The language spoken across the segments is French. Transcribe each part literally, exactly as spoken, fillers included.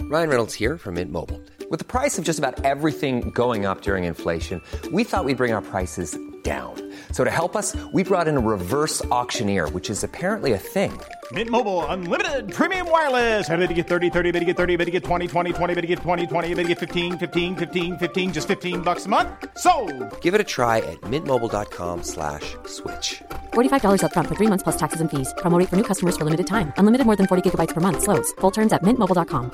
Ryan Reynolds here from Mint Mobile. With the price of just about everything going up during inflation, we thought we'd bring our prices down. So to help us, we brought in a reverse auctioneer, which is apparently a thing. Mint Mobile Unlimited Premium Wireless. How to get thirty, thirty, how to get thirty, how to get twenty, twenty, twenty, how to get twenty, twenty, how to get fifteen, fifteen, fifteen, fifteen, just fifteen bucks a month? Sold! Give it a try at mintmobile.com slash switch. forty-five dollars up front for three months plus taxes and fees. Promo rate for new customers for limited time. Unlimited more than forty gigabytes per month. Slows full terms at mint mobile dot com.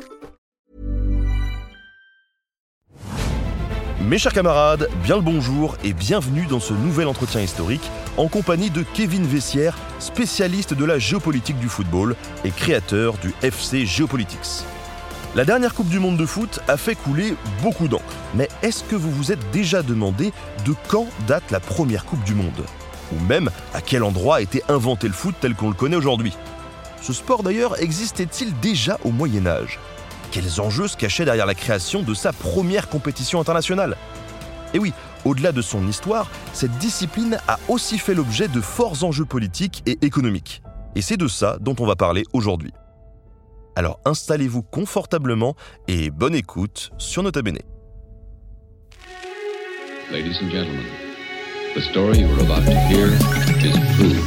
Mes chers camarades, bien le bonjour et bienvenue dans ce nouvel entretien historique en compagnie de Kevin Vessière, spécialiste de la géopolitique du football et créateur du F C Geopolitics. La dernière Coupe du Monde de foot a fait couler beaucoup d'encre, mais est-ce que vous vous êtes déjà demandé de quand date la première Coupe du Monde ? Ou même à quel endroit a été inventé le foot tel qu'on le connaît aujourd'hui ? Ce sport d'ailleurs existait-il déjà au Moyen-Âge ? Quels enjeux se cachaient derrière la création de sa première compétition internationale ? Et oui, au-delà de son histoire, cette discipline a aussi fait l'objet de forts enjeux politiques et économiques. Et c'est de ça dont on va parler aujourd'hui. Alors installez-vous confortablement et bonne écoute sur Nota Bene. Ladies and gentlemen, the story you are about to hear is true.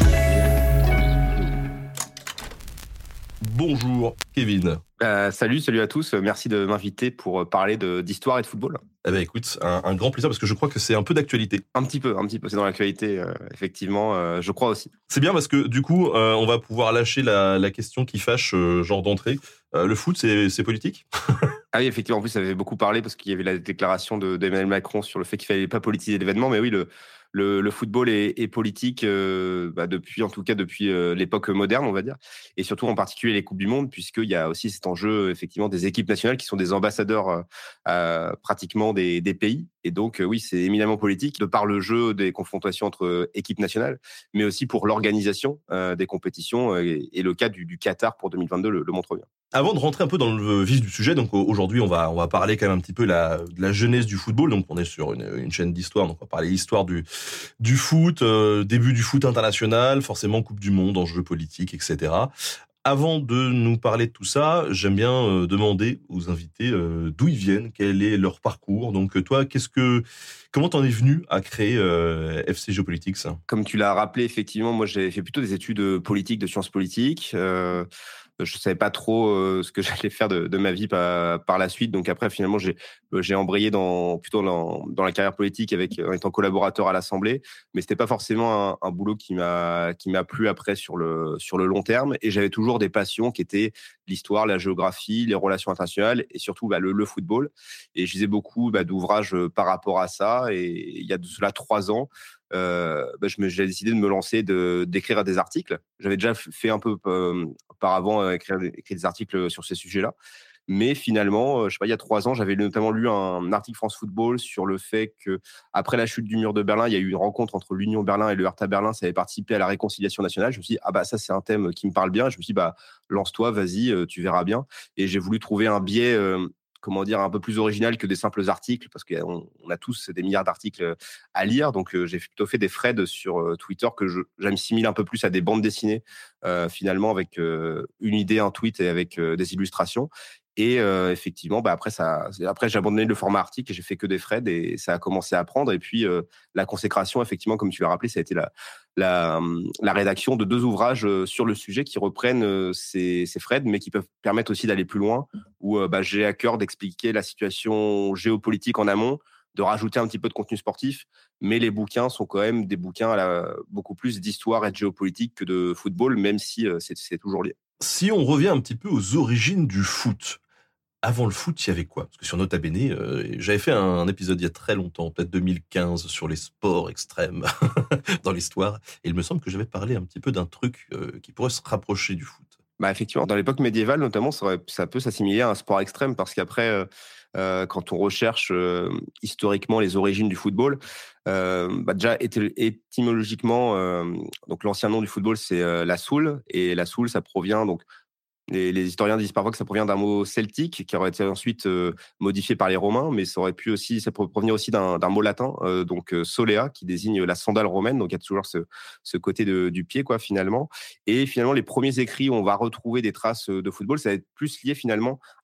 Bonjour Kevin. Euh, salut, salut à tous. Merci de m'inviter pour parler de, d'histoire et de football. Eh ben écoute, un, un grand plaisir parce que je crois que c'est un peu d'actualité. Un petit peu, un petit peu. C'est dans l'actualité, euh, effectivement. Euh, je crois aussi. C'est bien parce que du coup, euh, on va pouvoir lâcher la, la question qui fâche, euh, genre d'entrée. Euh, le foot, c'est, c'est politique ? Ah oui, effectivement. En plus, ça avait beaucoup parlé parce qu'il y avait la déclaration de, d'Emmanuel Macron sur le fait qu'il fallait pas politiser l'événement. Mais oui, le Le, le football est, est politique euh, bah depuis, en tout cas depuis euh, l'époque moderne, on va dire, et surtout en particulier les coupes du monde, puisqu'il y a aussi cet enjeu effectivement des équipes nationales qui sont des ambassadeurs euh, euh, pratiquement des, des pays. Et donc euh, oui, c'est éminemment politique de par le jeu des confrontations entre équipes nationales, mais aussi pour l'organisation euh, des compétitions. Euh, et, et le cas du, du Qatar pour deux mille vingt-deux le, le montre bien. Avant de rentrer un peu dans le vif du sujet, donc aujourd'hui on va on va parler quand même un petit peu la, de la jeunesse du football. Donc on est sur une, une chaîne d'histoire, donc on va parler l'histoire du du foot, euh, début du foot international, forcément Coupe du Monde, enjeux politiques, et cetera. Avant de nous parler de tout ça, j'aime bien euh, demander aux invités euh, d'où ils viennent, quel est leur parcours. Donc toi, qu'est-ce que comment t'en es venu à créer euh, F C Geopolitics ? Comme tu l'as rappelé, effectivement, moi j'ai fait plutôt des études politiques, de sciences politiques. Euh, Je savais pas trop euh, ce que j'allais faire de, de ma vie par, par la suite. Donc après, finalement, j'ai, j'ai embrayé dans, plutôt dans, dans la carrière politique avec, en étant collaborateur à l'Assemblée. Mais c'était pas forcément un, un boulot qui m'a, qui m'a plu après sur le, sur le long terme. Et j'avais toujours des passions qui étaient l'histoire, la géographie, les relations internationales et surtout bah, le, le football. Et je lisais beaucoup bah, d'ouvrages par rapport à ça. Et il y a de cela trois ans, Euh, bah, je me, j'ai décidé de me lancer, de, d'écrire des articles. J'avais déjà fait un peu euh, auparavant euh, écrire, écrire des articles sur ces sujets-là. Mais finalement, euh, je sais pas, il y a trois ans, j'avais notamment lu un article France Football sur le fait que après la chute du mur de Berlin, il y a eu une rencontre entre l'Union Berlin et le Hertha Berlin. Ça avait participé à la réconciliation nationale. Je me suis dit, ah bah ça, c'est un thème qui me parle bien. Je me suis dit, bah lance-toi, vas-y, euh, tu verras bien. Et j'ai voulu trouver un biais euh, comment dire, un peu plus original que des simples articles, parce qu'on on a tous des milliards d'articles à lire. Donc, euh, j'ai plutôt fait des threads sur euh, Twitter que je, j'assimile un peu plus à des bandes dessinées, euh, finalement, avec euh, une idée, un tweet et avec euh, des illustrations. Et euh, effectivement, bah après, ça, après, j'ai abandonné le format article et j'ai fait que des threads et ça a commencé à prendre. Et puis, euh, la consécration, effectivement, comme tu l'as rappelé, ça a été la, la, la rédaction de deux ouvrages sur le sujet qui reprennent ces, ces threads, mais qui peuvent permettre aussi d'aller plus loin, où euh, bah, j'ai à cœur d'expliquer la situation géopolitique en amont, de rajouter un petit peu de contenu sportif, mais les bouquins sont quand même des bouquins à la, beaucoup plus d'histoire et de géopolitique que de football, même si euh, c'est, c'est toujours lié. Si on revient un petit peu aux origines du foot, avant le foot, il y avait quoi ? Parce que sur Nota Bene, euh, j'avais fait un, un épisode il y a très longtemps, peut-être deux mille quinze, sur les sports extrêmes dans l'histoire. Et il me semble que j'avais parlé un petit peu d'un truc euh, qui pourrait se rapprocher du foot. Bah effectivement, dans l'époque médiévale notamment, ça, aurait, ça peut s'assimiler à un sport extrême parce qu'après, euh, euh, quand on recherche euh, historiquement les origines du football, euh, bah déjà éty- étymologiquement, euh, donc l'ancien nom du football c'est euh, la soule, et la soule ça provient donc Les, les historiens disent parfois que ça provient d'un mot celtique qui aurait été ensuite euh, modifié par les Romains, mais ça aurait pu aussi, ça peut provenir aussi d'un, d'un mot latin, euh, donc euh, solea, qui désigne la sandale romaine. Donc il y a toujours ce, ce côté de, du pied, quoi, finalement. Et finalement, les premiers écrits où on va retrouver des traces de football, ça va être plus lié finalement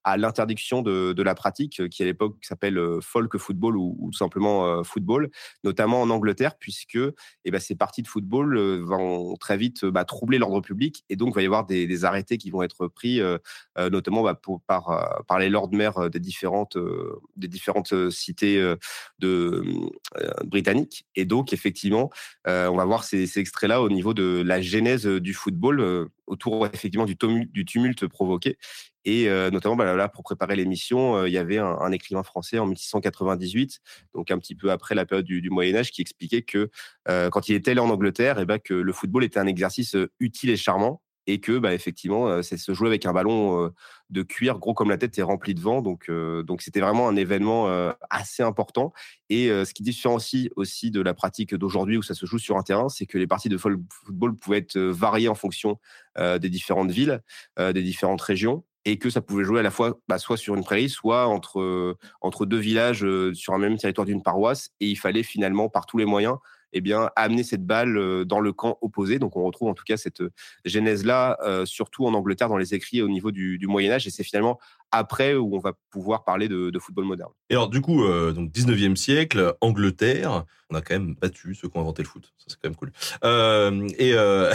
à l'interdiction de, de la pratique, qui à l'époque s'appelle euh, folk football ou, ou tout simplement euh, football, notamment en Angleterre, puisque eh ben, ces parties de football euh, vont très vite euh, bah, troubler l'ordre public, et donc il va y avoir des, des arrêtés qui vont être pris, euh, euh, notamment bah, pour, par, euh, par les lords maires des différentes, euh, des différentes cités euh, de, euh, britanniques. Et donc, effectivement, euh, on va voir ces, ces extraits-là au niveau de la genèse du football, euh, autour effectivement du tumulte, du tumulte provoqué. Et euh, notamment, bah, là, pour préparer l'émission, euh, il y avait un, un écrivain français en mille six cent quatre-vingt-dix-huit, donc un petit peu après la période du, du Moyen-Âge, qui expliquait que euh, quand il était allé en Angleterre, et bah, que le football était un exercice utile et charmant, et que bah, effectivement, euh, c'est se jouer avec un ballon euh, de cuir gros comme la tête et rempli de vent. Donc, euh, donc c'était vraiment un événement euh, assez important. Et euh, ce qui différencie aussi de la pratique d'aujourd'hui où ça se joue sur un terrain, c'est que les parties de football pouvaient être variées en fonction euh, des différentes villes, euh, des différentes régions, et que ça pouvait jouer à la fois bah, soit sur une prairie, soit entre, euh, entre deux villages euh, sur un même territoire d'une paroisse. Et il fallait finalement, par tous les moyens, eh bien, amener cette balle dans le camp opposé. Donc, on retrouve en tout cas cette genèse-là, euh, surtout en Angleterre, dans les écrits au niveau du, du Moyen-Âge. Et c'est finalement après où on va pouvoir parler de, de football moderne. Et alors, du coup, euh, donc dix-neuvième siècle, Angleterre, on a quand même battu ceux qui ont inventé le foot. Ça, c'est quand même cool. Euh, et, euh,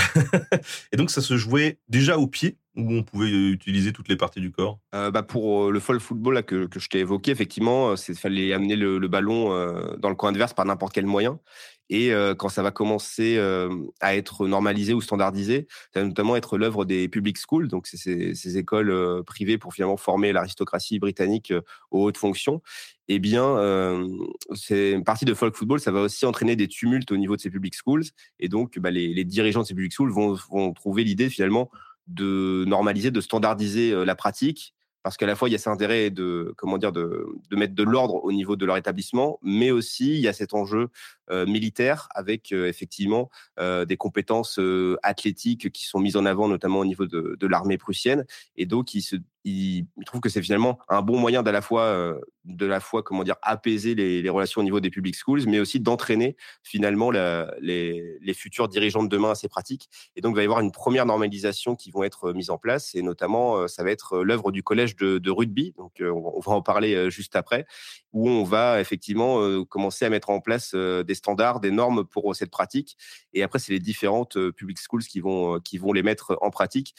et donc, ça se jouait déjà au pied, où on pouvait utiliser toutes les parties du corps. euh, bah Pour le folk football là, que, que je t'ai évoqué, effectivement, il fallait amener le, le ballon euh, dans le camp adverse par n'importe quel moyen. Et euh, quand ça va commencer euh, à être normalisé ou standardisé, ça va notamment être l'œuvre des public schools, donc c'est ces, ces écoles euh, privées pour finalement former l'aristocratie britannique euh, aux hautes fonctions. Eh bien, euh, c'est une partie de folk football, ça va aussi entraîner des tumultes au niveau de ces public schools. Et donc, bah, les, les dirigeants de ces public schools vont, vont trouver l'idée finalement de normaliser, de standardiser euh, la pratique, parce qu'à la fois il y a cet intérêt de comment dire de, de mettre de l'ordre au niveau de leur établissement, mais aussi il y a cet enjeu euh, militaire avec euh, effectivement euh, des compétences euh, athlétiques qui sont mises en avant notamment au niveau de, de l'armée prussienne. Et donc il se il, il trouve que c'est finalement un bon moyen d'à la fois euh, de la fois comment dire apaiser les, les relations au niveau des public schools, mais aussi d'entraîner finalement la, les, les futurs dirigeants de demain à ces pratiques. Et donc il va y avoir une première normalisation qui vont être mise en place, et notamment euh, ça va être l'œuvre du collège de, de rugby. Donc euh, on va en parler euh, juste après, où on va effectivement euh, commencer à mettre en place euh, des standards, des normes pour cette pratique. Et après c'est les différentes euh, public schools qui vont euh, qui vont les mettre en pratique.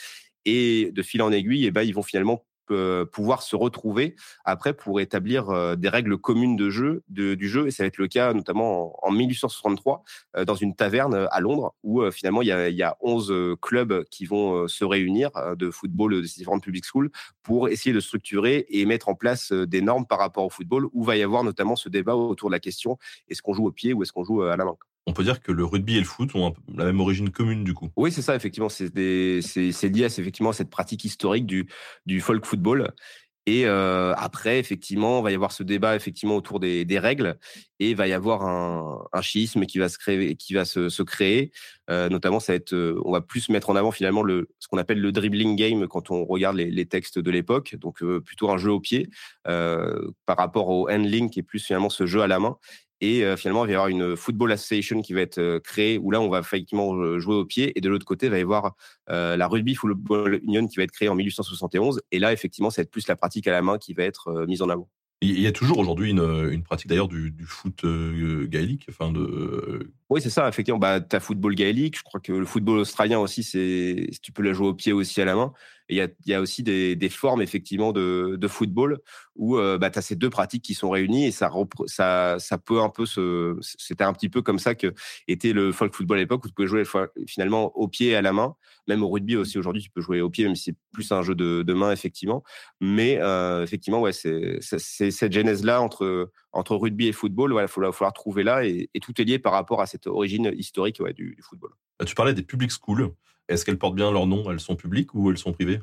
Et de fil en aiguille, eh ben, ils vont finalement euh, pouvoir se retrouver après pour établir euh, des règles communes de jeu, de, du jeu. Et ça va être le cas notamment en, en mille huit cent soixante-trois, euh, dans une taverne à Londres, où euh, finalement il y a, il y a onze clubs qui vont euh, se réunir euh, de football de ces différentes public schools pour essayer de structurer et mettre en place euh, des normes par rapport au football, où va y avoir notamment ce débat autour de la question: est-ce qu'on joue au pied ou est-ce qu'on joue à la main? On peut dire que le rugby et le foot ont un peu la même origine commune, du coup. Oui, c'est ça, effectivement. C'est, des, c'est, c'est lié à, c'est effectivement, à cette pratique historique du, du folk football. Et euh, après, effectivement, il va y avoir ce débat effectivement autour des, des règles, et il va y avoir un, un schisme qui va se créer, qui va se, se créer. Euh, notamment, ça va être, on va plus mettre en avant finalement le, ce qu'on appelle le dribbling game quand on regarde les, les textes de l'époque. Donc euh, plutôt un jeu au pied euh, par rapport au handling, qui est plus finalement ce jeu à la main. Et euh, finalement, il va y avoir une Football Association qui va être euh, créée, où là, on va effectivement jouer au pied. Et de l'autre côté, il va y avoir euh, la Rugby Football Union qui va être créée en mille huit cent soixante et onze. Et là, effectivement, ça va être plus la pratique à la main qui va être euh, mise en avant. Il y a toujours aujourd'hui une, une pratique d'ailleurs du, du foot euh, gaélique, enfin de. Oui, c'est ça, effectivement. Bah, tu as football gaélique. Je crois que le football australien aussi, c'est, tu peux la jouer au pied aussi à la main. Et il y a, y a aussi des, des formes, effectivement, de, de football où euh, bah, tu as ces deux pratiques qui sont réunies, et ça, repre- ça, ça peut un peu se. C'était un petit peu comme ça que était le folk football à l'époque, où tu pouvais jouer finalement au pied et à la main. Même au rugby aussi, aujourd'hui, tu peux jouer au pied, même si c'est plus un jeu de, de main, effectivement. Mais euh, effectivement, ouais, c'est, c'est, c'est cette genèse-là entre, entre rugby et football. Il ouais, va falloir, falloir trouver là, et, et tout est lié par rapport à cette origine historique ouais, du, du football. Tu parlais des public schools. Est-ce qu'elles portent bien leur nom? Elles sont publiques ou elles sont privées?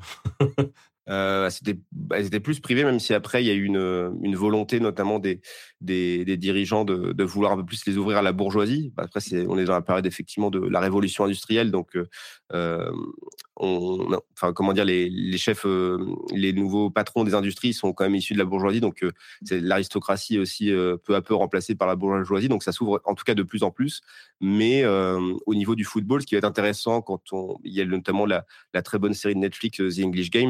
Euh, c'était, elles étaient plus privées, même si après il y a eu une, une volonté notamment des, des, des dirigeants de, de vouloir un peu plus les ouvrir à la bourgeoisie. Après, c'est, on est dans la période effectivement de la révolution industrielle, donc euh, on, enfin comment dire, les, les chefs, euh, les nouveaux patrons des industries sont quand même issus de la bourgeoisie, donc euh, c'est l'aristocratie aussi euh, peu à peu remplacée par la bourgeoisie, donc ça s'ouvre en tout cas de plus en plus. Mais euh, au niveau du football, ce qui va être intéressant, quand on, il y a notamment la, la très bonne série de Netflix The English Game qui en parle.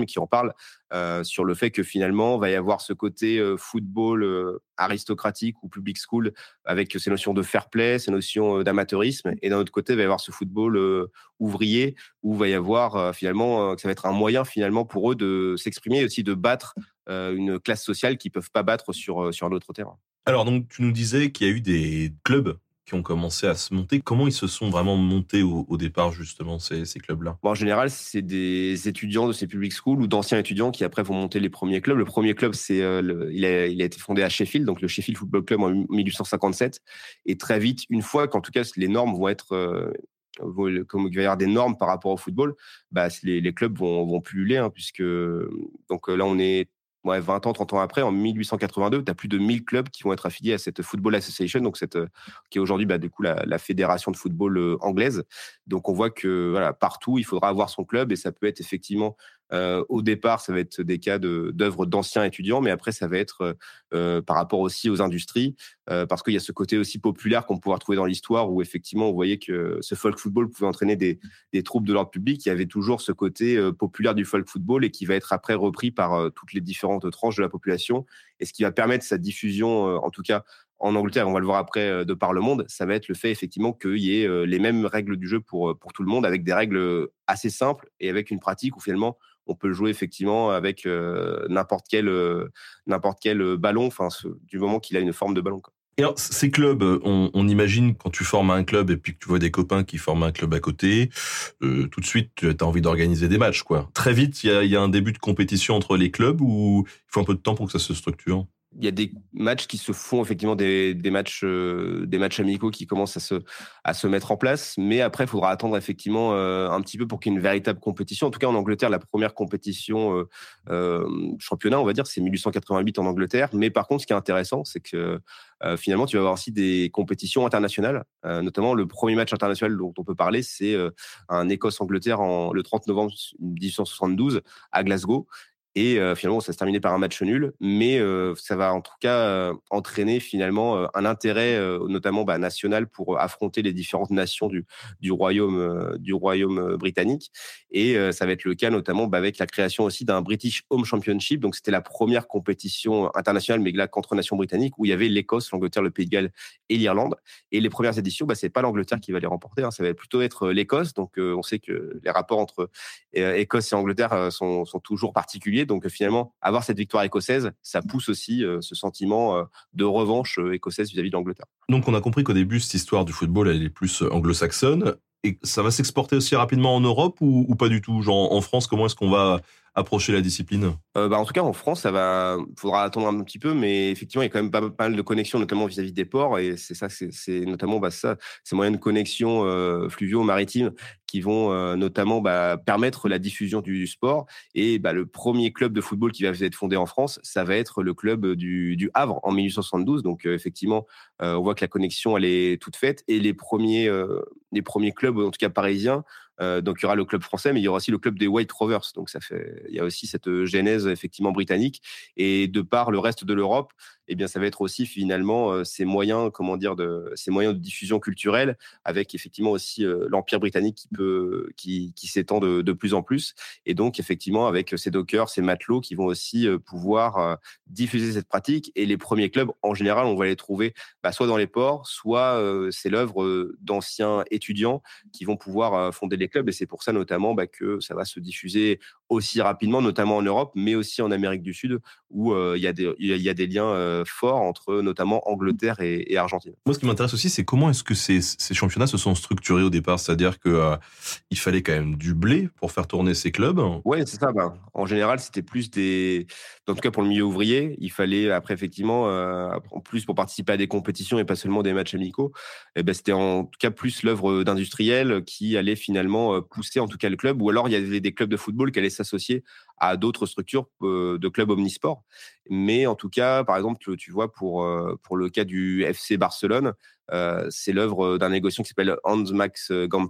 parle, euh, sur le fait que finalement, il va y avoir ce côté euh, football euh, aristocratique ou public school avec ces notions de fair play, ces notions euh, d'amateurisme. Et d'un autre côté, il va y avoir ce football euh, ouvrier où il va y avoir euh, finalement, euh, que ça va être un moyen finalement pour eux de s'exprimer et aussi de battre euh, une classe sociale qu'ils ne peuvent pas battre sur, sur un autre terrain. Alors, donc, tu nous disais qu'il y a eu des clubs qui ont commencé à se monter. Comment ils se sont vraiment montés au, au départ, justement, ces, ces clubs-là ? Bon, en général, c'est des étudiants de ces public schools ou d'anciens étudiants qui, après, vont monter les premiers clubs. Le premier club, c'est, euh, le, il, a, il a été fondé à Sheffield, donc le Sheffield Football Club en dix-huit cent cinquante-sept. Et très vite, une fois qu'en tout cas, les normes vont être... Euh, comme il va y avoir des normes par rapport au football, bah, les, les clubs vont, vont pulluler, hein, puisque... Donc là, on est... Ouais, vingt ans, trente ans après, en dix-huit cent quatre-vingt-deux, tu as plus de mille clubs qui vont être affiliés à cette Football Association, donc cette, qui est aujourd'hui bah, du coup, la, la fédération de football euh, anglaise. Donc on voit que voilà, partout, il faudra avoir son club et ça peut être effectivement, euh, au départ, ça va être des cas de, d'œuvres d'anciens étudiants, mais après, ça va être euh, par rapport aussi aux industries, euh, parce qu'il y a ce côté aussi populaire qu'on peut retrouver dans l'histoire où effectivement, on voyait que ce folk football pouvait entraîner des, des troupes de l'ordre public. Il y avait toujours ce côté euh, populaire du folk football et qui va être après repris par euh, toutes les différentes tranches de la population, et ce qui va permettre sa diffusion, euh, en tout cas en Angleterre, on va le voir après euh, de par le monde, ça va être le fait effectivement qu'il y ait euh, les mêmes règles du jeu pour, pour tout le monde, avec des règles assez simples et avec une pratique où finalement on peut jouer effectivement avec euh, n'importe quel, euh, n'importe quel ballon, enfin, ce, du moment qu'il a une forme de ballon, quoi. Et alors, ces clubs, on, on imagine quand tu formes un club et puis que tu vois des copains qui forment un club à côté, euh, tout de suite, tu as envie d'organiser des matchs, quoi. Très vite, il y a, y a un début de compétition entre les clubs ou il faut un peu de temps pour que ça se structure ? Il y a des matchs qui se font effectivement des, des matchs euh, des matchs amicaux qui commencent à se à se mettre en place, mais après il faudra attendre effectivement euh, un petit peu pour qu'il y ait une véritable compétition. En tout cas en Angleterre, la première compétition euh, euh, championnat, on va dire, c'est dix-huit cent quatre-vingt-huit en Angleterre. Mais par contre, ce qui est intéressant, c'est que euh, finalement tu vas avoir aussi des compétitions internationales, euh, notamment le premier match international dont on peut parler, c'est euh, un Écosse-Angleterre en le trente novembre dix-huit cent soixante-douze à Glasgow. Et euh, finalement, ça va se terminer par un match nul, mais euh, ça va en tout cas euh, entraîner finalement euh, un intérêt, euh, notamment bah, national, pour affronter les différentes nations du, du royaume, euh, du royaume britannique. Et euh, ça va être le cas notamment bah, avec la création aussi d'un British Home Championship. Donc c'était la première compétition internationale, mais là contre nations britanniques, où il y avait l'Écosse, l'Angleterre, le Pays de Galles et l'Irlande. Et les premières éditions, bah, c'est pas l'Angleterre qui va les remporter, hein, ça va plutôt être l'Écosse. Donc euh, on sait que les rapports entre euh, Écosse et Angleterre euh, sont, sont toujours particuliers. Donc finalement, avoir cette victoire écossaise, ça pousse aussi euh, ce sentiment euh, de revanche euh, écossaise vis-à-vis de l'Angleterre. Donc on a compris qu'au début, cette histoire du football, elle est plus anglo-saxonne. Et ça va s'exporter aussi rapidement en Europe ou, ou pas du tout ? Genre en France, comment est-ce qu'on va approcher la discipline ? euh, bah, En tout cas, en France, ça va. Faudra attendre un petit peu, mais effectivement, il y a quand même pas, pas mal de connexions, notamment vis-à-vis des ports, et c'est ça, c'est, c'est notamment bah, ça, ces moyens de connexion euh, fluviaux, maritimes, qui vont euh, notamment bah, permettre la diffusion du, du sport. Et bah, le premier club de football qui va être fondé en France, ça va être le club du, du Havre en dix-huit cent soixante-douze. Donc euh, effectivement, euh, on voit que la connexion, elle est toute faite, et les premiers, euh, les premiers clubs, en tout cas parisiens. Euh, donc il y aura le club français, mais il y aura aussi le club des White Rovers. Donc ça fait, il y a aussi cette genèse effectivement britannique. Et de par le reste de l'Europe, eh bien ça va être aussi finalement euh, ces moyens, comment dire, de ces moyens de diffusion culturelle, avec effectivement aussi euh, l'Empire britannique qui peut, qui, qui s'étend de, de plus en plus. Et donc effectivement avec ces dockers, ces matelots qui vont aussi euh, pouvoir euh, diffuser cette pratique. Et les premiers clubs, en général, on va les trouver bah, soit dans les ports, soit euh, c'est l'œuvre euh, d'anciens étudiants qui vont pouvoir euh, fonder les clubs, et c'est pour ça notamment bah, que ça va se diffuser aussi rapidement, notamment en Europe, mais aussi en Amérique du Sud, où il euh, y, y, y a des liens euh, forts entre notamment Angleterre et, et Argentine. Moi, ce qui m'intéresse aussi, c'est comment est-ce que ces, ces championnats se sont structurés au départ ? C'est-à-dire que euh, il fallait quand même du blé pour faire tourner ces clubs. Ouais, c'est ça. Bah, en général, c'était plus des, en tout cas pour le milieu ouvrier, il fallait après effectivement, euh, en plus pour participer à des compétitions et pas seulement des matchs amicaux, et ben c'était en tout cas plus l'œuvre d'industriels qui allait finalement pousser en tout cas le club, ou alors il y avait des clubs de football qui allaient s'associer à d'autres structures euh, de clubs omnisports. Mais en tout cas, par exemple, tu, tu vois, pour, euh, pour le cas du F C Barcelone, euh, c'est l'œuvre d'un négociant qui s'appelle Hans Max Gamper,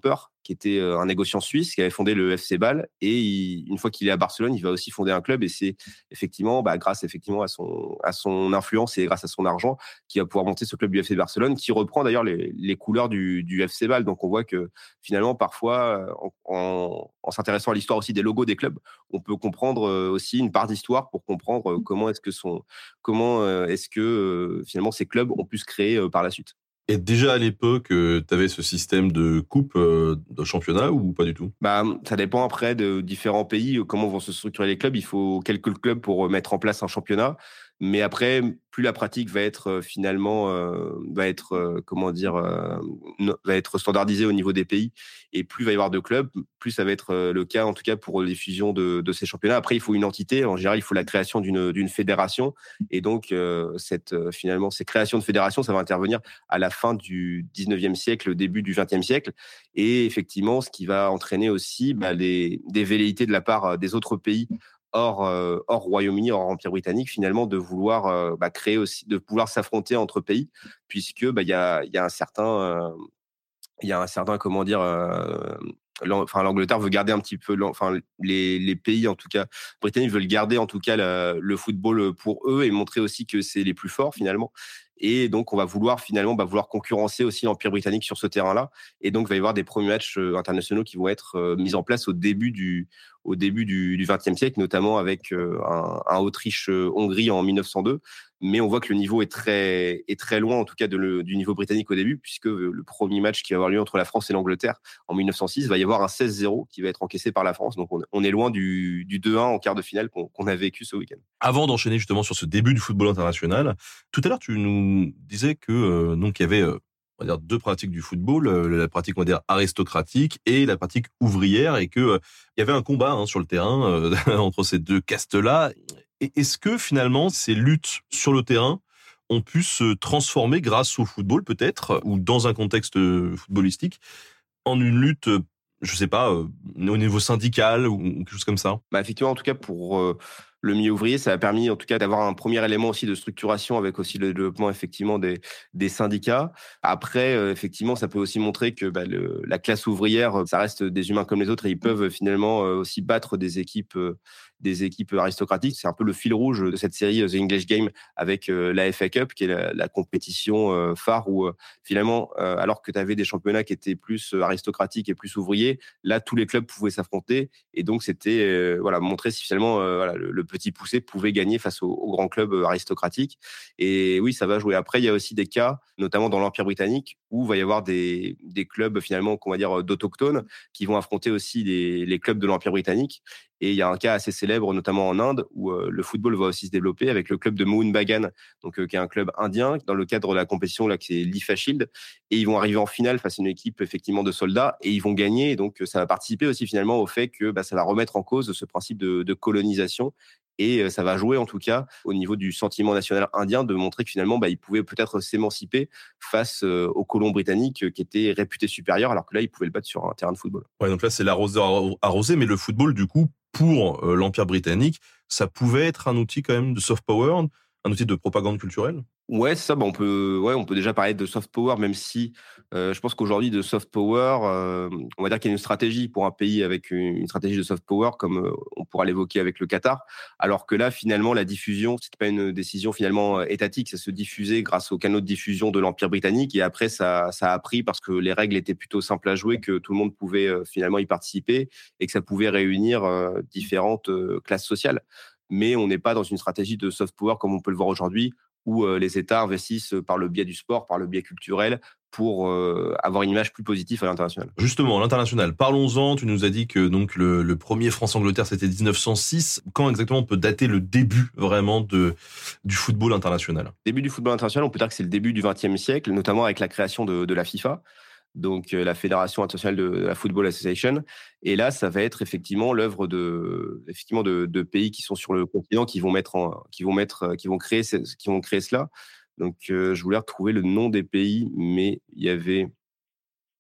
qui était un négociant suisse, qui avait fondé le F C Bâle. Et il, une fois qu'il est à Barcelone, il va aussi fonder un club. Et c'est effectivement, bah, grâce effectivement à son, à son influence et grâce à son argent, qu'il va pouvoir monter ce club du F C Barcelone, qui reprend d'ailleurs les, les couleurs du, du F C Bâle. Donc on voit que finalement, parfois, en, en, en s'intéressant à l'histoire aussi des logos des clubs, on peut comprendre aussi une part d'histoire pour comprendre comment est-ce que, son, comment est-ce que finalement ces clubs ont pu se créer par la suite. Et déjà à l'époque, euh, tu avais ce système de coupe euh, de championnat ou pas du tout ? Bah, ça dépend après de différents pays, comment vont se structurer les clubs. Il faut quelques clubs pour mettre en place un championnat. Mais après, plus la pratique va être euh, finalement, euh, va être, euh, comment dire, euh, va être standardisée au niveau des pays, et plus il va y avoir de clubs, plus ça va être euh, le cas, en tout cas pour les fusions de, de ces championnats. Après, il faut une entité. En général, il faut la création d'une, d'une fédération. Et donc, euh, cette, euh, finalement, ces créations de fédérations, ça va intervenir à la fin du dix-neuvième siècle, début du vingtième siècle. Et effectivement, ce qui va entraîner aussi bah, les, des velléités de la part des autres pays hors, euh, hors Royaume-Uni, hors Empire britannique, finalement, de vouloir euh, bah, créer aussi, de pouvoir s'affronter entre pays, puisque bah, y a, y a un certain, euh, il y a un certain, comment dire, euh, enfin, l'Angleterre veut garder un petit peu, enfin, les, les pays, en tout cas, britanniques veulent garder, en tout cas, la, le football pour eux et montrer aussi que c'est les plus forts, finalement. Et donc, on va vouloir finalement bah, vouloir concurrencer aussi l'Empire britannique sur ce terrain-là. Et donc, il va y avoir des premiers matchs euh, internationaux qui vont être euh, mis en place au début du au début du, du vingtième siècle, notamment avec euh, un, un Autriche-Hongrie en mille neuf cent deux. Mais on voit que le niveau est très est très loin, en tout cas, de le, du niveau britannique au début, puisque le premier match qui va avoir lieu entre la France et l'Angleterre en mille neuf cent six, va y avoir un seize zéro qui va être encaissé par la France. Donc, on, on est loin du, du deux un en quart de finale qu'on, qu'on a vécu ce week-end. Avant d'enchaîner justement sur ce début du football international, tout à l'heure, tu nous disais que euh, donc il y avait euh, on va dire deux pratiques du football, euh, la pratique on va dire aristocratique et la pratique ouvrière, et que euh, il y avait un combat hein, sur le terrain euh, entre ces deux castes-là. Et est-ce que finalement ces luttes sur le terrain ont pu se transformer grâce au football peut-être, ou dans un contexte footballistique, en une lutte, je sais pas, euh, au niveau syndical ou quelque chose comme ça? Bah effectivement, en tout cas pour euh, le milieu ouvrier, ça a permis en tout cas d'avoir un premier élément aussi de structuration, avec aussi le développement effectivement des, des syndicats. Après, euh, effectivement, ça peut aussi montrer que bah, le, la classe ouvrière, ça reste des humains comme les autres, et ils peuvent finalement euh, aussi battre des équipes, euh, des équipes aristocratiques. C'est un peu le fil rouge de cette série The English Game avec euh, la F A Cup, qui est la, la compétition euh, phare où euh, finalement, euh, alors que tu avais des championnats qui étaient plus euh, aristocratiques et plus ouvriers, là tous les clubs pouvaient s'affronter, et donc c'était euh, voilà montrer si finalement euh, voilà, le, le petit poussé pouvait gagner face aux, aux grands clubs aristocratiques. Et oui, ça va jouer. Après, il y a aussi des cas, notamment dans l'Empire britannique, où il va y avoir des, des clubs finalement qu'on va dire d'autochtones qui vont affronter aussi les, les clubs de l'Empire britannique. Et il y a un cas assez célèbre, notamment en Inde, où euh, le football va aussi se développer avec le club de Mohun Bagan, donc euh, qui est un club indien dans le cadre de la compétition là, qui est l'I F A Shield. Et ils vont arriver en finale face à une équipe effectivement de soldats, et ils vont gagner. Et donc ça va participer aussi finalement au fait que bah, ça va remettre en cause ce principe de, de colonisation. Et ça va jouer, en tout cas, au niveau du sentiment national indien, de montrer que finalement, bah, ils pouvaient peut-être s'émanciper face euh, aux colons britanniques euh, qui étaient réputés supérieurs, alors que là, ils pouvaient le battre sur un terrain de football. Ouais, donc là, c'est l'arroseur arrosé, mais le football, du coup, pour euh, l'Empire britannique, ça pouvait être un outil quand même de soft power, un outil de propagande culturelle? Ouais, c'est ça. Bah, on peut, ouais, on peut déjà parler de soft power, même si euh, je pense qu'aujourd'hui de soft power, euh, on va dire qu'il y a une stratégie pour un pays avec une, une stratégie de soft power, comme euh, on pourra l'évoquer avec le Qatar. Alors que là, finalement, la diffusion, c'était pas une décision finalement étatique, ça se diffusait grâce aux canaux de diffusion de l'Empire britannique, et après ça, ça a pris parce que les règles étaient plutôt simples à jouer, que tout le monde pouvait euh, finalement y participer, et que ça pouvait réunir euh, différentes euh, classes sociales. Mais on n'est pas dans une stratégie de soft power comme on peut le voir aujourd'hui, où euh, les États investissent par le biais du sport, par le biais culturel, pour euh, avoir une image plus positive à l'international. Justement, l'international, parlons-en. Tu nous as dit que donc le, le premier France-Angleterre, c'était dix-neuf cent six. Quand exactement on peut dater le début vraiment de, du football international? Début du football international, on peut dire que c'est le début du vingtième siècle, notamment avec la création de, de la FIFA, donc euh, la Fédération internationale de, de la Football Association. Et là, ça va être effectivement l'œuvre de, effectivement de, de pays qui sont sur le continent, qui vont mettre, en, qui vont mettre, qui vont créer, qui vont créer cela. Donc, euh, je voulais retrouver le nom des pays, mais il y avait,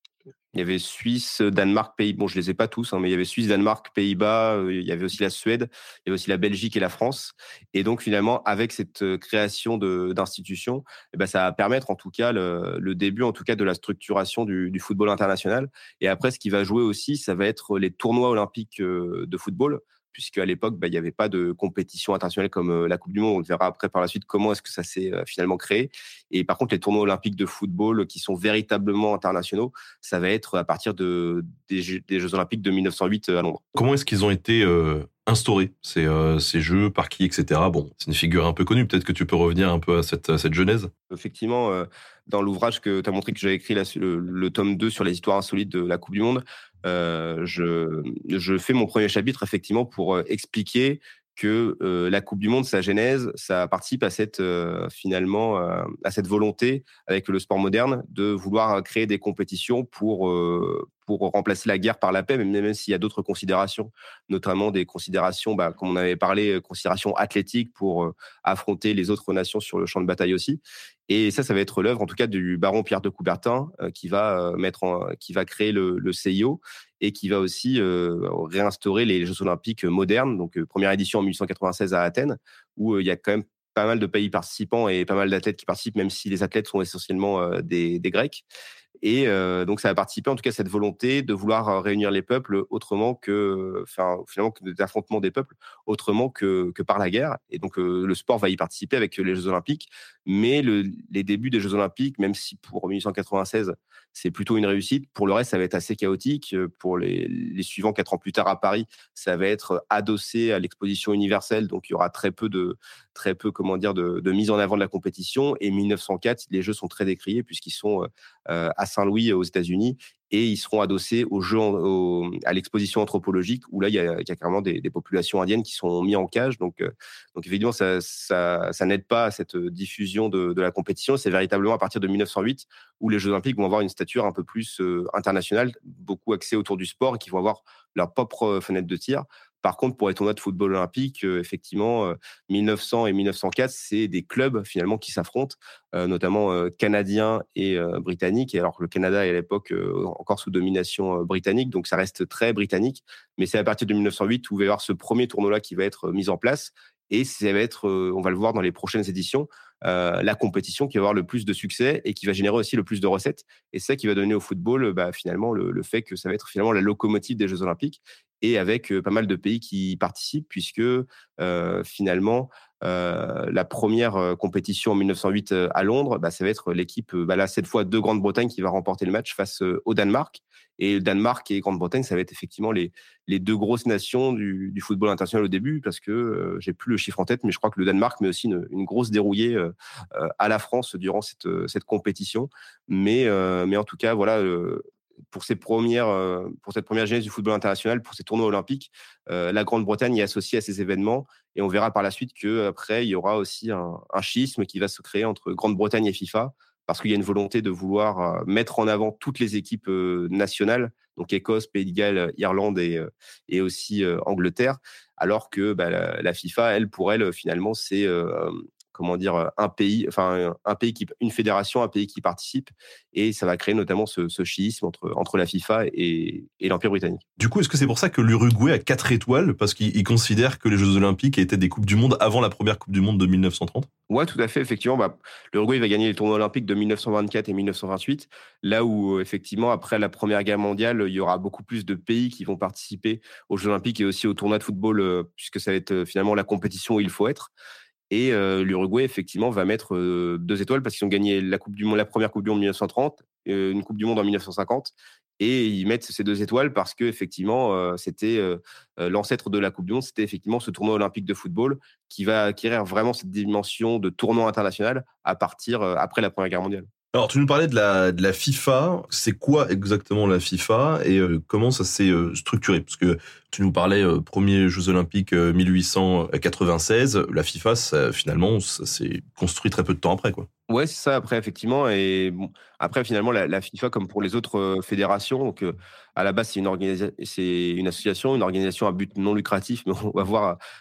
Il y avait Suisse, Danemark, Pays. Bon, je les ai pas tous, hein, mais il y avait Suisse, Danemark, Pays-Bas. euh, Il y avait aussi la Suède, il y avait aussi la Belgique et la France. Et donc finalement, avec cette euh, création de, d'institutions, eh ben, ça va permettre en tout cas le, le début, en tout cas, de la structuration du, du football international. Et après, ce qui va jouer aussi, ça va être les tournois olympiques euh, de football. Puisqu'à l'époque, bah, il n'y avait pas de compétition internationale comme euh, la Coupe du Monde. On verra après par la suite comment est-ce que ça s'est euh, finalement créé. Et par contre, les tournois olympiques de football qui sont véritablement internationaux, ça va être à partir de, des, Jeux, des Jeux olympiques de mille neuf cent huit à Londres. Comment est-ce qu'ils ont été euh, instaurés, ces, euh, ces jeux, par qui, et cetera. Bon, c'est une figure un peu connue, peut-être que tu peux revenir un peu à cette, à cette genèse. Effectivement, euh, dans l'ouvrage que tu as montré, que j'ai écrit, là, le, le tome deux sur les histoires insolites de la Coupe du Monde, euh, je, je fais mon premier chapitre effectivement pour euh, expliquer que euh, la Coupe du Monde, sa genèse, ça participe à cette euh, finalement euh, à cette volonté avec le sport moderne de vouloir créer des compétitions pour euh, pour remplacer la guerre par la paix, même, même s'il y a d'autres considérations, notamment des considérations, bah, comme on avait parlé, considérations athlétiques pour euh, affronter les autres nations sur le champ de bataille aussi. Et ça, ça va être l'œuvre, en tout cas, du baron Pierre de Coubertin, euh, qui va euh, mettre, en, qui va créer le, le C I O et qui va aussi euh, réinstaurer les Jeux Olympiques modernes. Donc, euh, première édition en mille huit cent quatre-vingt-seize à Athènes, où euh, il y a quand même pas mal de pays participants et pas mal d'athlètes qui participent, même si les athlètes sont essentiellement euh, des, des Grecs. Et euh, donc, ça va participer en tout cas à cette volonté de vouloir réunir les peuples autrement que, enfin, finalement, que des affrontements des peuples autrement que, que par la guerre. Et donc, euh, le sport va y participer avec les Jeux Olympiques. Mais le, les débuts des Jeux Olympiques, même si pour mille huit cent quatre-vingt-seize, c'est plutôt une réussite, pour le reste, ça va être assez chaotique. Pour les, les suivants, quatre ans plus tard à Paris, ça va être adossé à l'exposition universelle. Donc, il y aura très peu de, très peu, comment dire, de, de mise en avant de la compétition. Et mille neuf cent quatre, les Jeux sont très décriés puisqu'ils sont euh, à Saint-Louis aux États-Unis et ils seront adossés aux jeux, au, à l'exposition anthropologique où là il y a, il y a carrément des, des populations indiennes qui sont mises en cage. Donc, euh, donc évidemment ça, ça, ça n'aide pas à cette diffusion de, de la compétition. C'est véritablement à partir de mille neuf cent huit où les Jeux Olympiques vont avoir une stature un peu plus euh, internationale, beaucoup axée autour du sport et qui vont avoir leur propre fenêtre de tir. Par contre, pour les tournois de football olympique, euh, effectivement, euh, mille neuf cents et mille neuf cent quatre, c'est des clubs finalement qui s'affrontent, euh, notamment euh, canadiens et euh, britanniques. Et alors que le Canada est à l'époque euh, encore sous domination euh, britannique, donc ça reste très britannique. Mais c'est à partir de mille neuf cent huit où il va y avoir ce premier tournoi-là qui va être euh, mis en place. Et ça va être, euh, on va le voir dans les prochaines éditions, euh, la compétition qui va avoir le plus de succès et qui va générer aussi le plus de recettes. Et c'est ça qui va donner au football, bah, finalement, le, le fait que ça va être finalement la locomotive des Jeux Olympiques. Et avec euh, pas mal de pays qui y participent, puisque euh, finalement, euh, la première euh, compétition en mille neuf cent huit euh, à Londres, bah, ça va être l'équipe, euh, bah, là, cette fois, de Grande-Bretagne qui va remporter le match face euh, au Danemark. Et le Danemark et Grande-Bretagne, ça va être effectivement les, les deux grosses nations du, du football international au début, parce que euh, j'ai plus le chiffre en tête, mais je crois que le Danemark met aussi une, une grosse dérouillée euh, à la France durant cette, cette compétition. Mais, euh, mais en tout cas, voilà... Euh, pour ces premières, euh, pour cette première genèse du football international, pour ces tournois olympiques, euh, la Grande-Bretagne est associée à ces événements et on verra par la suite qu'après, il y aura aussi un, un schisme qui va se créer entre Grande-Bretagne et FIFA parce qu'il y a une volonté de vouloir euh, mettre en avant toutes les équipes euh, nationales, donc Écosse, Pays de Galles, Irlande et, euh, et aussi euh, Angleterre, alors que bah, la, la FIFA, elle, pour elle, finalement, c'est... Euh, comment dire, un pays, enfin un pays qui, une fédération, un pays qui participe, et ça va créer notamment ce, ce schisme entre entre la FIFA et, et l'Empire britannique. Du coup, est-ce que c'est pour ça que l'Uruguay a quatre étoiles parce qu'il considère que les Jeux Olympiques étaient des coupes du monde avant la première Coupe du Monde de mille neuf cent trente? Ouais, tout à fait. Effectivement, bah, l'Uruguay va gagner les tournois olympiques de mille neuf cent vingt-quatre et mille neuf cent vingt-huit, là où effectivement après la Première Guerre mondiale, il y aura beaucoup plus de pays qui vont participer aux Jeux olympiques et aussi aux tournois de football, euh, puisque ça va être euh, finalement la compétition où il faut être. Et euh, l'Uruguay, effectivement, va mettre euh, deux étoiles parce qu'ils ont gagné la, coupe du monde, la première Coupe du Monde en mille neuf cent trente, euh, une Coupe du Monde en mille neuf cent cinquante. Et ils mettent ces deux étoiles parce que effectivement, euh, c'était euh, l'ancêtre de la Coupe du Monde, c'était effectivement ce tournoi olympique de football qui va acquérir vraiment cette dimension de tournoi international à partir euh, après la Première Guerre mondiale. Alors, tu nous parlais de la, de la FIFA. C'est quoi exactement la FIFA et euh, comment ça s'est euh, structuré? Parce que tu nous parlais euh, premiers Jeux Olympiques euh, mille huit cent quatre-vingt-seize. La FIFA, ça, finalement, ça s'est construit très peu de temps après, quoi. Ouais, c'est ça. Après, effectivement, et bon, après finalement, la, la FIFA, comme pour les autres euh, fédérations, donc euh, à la base, c'est une organisation, c'est une association, une organisation à but non lucratif, mais on va voir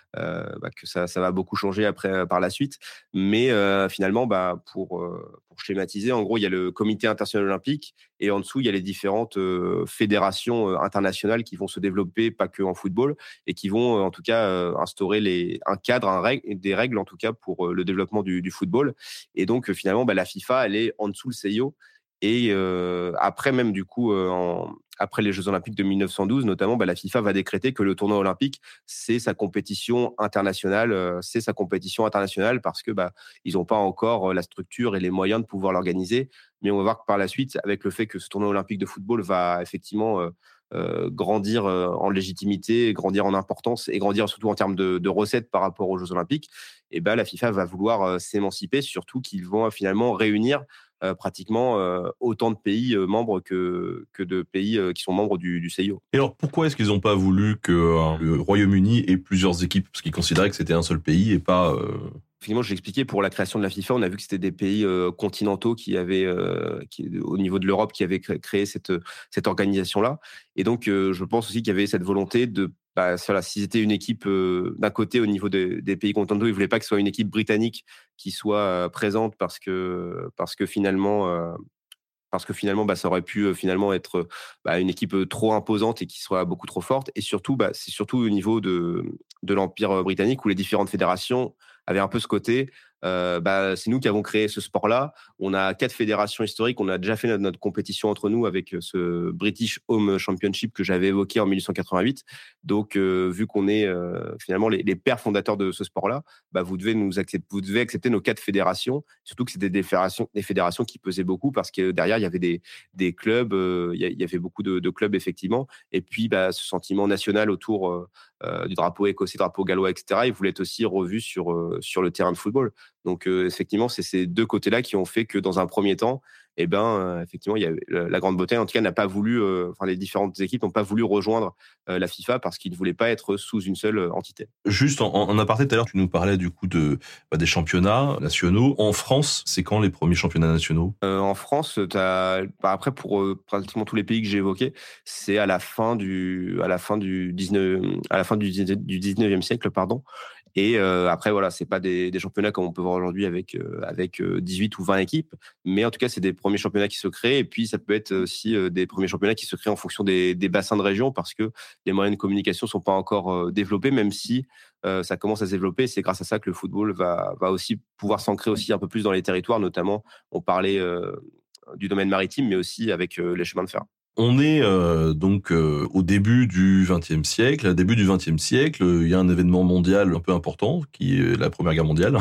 euh, bah, que ça, ça va beaucoup changer après par la suite. Mais euh, finalement, bah, pour, euh, pour schématiser, en gros, il y a le Comité international olympique et en dessous, il y a les différentes euh, fédérations euh, internationales qui vont se développer, pas que en football, et qui vont euh, en tout cas euh, instaurer les, un cadre, un règle, des règles en tout cas pour euh, le développement du, du football. Et donc, euh, finalement, bah, la FIFA, elle est en dessous le C I O. Et euh, après même du coup, euh, en, après les Jeux Olympiques de mille neuf cent douze, notamment, bah, la FIFA va décréter que le tournoi olympique, c'est sa compétition internationale, euh, c'est sa compétition internationale parce que bah, ils n'ont pas encore la structure et les moyens de pouvoir l'organiser. Mais on va voir que par la suite, avec le fait que ce tournoi olympique de football va effectivement euh, euh, grandir euh, en légitimité, grandir en importance et grandir surtout en termes de, de recettes par rapport aux Jeux Olympiques, et bah, la FIFA va vouloir euh, s'émanciper, surtout qu'ils vont euh, finalement réunir Euh, pratiquement euh, autant de pays euh, membres que, que de pays euh, qui sont membres du, du C I O. Et alors pourquoi est-ce qu'ils n'ont pas voulu que euh, le Royaume-Uni ait plusieurs équipes? Parce qu'ils considéraient que c'était un seul pays et pas... Euh... Effectivement, je l'expliquais, pour la création de la FIFA, on a vu que c'était des pays euh, continentaux qui avaient, euh, qui, au niveau de l'Europe, qui avaient créé cette, cette organisation-là. Et donc, euh, je pense aussi qu'il y avait cette volonté de, bah, voilà, si c'était une équipe euh, d'un côté au niveau de, des pays continentaux, ils ne voulaient pas que ce soit une équipe britannique qui soit euh, présente parce que, parce que finalement... Euh, parce que finalement, bah, ça aurait pu euh, finalement être bah, une équipe trop imposante et qui soit beaucoup trop forte. Et surtout, bah, c'est surtout au niveau de, de l'Empire britannique où les différentes fédérations avaient un peu ce côté. Euh, bah, c'est nous qui avons créé ce sport-là. On a quatre fédérations historiques. On a déjà fait notre, notre compétition entre nous avec ce British Home Championship que j'avais évoqué en mille huit cent quatre-vingt-huit. Donc, euh, vu qu'on est euh, finalement les, les pères fondateurs de ce sport-là, bah, vous devez nous accepter, vous devez accepter nos quatre fédérations. Surtout que c'était des fédérations, des fédérations qui pesaient beaucoup parce que derrière il y avait des, des clubs, euh, il y avait beaucoup de, de clubs effectivement. Et puis, bah, ce sentiment national autour euh, euh, du drapeau écossais, drapeau gallois, et cetera. Il voulait être aussi revu sur euh, sur le terrain de football. Donc, euh, effectivement, c'est ces deux côtés-là qui ont fait que, dans un premier temps, eh ben, euh, effectivement, il y a la Grande-Bretagne, en tout cas, n'a pas voulu, euh, enfin, les différentes équipes n'ont pas voulu rejoindre euh, la FIFA parce qu'ils ne voulaient pas être sous une seule entité. Juste en, en aparté, tout à l'heure, tu nous parlais du coup de bah, des championnats nationaux. En France, c'est quand les premiers championnats nationaux? euh, En France, t'as, bah, après, pour euh, pratiquement tous les pays que j'ai évoqués, c'est à la fin du, à la fin du dix-neuvième, à la fin du dix-neuvième siècle, pardon. Et euh, après, voilà, c'est pas des, des championnats comme on peut voir aujourd'hui avec, euh, avec euh, dix-huit ou vingt équipes, mais en tout cas, c'est des premiers championnats qui se créent. Et puis, ça peut être aussi euh, des premiers championnats qui se créent en fonction des, des bassins de région parce que les moyens de communication sont pas encore euh, développés, même si euh, ça commence à se développer. C'est grâce à ça que le football va, va aussi pouvoir s'ancrer aussi un peu plus dans les territoires, notamment, on parlait euh, du domaine maritime, mais aussi avec euh, les chemins de fer. On est euh, donc euh, au début du vingtième siècle. Au début du vingtième siècle, il y a un événement mondial un peu important, qui est la Première Guerre mondiale.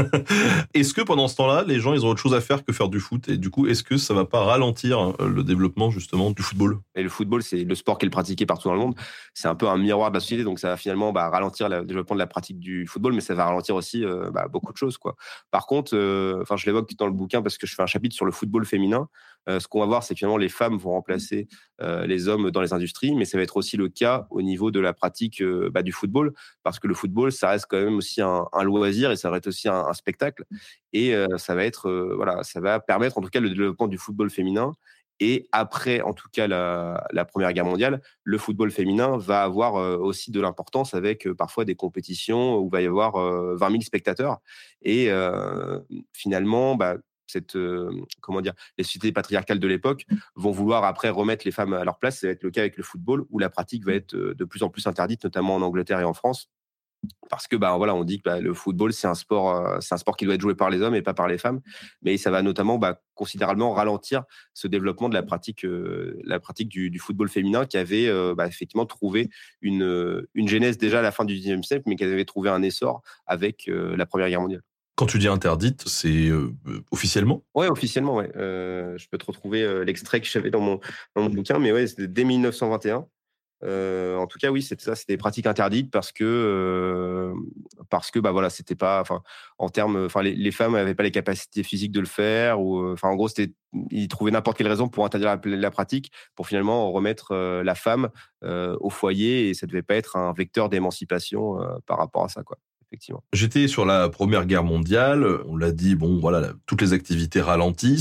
Est-ce que pendant ce temps-là, les gens ils ont autre chose à faire que faire du foot? Et du coup, est-ce que ça va pas ralentir le développement justement du football? Et le football, c'est le sport qui est pratiqué partout dans le monde. C'est un peu un miroir de la société, donc ça va finalement bah, ralentir le développement de la pratique du football, mais ça va ralentir aussi euh, bah, beaucoup de choses, quoi. Par contre, enfin, euh, je l'évoque dans le bouquin parce que je fais un chapitre sur le football féminin. Euh, ce qu'on va voir, c'est que finalement les femmes vont remplacer euh, les hommes dans les industries, mais ça va être aussi le cas au niveau de la pratique euh, bah, du football, parce que le football, ça reste quand même aussi un, un loisir et ça va être aussi un, un spectacle. Et euh, ça va être, euh, voilà, ça va permettre en tout cas le développement du football féminin. Et après, en tout cas, la, la Première Guerre mondiale, le football féminin va avoir euh, aussi de l'importance avec euh, parfois des compétitions où il va y avoir euh, vingt mille spectateurs. Et euh, finalement, bah, cette, euh, comment dire, les sociétés patriarcales de l'époque vont vouloir après remettre les femmes à leur place. Ça va être le cas avec le football où la pratique va être de plus en plus interdite, notamment en Angleterre et en France. Parce que bah voilà, on dit que bah, le football c'est un sport, euh, c'est un sport qui doit être joué par les hommes et pas par les femmes, mais ça va notamment bah, considérablement ralentir ce développement de la pratique, euh, la pratique du, du football féminin qui avait euh, bah, effectivement trouvé une une genèse déjà à la fin du dix-neuvième siècle, mais qui avait trouvé un essor avec euh, la Première Guerre mondiale. Quand tu dis interdite, c'est euh, officiellement? Ouais, officiellement, ouais. Euh, je peux te retrouver euh, l'extrait que j'avais dans mon dans mon bouquin, mais ouais, c'était dès mille neuf cent vingt et un. Euh, en tout cas, oui, c'était ça, c'était des pratiques interdites parce que euh, parce que bah voilà, c'était pas, enfin, en termes, enfin, les, les femmes n'avaient pas les capacités physiques de le faire ou, enfin, en gros, c'était, ils trouvaient n'importe quelle raison pour interdire la, la pratique, pour finalement remettre euh, la femme euh, au foyer et ça devait pas être un vecteur d'émancipation euh, par rapport à ça, quoi. Effectivement. J'étais sur la Première Guerre mondiale. On l'a dit, bon, voilà, toutes les activités ralentissent.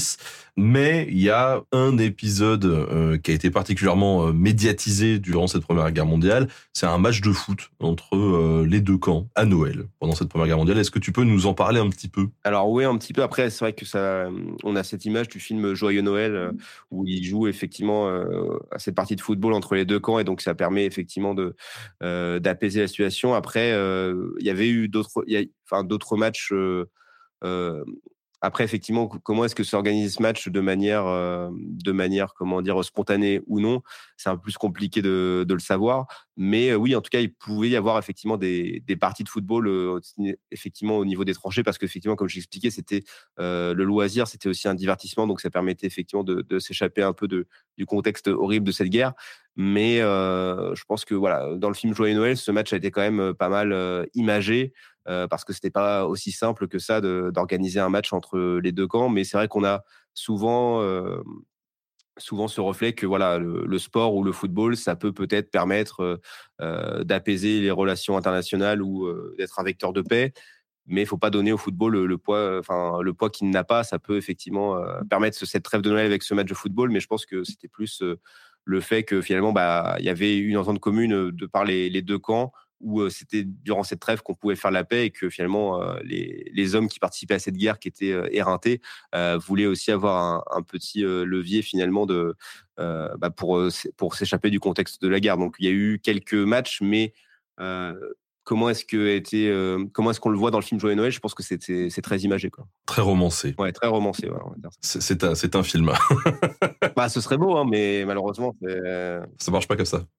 Mais il y a un épisode euh, qui a été particulièrement euh, médiatisé durant cette Première Guerre mondiale. C'est un match de foot entre euh, les deux camps à Noël pendant cette Première Guerre mondiale. Est-ce que tu peux nous en parler un petit peu ? Alors oui, un petit peu. Après, c'est vrai que ça, on a cette image du film Joyeux Noël euh, où il joue effectivement euh, à cette partie de football entre les deux camps et donc ça permet effectivement de euh, d'apaiser la situation. Après, euh, il y avait eu d'autres, il y a, enfin d'autres matchs. Euh, euh, Après, effectivement, comment est-ce que s'organise ce match de manière, euh, de manière, comment dire, spontanée ou non ? C'est un peu plus compliqué de, de le savoir. Mais euh, oui, en tout cas, il pouvait y avoir effectivement des, des parties de football, euh, effectivement au niveau des tranchées, parce qu'effectivement, comme je l'expliquais, c'était euh, le loisir, c'était aussi un divertissement, donc ça permettait effectivement de, de s'échapper un peu de, du contexte horrible de cette guerre. Mais euh, je pense que voilà, dans le film Joyeux Noël, ce match a été quand même pas mal euh, imagé. Euh, parce que c'était pas aussi simple que ça de, d'organiser un match entre les deux camps, mais c'est vrai qu'on a souvent, euh, souvent ce reflet que voilà, le, le sport ou le football, ça peut peut-être permettre euh, d'apaiser les relations internationales ou euh, d'être un vecteur de paix, mais il faut pas donner au football le, le poids, enfin le poids qu'il n'a pas. Ça peut effectivement euh, permettre cette trêve de Noël avec ce match de football, mais je pense que c'était plus euh, le fait que finalement, bah, il y avait une entente commune de par les, les deux camps, où euh, c'était durant cette trêve qu'on pouvait faire la paix et que finalement euh, les, les hommes qui participaient à cette guerre, qui étaient euh, éreintés, euh, voulaient aussi avoir un, un petit euh, levier finalement de, euh, bah, pour, pour s'échapper du contexte de la guerre. Donc il y a eu quelques matchs, mais euh, comment est-ce que était, euh, comment est-ce qu'on le voit dans le film Joyeux Noël ? Je pense que c'est, c'est, c'est très imagé, quoi. Très romancé. Ouais, très romancé. Ouais, on va dire ça. C'est, c'est, un, c'est un film. Bah, ce serait beau, hein, mais malheureusement, c'est... ça marche pas comme ça.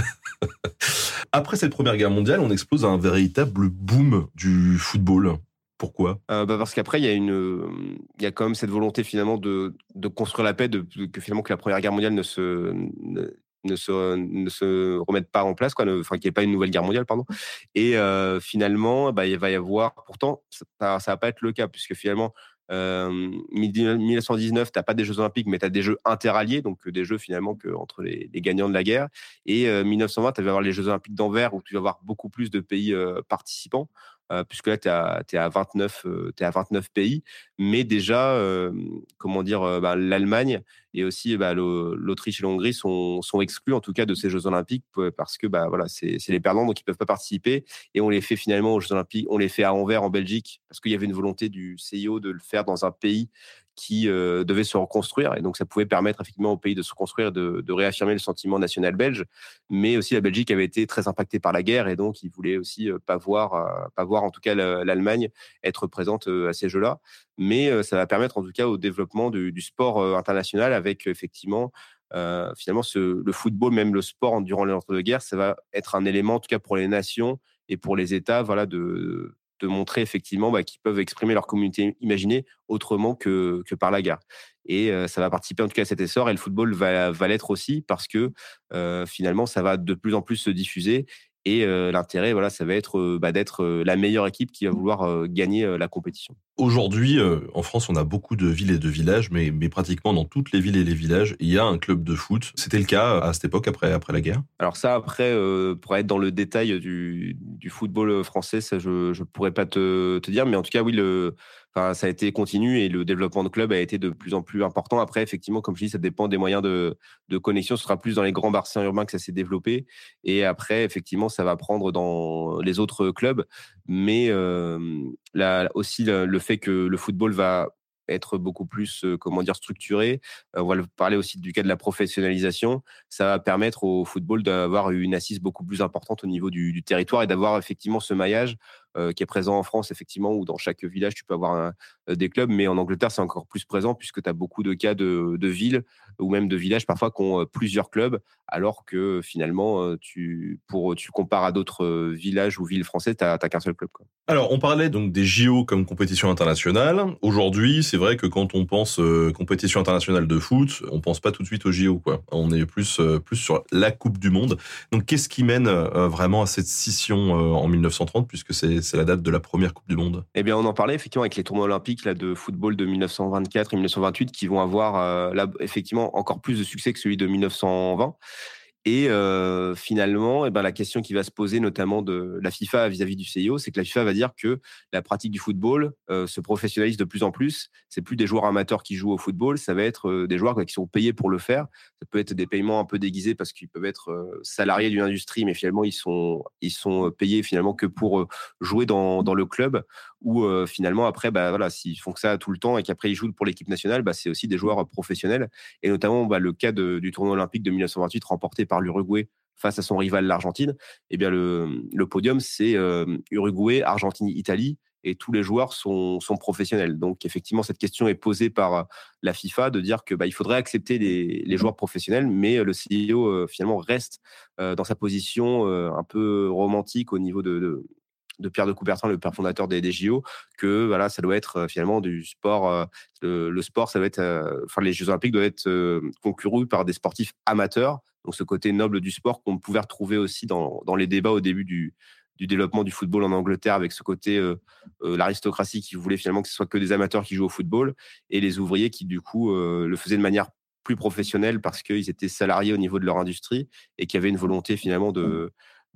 Après cette Première Guerre mondiale, on explose un véritable boom du football. Pourquoi ? euh, bah Parce qu'après, il y a une, il y a quand même cette volonté finalement de, de construire la paix, de, que finalement que la Première Guerre mondiale ne se, ne, ne se, ne se remette pas en place, quoi, ne, enfin qu'il n'y ait pas une nouvelle guerre mondiale, pardon. Et euh, finalement, bah, il va y avoir, pourtant, ça, ça va pas être le cas, puisque finalement, Euh, dix-neuf cent dix-neuf, t'as pas des Jeux Olympiques, mais t'as des Jeux interalliés, donc des Jeux finalement que entre les, les gagnants de la guerre. Et euh, mille neuf cent vingt, tu vas avoir les Jeux Olympiques d'Anvers où tu vas avoir beaucoup plus de pays euh, participants, euh, puisque là t'es à, t'es à vingt-neuf, euh, t'es à vingt-neuf pays. Mais déjà, euh, comment dire, euh, bah, l'Allemagne et aussi bah, le, l'Autriche et l'Hongrie sont, sont exclus en tout cas de ces Jeux Olympiques parce que bah voilà, c'est, c'est les perdants, donc ils peuvent pas participer. Et on les fait finalement aux Jeux Olympiques, on les fait à Anvers en Belgique parce qu'il y avait une volonté du C I O de le faire dans un pays qui euh, devait se reconstruire, et donc ça pouvait permettre effectivement au pays de se reconstruire, de, de réaffirmer le sentiment national belge. Mais aussi la Belgique avait été très impactée par la guerre, et donc ils voulaient aussi euh, pas voir, euh, pas voir en tout cas l'Allemagne être présente euh, à ces Jeux-là. Mais euh, ça va permettre en tout cas au développement du, du sport euh, international, avec effectivement euh, finalement ce, le football, même le sport durant l'entre-deux-guerres, ça va être un élément en tout cas pour les nations et pour les États, voilà, de de montrer effectivement bah, qu'ils peuvent exprimer leur communauté imaginée autrement que, que par la guerre. Et euh, ça va participer en tout cas à cet essor, et le football va, va l'être aussi parce que euh, finalement, ça va de plus en plus se diffuser. Et euh, l'intérêt, voilà, ça va être euh, bah, d'être euh, la meilleure équipe qui va vouloir euh, gagner euh, la compétition. Aujourd'hui, euh, en France, on a beaucoup de villes et de villages, mais, mais pratiquement dans toutes les villes et les villages, il y a un club de foot. C'était le cas à cette époque, après, après la guerre ? Alors ça, après, euh, pour être dans le détail du, du football français, ça, je ne pourrais pas te, te dire, mais en tout cas, oui, le... Enfin, ça a été continu et le développement de club a été de plus en plus important. Après, effectivement, comme je dis, ça dépend des moyens de, de connexion. Ce sera plus dans les grands bassins urbains que ça s'est développé. Et après, effectivement, ça va prendre dans les autres clubs. Mais euh, là aussi, le, le fait que le football va être beaucoup plus, euh, comment dire, structuré. Euh, on va parler aussi du cas de la professionnalisation. Ça va permettre au football d'avoir une assise beaucoup plus importante au niveau du, du territoire et d'avoir effectivement ce maillage euh, qui est présent en France, effectivement, où dans chaque village, tu peux avoir un, euh, des clubs, mais en Angleterre, c'est encore plus présent puisque tu as beaucoup de cas de, de villes ou même de villages parfois qui ont euh, plusieurs clubs, alors que finalement, euh, tu, pour, tu compares à d'autres euh, villages ou villes françaises, tu n'as qu'un seul club, quoi. Alors, on parlait donc des J O comme compétition internationale. Aujourd'hui, c'est vrai que quand on pense euh, compétition internationale de foot, on pense pas tout de suite aux J O, quoi. On est plus euh, plus sur la Coupe du Monde. Donc, qu'est-ce qui mène euh, vraiment à cette scission euh, en mille neuf cent trente, puisque c'est c'est la date de la première Coupe du Monde ? Eh bien, on en parlait effectivement avec les tournois olympiques là de football de mille neuf cent vingt-quatre et mille neuf cent vingt-huit qui vont avoir euh, là effectivement encore plus de succès que celui de mille neuf cent vingt. Et euh, finalement, eh ben, la question qui va se poser notamment de la FIFA vis-à-vis du C I O, c'est que la FIFA va dire que la pratique du football euh, se professionnalise de plus en plus. C'est plus des joueurs amateurs qui jouent au football, ça va être euh, des joueurs quoi, qui sont payés pour le faire. Ça peut être des paiements un peu déguisés parce qu'ils peuvent être euh, salariés d'une industrie, mais finalement ils sont ils sont payés finalement que pour euh, jouer dans dans le club. Ou euh, finalement après, bah voilà, s'ils font que ça tout le temps et qu'après ils jouent pour l'équipe nationale, bah c'est aussi des joueurs professionnels. Et notamment bah, le cas de, du tournoi olympique de dix-neuf cent vingt-huit remporté par l'Uruguay face à son rival l'Argentine. Eh bien le, le podium c'est euh, Uruguay, Argentine, Italie. Et tous les joueurs sont, sont professionnels. Donc, effectivement, cette question est posée par la FIFA de dire que bah, il faudrait accepter les, les joueurs professionnels, mais le C I O, euh, finalement, reste euh, dans sa position euh, un peu romantique au niveau de, de, de Pierre de Coubertin, le père fondateur des, des J O, que voilà, ça doit être euh, finalement du sport. Euh, le, le sport, ça doit être, euh, enfin, les Jeux Olympiques doivent être euh, concourus par des sportifs amateurs. Donc, ce côté noble du sport qu'on pouvait retrouver aussi dans, dans les débats au début du du développement du football en Angleterre avec ce côté euh, euh, l'aristocratie qui voulait finalement que ce soit que des amateurs qui jouent au football et les ouvriers qui du coup euh, le faisaient de manière plus professionnelle parce qu'ils étaient salariés au niveau de leur industrie et qui avaient une volonté finalement de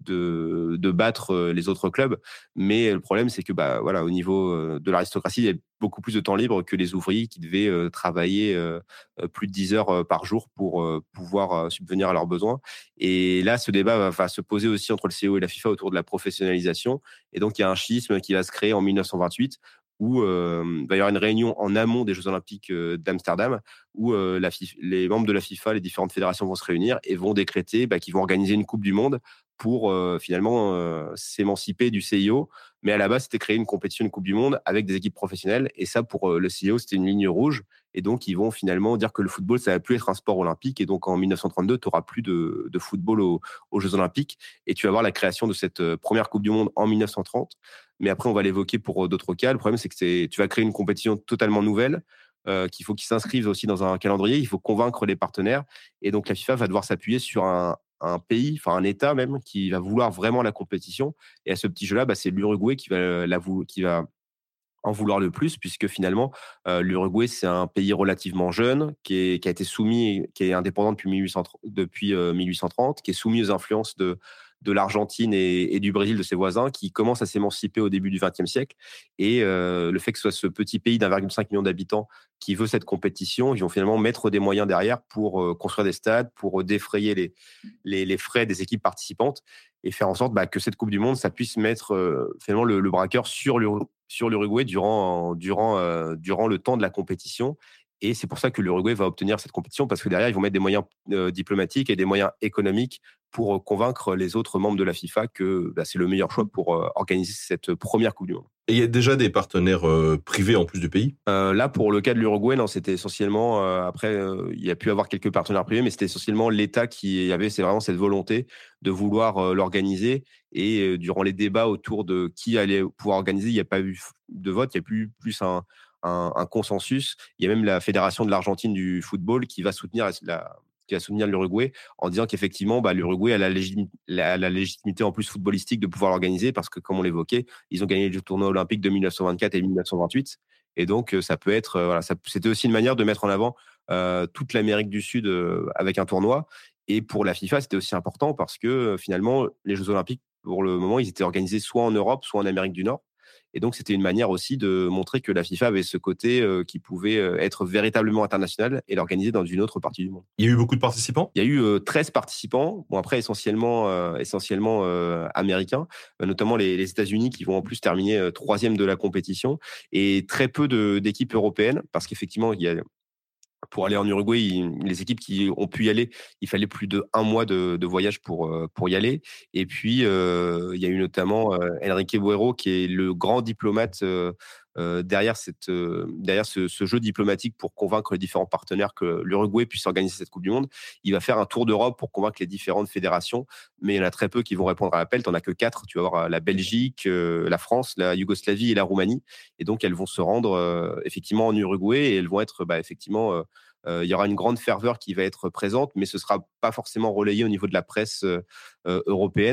de, de battre les autres clubs. Mais le problème, c'est que bah, voilà, au niveau de l'aristocratie, il y a beaucoup plus de temps libre que les ouvriers qui devaient euh, travailler euh, plus de dix heures euh, par jour pour euh, pouvoir euh, subvenir à leurs besoins. Et là, ce débat va, va se poser aussi entre le C I O et la FIFA autour de la professionnalisation. Et donc, il y a un schisme qui va se créer en dix-neuf cent vingt-huit où euh, il va y avoir une réunion en amont des Jeux Olympiques euh, d'Amsterdam où euh, la FIFA, les membres de la FIFA, les différentes fédérations vont se réunir et vont décréter bah, qu'ils vont organiser une Coupe du Monde pour euh, finalement euh, s'émanciper du C I O. Mais à la base, c'était créer une compétition, une Coupe du Monde avec des équipes professionnelles. Et ça, pour euh, le C I O, c'était une ligne rouge. Et donc, ils vont finalement dire que le football, ça ne va plus être un sport olympique. Et donc, en dix-neuf cent trente-deux, tu n'auras plus de, de football aux, aux Jeux Olympiques. Et tu vas voir la création de cette euh, première Coupe du Monde en dix-neuf cent trente. Mais après, on va l'évoquer pour euh, d'autres cas. Le problème, c'est que c'est, tu vas créer une compétition totalement nouvelle. Euh, qu'il faut qu'ils s'inscrivent aussi dans un calendrier. Il faut convaincre les partenaires. Et donc, la FIFA va devoir s'appuyer sur un, un pays, enfin un État même, qui va vouloir vraiment la compétition. Et à ce petit jeu-là, bah, c'est l'Uruguay qui va, la, qui va en vouloir le plus, puisque finalement, euh, l'Uruguay, c'est un pays relativement jeune, qui, est, qui a été soumis, qui est indépendant depuis, mille huit cents, depuis euh, mille huit cent trente, qui est soumis aux influences de, de l'Argentine et, et du Brésil, de ses voisins, qui commence à s'émanciper au début du vingtième siècle. Et euh, le fait que ce soit ce petit pays d'un virgule cinq million d'habitants qui veut cette compétition, ils vont finalement mettre des moyens derrière pour euh, construire des stades, pour défrayer les, les, les frais des équipes participantes et faire en sorte bah, que cette Coupe du Monde, ça puisse mettre euh, finalement le, le braqueur sur, l'Ur- sur l'Uruguay durant, durant, euh, durant le temps de la compétition. Et c'est pour ça que l'Uruguay va obtenir cette compétition, parce que derrière, ils vont mettre des moyens euh, diplomatiques et des moyens économiques pour euh, convaincre les autres membres de la FIFA que bah, c'est le meilleur choix pour euh, organiser cette première Coupe du Monde. Et il y a déjà des partenaires euh, privés en plus du pays ? euh, Là, pour le cas de l'Uruguay, non, c'était essentiellement, euh, après, euh, il y a pu avoir quelques partenaires privés, mais c'était essentiellement l'État qui avait c'est vraiment cette volonté de vouloir euh, l'organiser. Et euh, durant les débats autour de qui allait pouvoir organiser, il n'y a pas eu de vote, il y a plus, plus un... Un, un consensus. Il y a même la Fédération de l'Argentine du football qui va soutenir la, qui va soutenir l'Uruguay en disant qu'effectivement, bah, l'Uruguay a la, légim, la, la légitimité en plus footballistique de pouvoir l'organiser parce que, comme on l'évoquait, ils ont gagné le tournoi olympique de dix-neuf cent vingt-quatre et dix-neuf cent vingt-huit. Et donc, ça peut être, euh, voilà, ça, c'était aussi une manière de mettre en avant euh, toute l'Amérique du Sud euh, avec un tournoi. Et pour la FIFA, c'était aussi important parce que euh, finalement, les Jeux Olympiques, pour le moment, ils étaient organisés soit en Europe, soit en Amérique du Nord. Et donc, c'était une manière aussi de montrer que la FIFA avait ce côté euh, qui pouvait euh, être véritablement international et l'organiser dans une autre partie du monde. Il y a eu beaucoup de participants ? Il y a eu euh, treize participants, bon après essentiellement, euh, essentiellement euh, américains, euh, notamment les, les États-Unis qui vont en plus terminer euh, troisième de la compétition, et très peu de, d'équipes européennes, parce qu'effectivement, il y a... Pour aller en Uruguay, il, les équipes qui ont pu y aller, il fallait plus de un mois de, de voyage pour pour y aller. Et puis euh, il y a eu notamment euh, Enrique Buero, qui est le grand diplomate euh, euh, derrière cette euh, derrière ce, ce jeu diplomatique pour convaincre les différents partenaires que l'Uruguay puisse organiser cette Coupe du Monde. Il va faire un tour d'Europe pour convaincre les différentes fédérations, mais il y en a très peu qui vont répondre à l'appel. T'en as que quatre. Tu vas avoir la Belgique, euh, la France, la Yougoslavie et la Roumanie. Et donc elles vont se rendre euh, effectivement en Uruguay et elles vont être bah, effectivement euh, Euh, il y aura une grande ferveur qui va être présente, mais ce ne sera pas forcément relayé au niveau de la presse euh, européenne.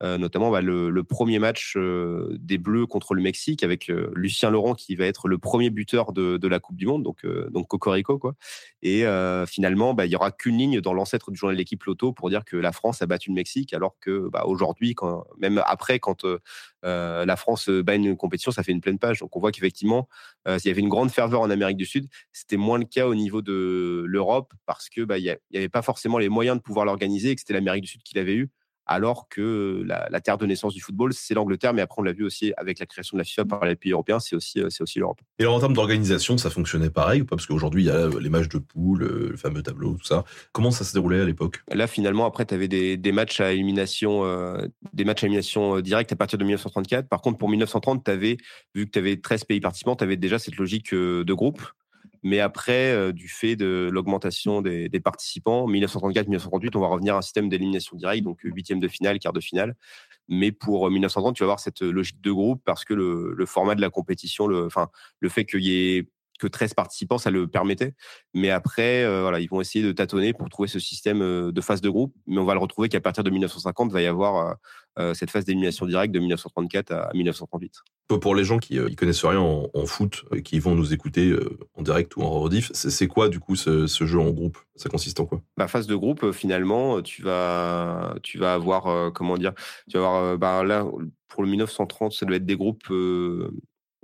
euh, notamment bah, le, le premier match euh, des Bleus contre le Mexique avec euh, Lucien Laurent qui va être le premier buteur de, de la Coupe du Monde, donc, euh, donc Cocorico, quoi. Et euh, finalement, bah, il n'y aura qu'une ligne dans l'ancêtre du journal de l'équipe Loto pour dire que la France a battu le Mexique, alors que bah, aujourd'hui, quand, même après, quand euh, la France bat une compétition, ça fait une pleine page. Donc on voit qu'effectivement, euh, il y avait une grande ferveur en Amérique du Sud. C'était moins le cas au niveau de l'Europe parce que bah, il n'y avait pas forcément les moyens de pouvoir l'organiser et que c'était l'Amérique du Sud qui l'avait eu. Alors que la, la terre de naissance du football, c'est l'Angleterre, mais après on l'a vu aussi avec la création de la FIFA par les pays européens, c'est aussi, c'est aussi l'Europe. Et alors en termes d'organisation, ça fonctionnait pareil ou pas ? Parce qu'aujourd'hui, il y a les matchs de poule, le fameux tableau, tout ça. Comment ça se déroulait à l'époque ? Là, finalement, après, tu avais des, des matchs à élimination, euh, des matchs à élimination directe à partir de dix-neuf cent trente-quatre. Par contre, pour dix-neuf cent trente, t'avais, vu que tu avais treize pays participants, tu avais déjà cette logique de groupe. Mais après, euh, du fait de l'augmentation des, des participants, dix-neuf cent trente-quatre dix-neuf cent trente-huit, on va revenir à un système d'élimination directe, donc huitième de finale, quart de finale. Mais pour dix-neuf cent trente, tu vas avoir cette logique de groupe parce que le, le format de la compétition, le, enfin, le fait qu'il y ait que treize participants, ça le permettait. Mais après, euh, voilà, ils vont essayer de tâtonner pour trouver ce système euh, de phase de groupe. Mais on va le retrouver qu'à partir de dix-neuf cent cinquante, il va y avoir euh, cette phase d'élimination directe de dix-neuf cent trente-quatre à dix-neuf cent trente-huit. Pour les gens qui ne euh, connaissent rien en, en foot, euh, qui vont nous écouter euh, en direct ou en rediff, c'est, c'est quoi du coup ce, ce jeu en groupe ? Ça consiste en quoi ? Bah, phase de groupe, euh, finalement, tu vas, tu vas avoir, euh, comment dire, tu vas avoir, euh, bah, là, pour le dix-neuf cent trente, ça doit être des groupes... Euh,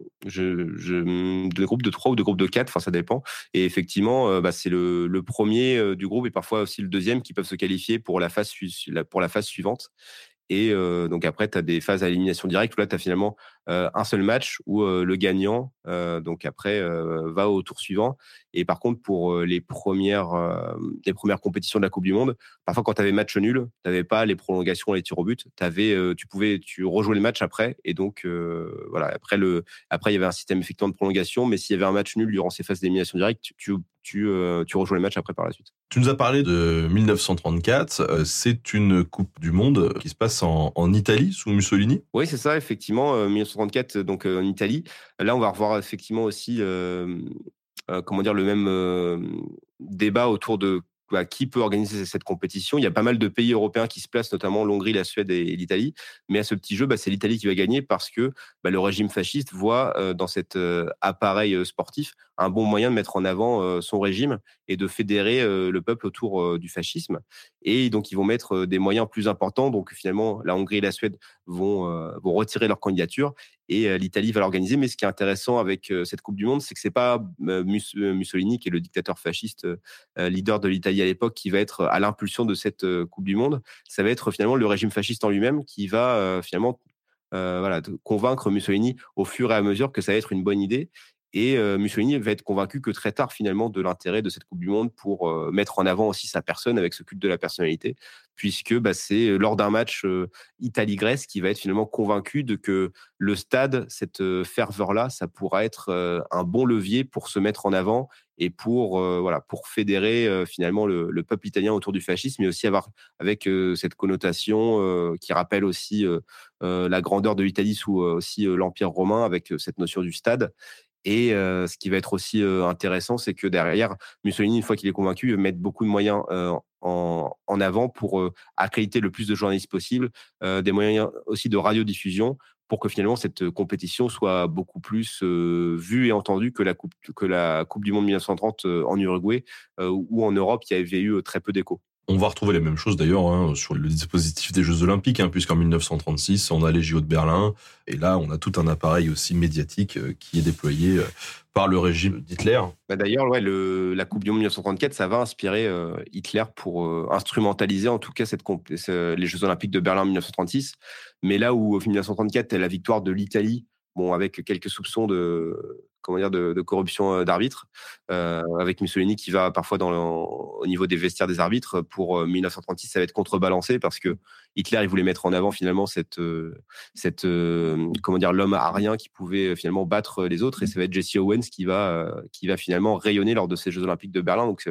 Je, je, de groupes de trois ou de groupes de quatre, enfin ça dépend. Et effectivement, euh, bah, c'est le, le premier euh, du groupe et parfois aussi le deuxième qui peuvent se qualifier pour la phase, pour la phase suivante. Et euh, donc après, tu as des phases à élimination directe où là, tu as finalement euh, un seul match où euh, le gagnant, euh, donc après, euh, va au tour suivant. Et par contre, pour euh, les, premières, euh, les premières compétitions de la Coupe du Monde, parfois quand tu avais match nul, tu n'avais pas les prolongations et les tirs au but. T'avais, euh, tu pouvais tu rejouer le match après. Et donc, euh, voilà, après, le, après, il y avait un système effectivement de prolongation. Mais s'il y avait un match nul durant ces phases d'élimination directe, tu, tu, tu, euh, tu rejouais le match après par la suite. Tu nous as parlé de dix-neuf cent trente-quatre. Euh, c'est une Coupe du Monde qui se passe en, en Italie, sous Mussolini ? Oui, c'est ça, effectivement. Euh, dix-neuf cent trente-quatre, donc euh, en Italie. Là, on va revoir effectivement aussi, euh, euh, comment dire, le même euh, débat autour de bah, qui peut organiser cette compétition. Il y a pas mal de pays européens qui se placent, notamment l'Hongrie, la Suède et, et l'Italie. Mais à ce petit jeu, bah, c'est l'Italie qui va gagner parce que bah, le régime fasciste voit euh, dans cet euh, appareil euh, sportif un bon moyen de mettre en avant euh, son régime et de fédérer euh, le peuple autour euh, du fascisme. Et donc, ils vont mettre euh, des moyens plus importants. Donc, finalement, la Hongrie et la Suède vont, euh, vont retirer leur candidature et euh, l'Italie va l'organiser. Mais ce qui est intéressant avec euh, cette Coupe du Monde, c'est que c'est pas euh, Mussolini, qui est le dictateur fasciste euh, leader de l'Italie à l'époque, qui va être à l'impulsion de cette euh, Coupe du Monde. Ça va être finalement le régime fasciste en lui-même qui va euh, finalement euh, voilà, convaincre Mussolini au fur et à mesure que ça va être une bonne idée. Et euh, Mussolini va être convaincu que très tard, finalement, de l'intérêt de cette Coupe du Monde pour euh, mettre en avant aussi sa personne avec ce culte de la personnalité, puisque bah, c'est lors d'un match euh, Italie-Grèce qu'il va être finalement convaincu de que le stade, cette euh, ferveur-là, ça pourra être euh, un bon levier pour se mettre en avant et pour euh, voilà pour fédérer euh, finalement le, le peuple italien autour du fascisme, mais aussi avoir avec euh, cette connotation euh, qui rappelle aussi euh, euh, la grandeur de l'Italie sous euh, aussi euh, l'Empire romain, avec euh, cette notion du stade. Et euh, ce qui va être aussi euh, intéressant, c'est que derrière, Mussolini, une fois qu'il est convaincu, va mettre beaucoup de moyens euh, en, en avant pour euh, accréditer le plus de journalistes possible, euh, des moyens aussi de radiodiffusion, pour que finalement cette compétition soit beaucoup plus euh, vue et entendue que la Coupe, que la Coupe du Monde dix-neuf cent trente euh, en Uruguay, euh, ou en Europe, il y avait eu très peu d'écho. On va retrouver les mêmes choses d'ailleurs hein, sur le dispositif des Jeux Olympiques, hein, puisqu'en dix-neuf cent trente-six, on a les J O de Berlin, et là, on a tout un appareil aussi médiatique euh, qui est déployé euh, par le régime d'Hitler. Bah d'ailleurs, ouais, le, la Coupe du Monde dix-neuf cent trente-quatre, ça va inspirer euh, Hitler pour euh, instrumentaliser en tout cas cette comp- les Jeux Olympiques de Berlin en dix-neuf cent trente-six. Mais là où, au dix-neuf cent trente-quatre, la victoire de l'Italie, bon, avec quelques soupçons de, comment dire, de, de corruption d'arbitres, euh, avec Mussolini qui va parfois dans le, au niveau des vestiaires des arbitres. Pour euh, dix-neuf cent trente-six, ça va être contrebalancé parce que Hitler, il voulait mettre en avant finalement cette, euh, cette euh, comment dire, l'homme arien qui pouvait finalement battre les autres, et ça va être Jesse Owens qui va, euh, qui va finalement rayonner lors de ces Jeux Olympiques de Berlin. Donc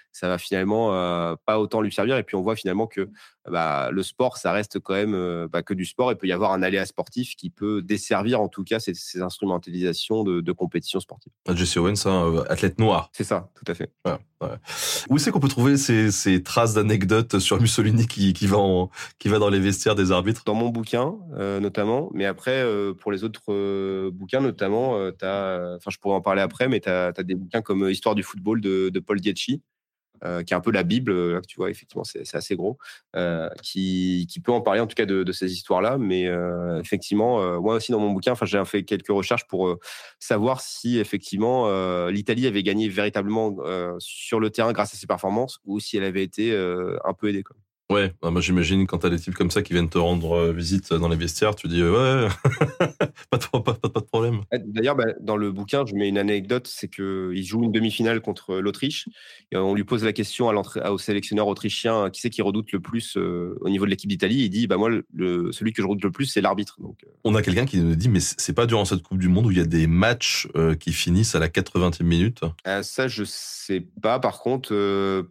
ça va finalement euh, pas autant lui servir. Et puis on voit finalement que bah, le sport, ça reste quand même euh, bah, que du sport. Il peut y avoir un aléa sportif qui peut desservir en tout cas ces, ces instrumentalisations de, de compétition sportive. Jesse Owens, hein, athlète noir. C'est ça, tout à fait. Ouais, ouais. Où c'est qu'on peut trouver ces, ces traces d'anecdotes sur Mussolini qui, qui, va en, qui va dans les vestiaires des arbitres? Dans mon bouquin, euh, notamment. Mais après, euh, pour les autres euh, bouquins, notamment, euh, t'as, enfin, je pourrais en parler après, mais tu as des bouquins comme Histoire du football de, de Paul Dietschi, euh, qui est un peu la Bible, là, que tu vois, effectivement, c'est, c'est assez gros, euh, qui, qui peut en parler en tout cas de, de ces histoires-là. Mais euh, effectivement, euh, moi aussi dans mon bouquin, j'ai fait quelques recherches pour euh, savoir si effectivement euh, l'Italie avait gagné véritablement euh, sur le terrain grâce à ses performances ou si elle avait été euh, un peu aidée, quoi. Ouais, bah moi j'imagine quand t'as des types comme ça qui viennent te rendre visite dans les vestiaires, tu dis euh, ouais, pas, de, pas, pas, pas de problème. D'ailleurs, bah, dans le bouquin, je mets une anecdote, c'est qu'il joue une demi-finale contre l'Autriche. Et on lui pose la question à l'entrée, au sélectionneur autrichien, qui c'est qui redoute le plus euh, au niveau de l'équipe d'Italie. Il dit, bah moi, le, celui que je redoute le plus, c'est l'arbitre. Donc, euh... On a quelqu'un qui nous dit, mais c'est pas durant cette Coupe du Monde où il y a des matchs euh, qui finissent à la quatre-vingtième minute? euh, Ça, je sais pas. Par contre... Euh...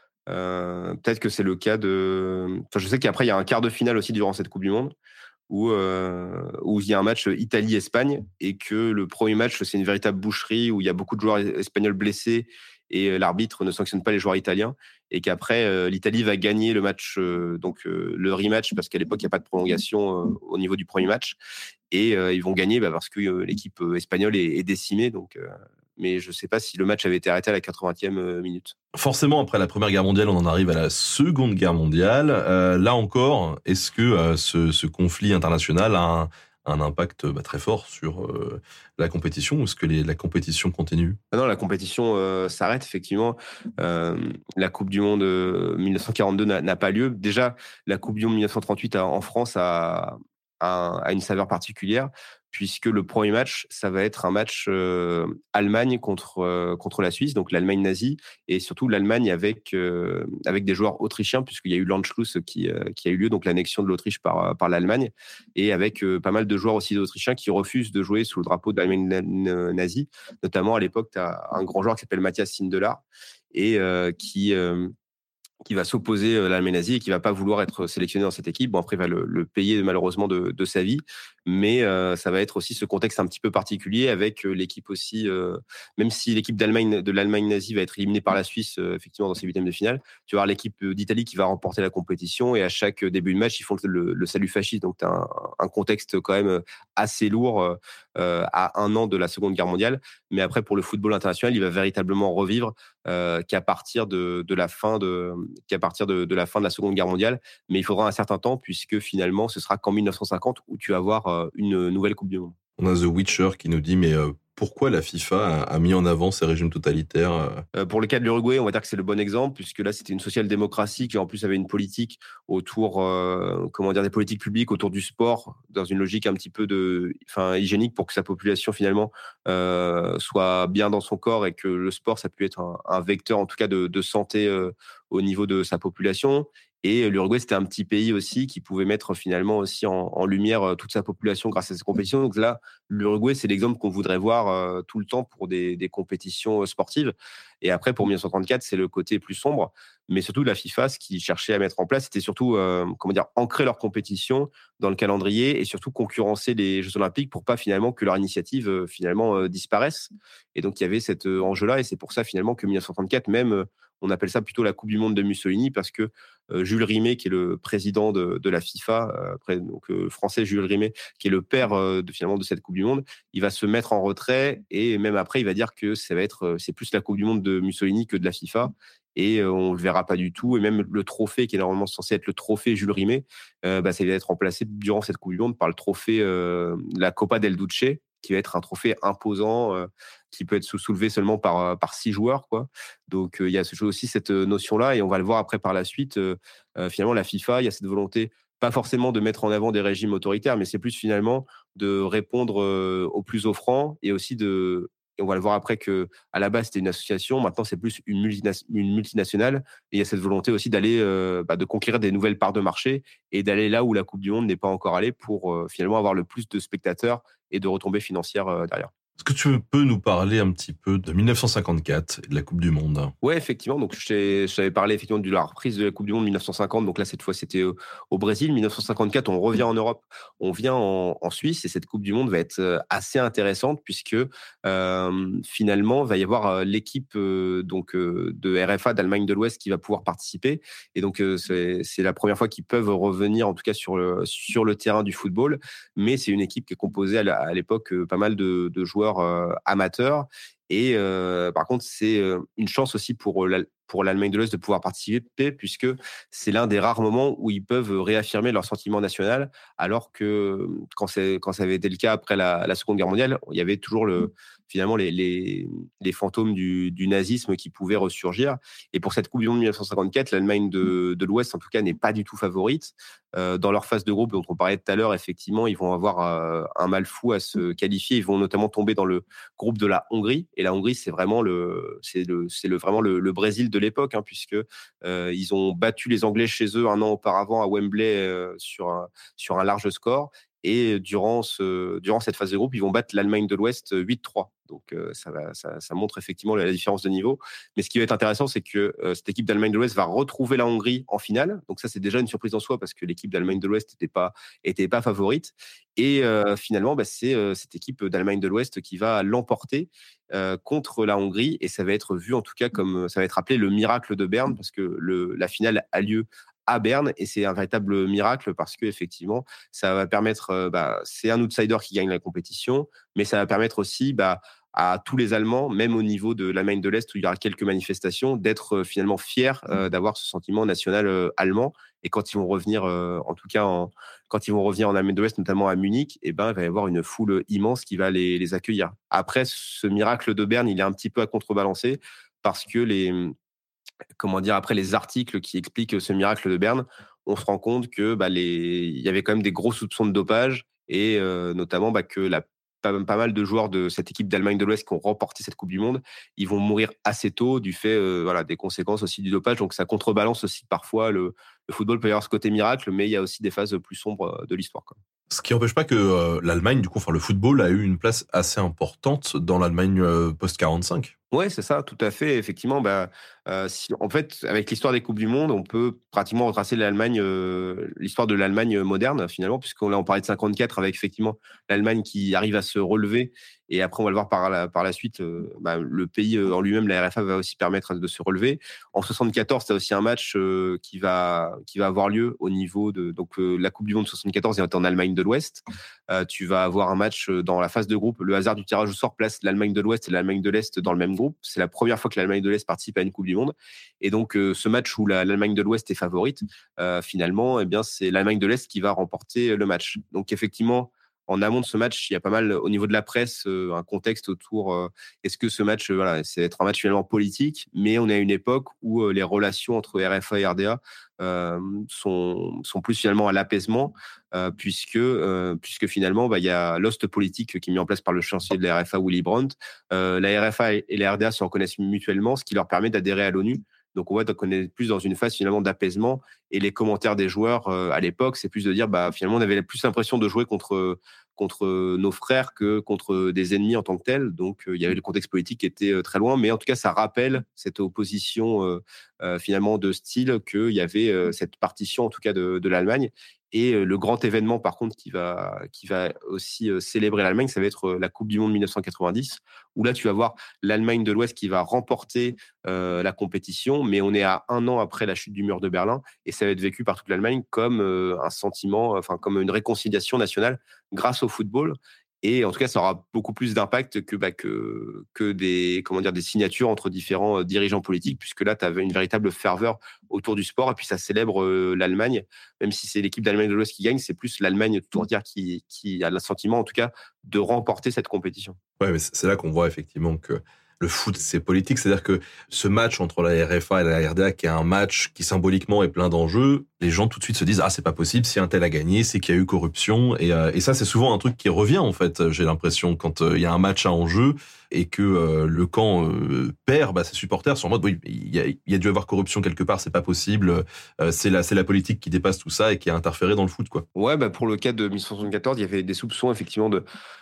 Euh, peut-être que c'est le cas de. Enfin, je sais qu'après il y a un quart de finale aussi durant cette Coupe du Monde où euh, où il y a un match Italie-Espagne et que le premier match c'est une véritable boucherie où il y a beaucoup de joueurs espagnols blessés et l'arbitre ne sanctionne pas les joueurs italiens et qu'après euh, l'Italie va gagner le match euh, donc euh, le rematch parce qu'à l'époque il n'y a pas de prolongation euh, au niveau du premier match et euh, ils vont gagner bah, parce que euh, l'équipe espagnole est, est décimée donc. Euh, mais je ne sais pas si le match avait été arrêté à la quatre-vingtième minute. Forcément, après la Première Guerre mondiale, on en arrive à la Seconde Guerre mondiale. Euh, là encore, est-ce que euh, ce, ce conflit international a un, un impact bah, très fort sur euh, la compétition ou est-ce que les, la compétition continue? Ah non, la compétition euh, s'arrête effectivement. Euh, la Coupe du Monde euh, mille neuf cent quarante-deux n'a, n'a pas lieu. Déjà, la Coupe du Monde mille neuf cent trente-huit a, en France a, a, a une saveur particulière. Puisque le premier match, ça va être un match euh, Allemagne contre euh, contre la Suisse, donc l'Allemagne nazie, et surtout l'Allemagne avec euh, avec des joueurs autrichiens, puisqu'il y a eu l'Anschluss qui euh, qui a eu lieu, donc l'annexion de l'Autriche par par l'Allemagne, et avec euh, pas mal de joueurs aussi autrichiens qui refusent de jouer sous le drapeau de l'Allemagne nazie. Notamment à l'époque, tu as un grand joueur qui s'appelle Matthias Sindelar et euh, qui euh, qui va s'opposer à l'Allemagne nazie et qui va pas vouloir être sélectionné dans cette équipe. Bon, après, il va le, le payer malheureusement de, de sa vie, mais euh, ça va être aussi ce contexte un petit peu particulier avec euh, l'équipe aussi, euh, même si l'équipe d'Allemagne, de l'Allemagne nazie va être éliminée par la Suisse, euh, effectivement, dans ses huitièmes de finale, tu vas avoir l'équipe d'Italie qui va remporter la compétition et à chaque début de match, ils font le, le salut fasciste. Donc, tu as un, un contexte quand même assez lourd euh, à un an de la Seconde Guerre mondiale. Mais après, pour le football international, il va véritablement revivre euh, qu'à partir de, de la fin de qu'à partir de, de la fin de la Seconde Guerre mondiale, mais il faudra un certain temps puisque finalement ce sera qu'en mille neuf cent cinquante où tu vas avoir une nouvelle Coupe du Monde. On a The Witcher qui nous dit mais euh, pourquoi la FIFA a mis en avant ces régimes totalitaires? euh, Pour le cas de l'Uruguay, on va dire que c'est le bon exemple puisque là c'était une social-démocratie qui en plus avait une politique autour, euh, comment dire, des politiques publiques autour du sport dans une logique un petit peu de, enfin hygiénique pour que sa population finalement euh, soit bien dans son corps et que le sport ça peut être un, un vecteur en tout cas de, de santé euh, au niveau de sa population. Et l'Uruguay, c'était un petit pays aussi qui pouvait mettre finalement aussi en, en lumière toute sa population grâce à ces compétitions. Donc là, l'Uruguay, c'est l'exemple qu'on voudrait voir euh, tout le temps pour des, des compétitions sportives. Et après, pour mille neuf cent trente-quatre, c'est le côté plus sombre. Mais surtout, la FIFA, ce qu'ils cherchait à mettre en place, c'était surtout, euh, comment dire, ancrer leur compétition dans le calendrier et surtout concurrencer les Jeux Olympiques pour pas finalement que leur initiative euh, finalement euh, disparaisse. Et donc, il y avait cet euh, enjeu-là. Et c'est pour ça finalement que mille neuf cent trente-quatre, même, euh, on appelle ça plutôt la Coupe du Monde de Mussolini parce que euh, Jules Rimet, qui est le président de, de la FIFA, euh, après, donc euh, français Jules Rimet, qui est le père euh, de, finalement de cette Coupe du Monde, il va se mettre en retrait et même après, il va dire que ça va être, c'est plus la Coupe du Monde de Mussolini que de la FIFA. Et euh, on le verra pas du tout. Et même le trophée, qui est normalement censé être le trophée Jules Rimet, euh, bah, ça va être remplacé durant cette Coupe du Monde par le trophée euh, la Copa del Duce, qui va être un trophée imposant, euh, qui peut être soulevé seulement par par six joueurs, quoi. Donc il euh, y a aussi cette notion-là, et on va le voir après par la suite. Euh, euh, finalement, la FIFA, il y a cette volonté, pas forcément de mettre en avant des régimes autoritaires, mais c'est plus finalement de répondre euh, aux plus offrants et aussi de Et on va le voir après que à la base c'était une association, maintenant c'est plus une, multina- une multinationale. Et il y a cette volonté aussi d'aller, euh, bah, de conquérir des nouvelles parts de marché et d'aller là où la Coupe du Monde n'est pas encore allée pour euh, finalement avoir le plus de spectateurs et de retombées financières euh, derrière. Est-ce que tu peux nous parler un petit peu de dix-neuf cent cinquante-quatre et de la Coupe du Monde ? Ouais, effectivement. Donc, je t'ai- je t'avais parlé effectivement de la reprise de la Coupe du Monde dix-neuf cent cinquante. Donc là, cette fois, c'était au, au Brésil. dix-neuf cent cinquante-quatre, on revient en Europe, on vient en, en Suisse, et cette Coupe du Monde va être euh, assez intéressante puisque euh, finalement, va y avoir euh, l'équipe euh, donc euh, de R F A d'Allemagne de l'Ouest qui va pouvoir participer. Et donc, euh, c'est, c'est la première fois qu'ils peuvent revenir, en tout cas sur le sur le terrain du football. Mais c'est une équipe qui est composée à, la- à l'époque euh, pas mal de, de joueurs euh, amateurs. Et euh, par contre, c'est euh, une chance aussi pour, l'Al- pour l'Allemagne de l'Ouest de pouvoir participer, puisque c'est l'un des rares moments où ils peuvent réaffirmer leur sentiment national, alors que quand, c'est, quand ça avait été le cas après la, la Seconde Guerre mondiale, il y avait toujours le, finalement les, les, les fantômes du, du nazisme qui pouvaient ressurgir. Et pour cette Coupe du Monde dix-neuf cent cinquante-quatre, l'Allemagne de, de l'Ouest, en tout cas, n'est pas du tout favorite. Euh, dans leur phase de groupe dont on parlait tout à l'heure, effectivement, ils vont avoir euh, un mal fou à se qualifier. Ils vont notamment tomber dans le groupe de la Hongrie. Et la Hongrie, c'est vraiment le, c'est le, c'est le vraiment le, le Brésil de l'époque, hein, puisque euh, ils ont battu les Anglais chez eux un an auparavant à Wembley euh, sur un, sur un large score. Et durant ce, durant cette phase de groupe, ils vont battre l'Allemagne de l'Ouest huit trois. Donc euh, ça, va, ça, ça montre effectivement la, la différence de niveau. Mais ce qui va être intéressant, c'est que euh, cette équipe d'Allemagne de l'Ouest va retrouver la Hongrie en finale. Donc ça, c'est déjà une surprise en soi parce que l'équipe d'Allemagne de l'Ouest n'était pas, était pas favorite. Et euh, finalement, bah, c'est euh, cette équipe d'Allemagne de l'Ouest qui va l'emporter euh, contre la Hongrie. Et ça va être vu en tout cas comme, ça va être appelé le miracle de Berne parce que le, la finale a lieu à Berne, et c'est un véritable miracle parce que effectivement, ça va permettre, euh, bah, c'est un outsider qui gagne la compétition, mais ça va permettre aussi bah, à tous les Allemands, même au niveau de l'Allemagne de l'Est où il y aura quelques manifestations, d'être euh, finalement fiers euh, d'avoir ce sentiment national euh, allemand. Et quand ils vont revenir, euh, en tout cas, en, quand ils vont revenir en Allemagne de l'Ouest, notamment à Munich, eh ben, il va y avoir une foule immense qui va les, les accueillir. Après, ce miracle de Berne, il est un petit peu à contrebalancer parce que les comment dire, après les articles qui expliquent ce miracle de Berne, on se rend compte que bah, les... il y avait quand même des gros soupçons de dopage et euh, notamment bah, que la... pas, pas mal de joueurs de cette équipe d'Allemagne de l'Ouest qui ont remporté cette Coupe du Monde, ils vont mourir assez tôt du fait euh, voilà, des conséquences aussi du dopage. Donc ça contrebalance aussi parfois le, le football peut y avoir ce côté miracle, mais il y a aussi des phases plus sombres de l'histoire, quoi. Ce qui n'empêche pas que euh, l'Allemagne, du coup, enfin le football a eu une place assez importante dans l'Allemagne euh, post-quarante-cinq. Ouais, c'est ça, tout à fait. Effectivement, bah, euh, si, en fait, avec l'histoire des Coupes du Monde, on peut pratiquement retracer l'Allemagne, euh, l'histoire de l'Allemagne moderne, finalement, puisqu'on là, on parlait de cinquante-quatre avec effectivement l'Allemagne qui arrive à se relever. Et après, on va le voir par la, par la suite, euh, bah, le pays euh, en lui-même, la R F A, va aussi permettre de se relever. En soixante-quatorze, c'est aussi un match euh, qui, va, qui va avoir lieu au niveau de. Donc, euh, la Coupe du Monde soixante-quatorze est en Allemagne de l'Ouest. Euh, tu vas avoir un match dans la phase de groupe. Le hasard du tirage au sort place l'Allemagne de l'Ouest et l'Allemagne de l'Est dans le même groupe. C'est la première fois que l'Allemagne de l'Est participe à une Coupe du Monde. Et donc, euh, ce match où la, l'Allemagne de l'Ouest est favorite, euh, finalement, eh bien, c'est l'Allemagne de l'Est qui va remporter le match. Donc, effectivement, en amont de ce match, il y a pas mal, au niveau de la presse, euh, un contexte autour. Euh, est-ce que ce match, euh, voilà, c'est être un match finalement politique, mais on est à une époque où euh, les relations entre R F A et R D A euh, sont, sont plus finalement à l'apaisement, euh, puisque, euh, puisque finalement, bah, il y a l'host politique qui est mis en place par le chancelier de la R F A, Willy Brandt. Euh, la R F A et la R D A se reconnaissent mutuellement, ce qui leur permet d'adhérer à l'ONU. Donc, on voit qu'on est plus dans une phase finalement d'apaisement. Et les commentaires des joueurs euh, à l'époque, c'est plus de dire, bah, finalement, on avait plus l'impression de jouer contre, contre nos frères que contre des ennemis en tant que tels. Donc, euh, il y avait le contexte politique qui était euh, très loin. Mais en tout cas, ça rappelle cette opposition euh, euh, finalement de style qu'il y avait euh, cette partition, en tout cas, de, de l'Allemagne. Et euh, le grand événement, par contre, qui va, qui va aussi euh, célébrer l'Allemagne, ça va être euh, la Coupe du Monde dix-neuf cent quatre-vingt-dix, où là, tu vas voir l'Allemagne de l'Ouest qui va remporter euh, la compétition, mais on est à un an après la chute du mur de Berlin, et ça va être vécu par toute l'Allemagne comme euh, un sentiment, enfin comme une réconciliation nationale grâce au football. Et en tout cas, ça aura beaucoup plus d'impact que, bah, que, que des, comment dire, des signatures entre différents euh, dirigeants politiques, puisque là, tu avais une véritable ferveur autour du sport, et puis ça célèbre euh, l'Allemagne, même si c'est l'équipe d'Allemagne de l'Ouest qui gagne, c'est plus l'Allemagne tout entière qui, qui a le sentiment, en tout cas, de remporter cette compétition. Ouais, mais c'est là qu'on voit effectivement que le foot, c'est politique. C'est-à-dire que ce match entre la R F A et la R D A, qui est un match qui symboliquement est plein d'enjeux, les gens tout de suite se disent « Ah, c'est pas possible, si un tel a gagné, c'est qu'il y a eu corruption. » Et, euh, et ça, c'est souvent un truc qui revient, en fait, j'ai l'impression, quand il euh, y a un match à enjeu et que euh, le camp euh, perd, bah, ses supporters sont en mode « Oui, il y a, il y a dû avoir corruption quelque part, c'est pas possible. Euh, c'est, la, c'est la politique qui dépasse tout ça et qui a interféré dans le foot. » quoi. Ouais, bah, pour le cas de dix-neuf cent soixante-quatorze, il y avait des soupçons, effectivement, de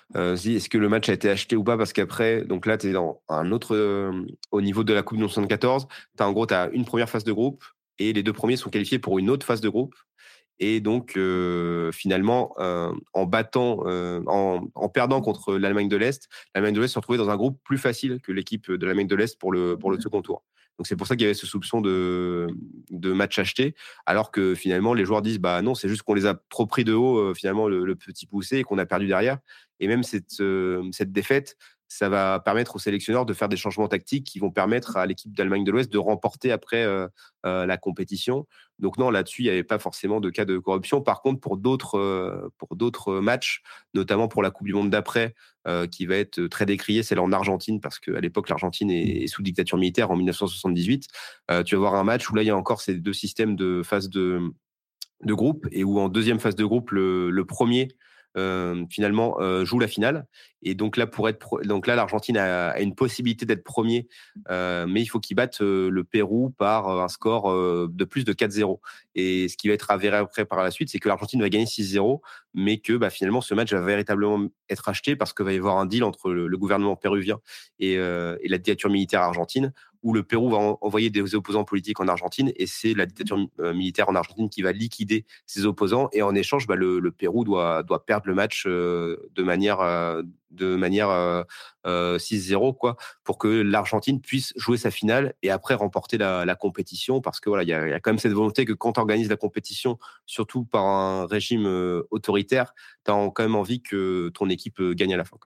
Euh, si, est-ce que le match a été acheté ou pas? Parce qu'après, donc là, tu es dans un autre. Euh, au niveau de la Coupe du Monde soixante-quatorze, t'as, en gros, tu as une première phase de groupe et les deux premiers sont qualifiés pour une autre phase de groupe. Et donc, euh, finalement, euh, en battant, euh, en, en perdant contre l'Allemagne de l'Est, l'Allemagne de l'Est s'est retrouvée dans un groupe plus facile que l'équipe de l'Allemagne de l'Est pour le, pour le second tour. Donc, c'est pour ça qu'il y avait ce soupçon de, de match acheté, alors que finalement, les joueurs disent bah non, c'est juste qu'on les a trop pris de haut, euh, finalement, le, le petit poussé et qu'on a perdu derrière. Et même cette, euh, cette défaite, ça va permettre aux sélectionneurs de faire des changements tactiques qui vont permettre à l'équipe d'Allemagne de l'Ouest de remporter après euh, euh, la compétition. Donc non, là-dessus, il n'y avait pas forcément de cas de corruption. Par contre, pour d'autres, euh, pour d'autres matchs, notamment pour la Coupe du Monde d'après, euh, qui va être très décriée, celle en Argentine, parce qu'à l'époque, l'Argentine est, est sous dictature militaire en dix-neuf cent soixante-dix-huit. Euh, tu vas voir un match où là, il y a encore ces deux systèmes de phase de, de groupe, et où en deuxième phase de groupe, le, le premier Euh, finalement euh, joue la finale, et donc là pour être pro- donc là l'Argentine a, a une possibilité d'être premier, euh, mais il faut qu'ils battent euh, le Pérou par euh, un score euh, de plus de quatre zéro, et ce qui va être avéré après par la suite, c'est que l'Argentine va gagner six zéro, mais que bah, finalement ce match va véritablement être acheté parce qu'il va y avoir un deal entre le, le gouvernement péruvien et, euh, et la dictature militaire argentine, où le Pérou va en- envoyer des opposants politiques en Argentine, et c'est la dictature euh, militaire en Argentine qui va liquider ses opposants, et en échange, bah, le, le Pérou doit, doit perdre le match euh, de manière, euh, de manière euh, euh, six zéro, quoi, pour que l'Argentine puisse jouer sa finale et après remporter la, la compétition, parce que voilà, il y a, y a quand même cette volonté que quand tu organises la compétition, surtout par un régime euh, autoritaire, tu as quand même envie que ton équipe euh, gagne à la fin.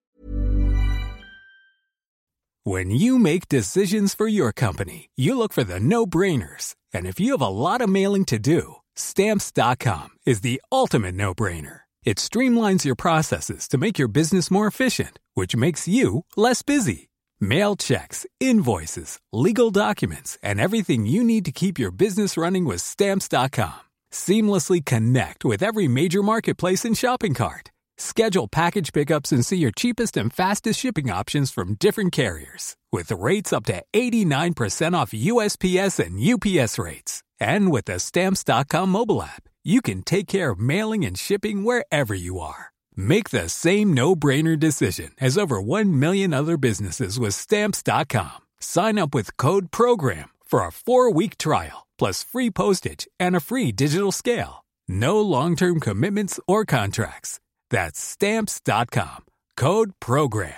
When you make decisions for your company, you look for the no-brainers. And if you have a lot of mailing to do, Stamps dot com is the ultimate no-brainer. It streamlines your processes to make your business more efficient, which makes you less busy. Mail checks, invoices, legal documents, and everything you need to keep your business running with Stamps dot com. Seamlessly connect with every major marketplace and shopping cart. Schedule package pickups and see your cheapest and fastest shipping options from different carriers, with rates up to eighty-nine percent off U S P S and U P S rates. And with the Stamps dot com mobile app, you can take care of mailing and shipping wherever you are. Make the same no-brainer decision as over one million other businesses with Stamps dot com. Sign up with code PROGRAM for a four-week trial, plus free postage and a free digital scale. No long-term commitments or contracts. That's Stamps dot com. Code PROGRAM.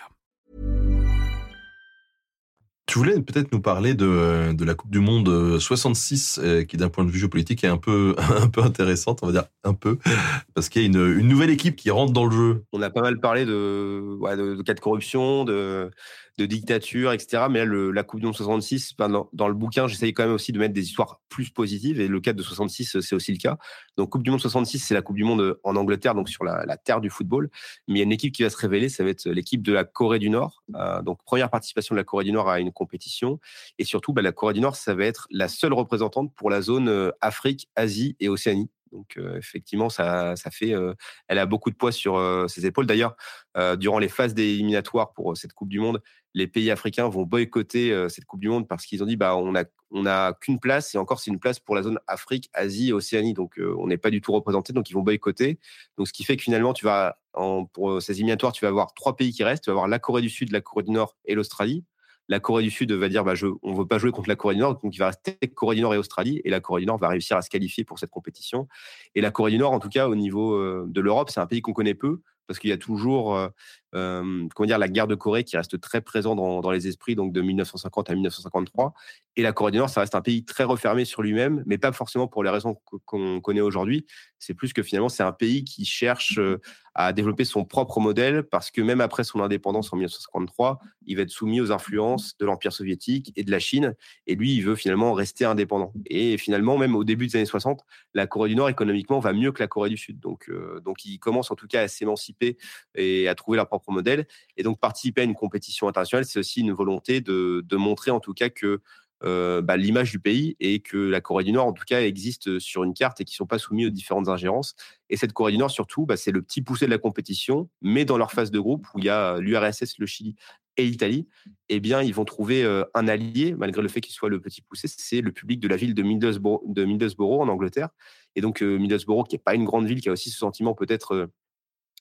Tu voulais peut-être nous parler de, de la Coupe du Monde soixante-six, euh, qui d'un point de vue géopolitique est un peu, un peu intéressante, on va dire un peu, parce qu'il y a une, une nouvelle équipe qui rentre dans le jeu. On a pas mal parlé de, ouais, de, de cas de corruption, de, de dictature, et cetera. Mais là, le, la Coupe du Monde soixante-six, ben, dans, dans le bouquin, j'essaye quand même aussi de mettre des histoires plus positives. Et le cas de soixante-six, c'est aussi le cas. Donc, Coupe du Monde soixante-six, c'est la Coupe du Monde en Angleterre, donc sur la, la terre du football. Mais il y a une équipe qui va se révéler, ça va être l'équipe de la Corée du Nord. Euh, donc, première participation de la Corée du Nord à une compétition. Et surtout, ben, la Corée du Nord, ça va être la seule représentante pour la zone euh, Afrique, Asie et Océanie. Donc euh, effectivement, ça, ça fait, euh, elle a beaucoup de poids sur euh, ses épaules. D'ailleurs, euh, durant les phases des éliminatoires pour euh, cette Coupe du Monde, les pays africains vont boycotter euh, cette Coupe du Monde parce qu'ils ont dit, bah, on a, on a qu'une place, et encore c'est une place pour la zone Afrique, Asie et Océanie. Donc euh, on n'est pas du tout représenté, donc ils vont boycotter. Donc ce qui fait que finalement, tu vas, en, pour ces éliminatoires, tu vas avoir trois pays qui restent. Tu vas avoir la Corée du Sud, la Corée du Nord et l'Australie. La Corée du Sud va dire bah, je, on ne veut pas jouer contre la Corée du Nord, donc il va rester Corée du Nord et Australie, et la Corée du Nord va réussir à se qualifier pour cette compétition. Et la Corée du Nord, en tout cas au niveau euh, de l'Europe, c'est un pays qu'on connaît peu, parce qu'il y a toujours euh, euh, comment dire, la guerre de Corée qui reste très présente dans, dans les esprits, donc de dix-neuf cent cinquante à dix-neuf cent cinquante-trois. Et la Corée du Nord, ça reste un pays très refermé sur lui-même, mais pas forcément pour les raisons qu'on connaît aujourd'hui. C'est plus que finalement, c'est un pays qui cherche euh, à développer son propre modèle, parce que même après son indépendance en dix-neuf cent cinquante-trois, il va être soumis aux influences de l'Empire soviétique et de la Chine, et lui, il veut finalement rester indépendant. Et finalement, même au début des années soixante, la Corée du Nord, économiquement, va mieux que la Corée du Sud. Donc, euh, donc ils commencent en tout cas à s'émanciper et à trouver leur propre modèle. Et donc, participer à une compétition internationale, c'est aussi une volonté de, de montrer en tout cas que Euh, bah, l'image du pays, et que la Corée du Nord, en tout cas, existe sur une carte et qui ne sont pas soumis aux différentes ingérences. Et cette Corée du Nord, surtout, bah, c'est le petit poussé de la compétition, mais dans leur phase de groupe, où il y a l'U R S S, le Chili et l'Italie, eh bien, ils vont trouver euh, un allié, malgré le fait qu'il soit le petit poussé, c'est le public de la ville de Middlesbrough, de Middlesbrough en Angleterre. Et donc, euh, Middlesbrough, qui n'est pas une grande ville, qui a aussi ce sentiment peut-être... Euh,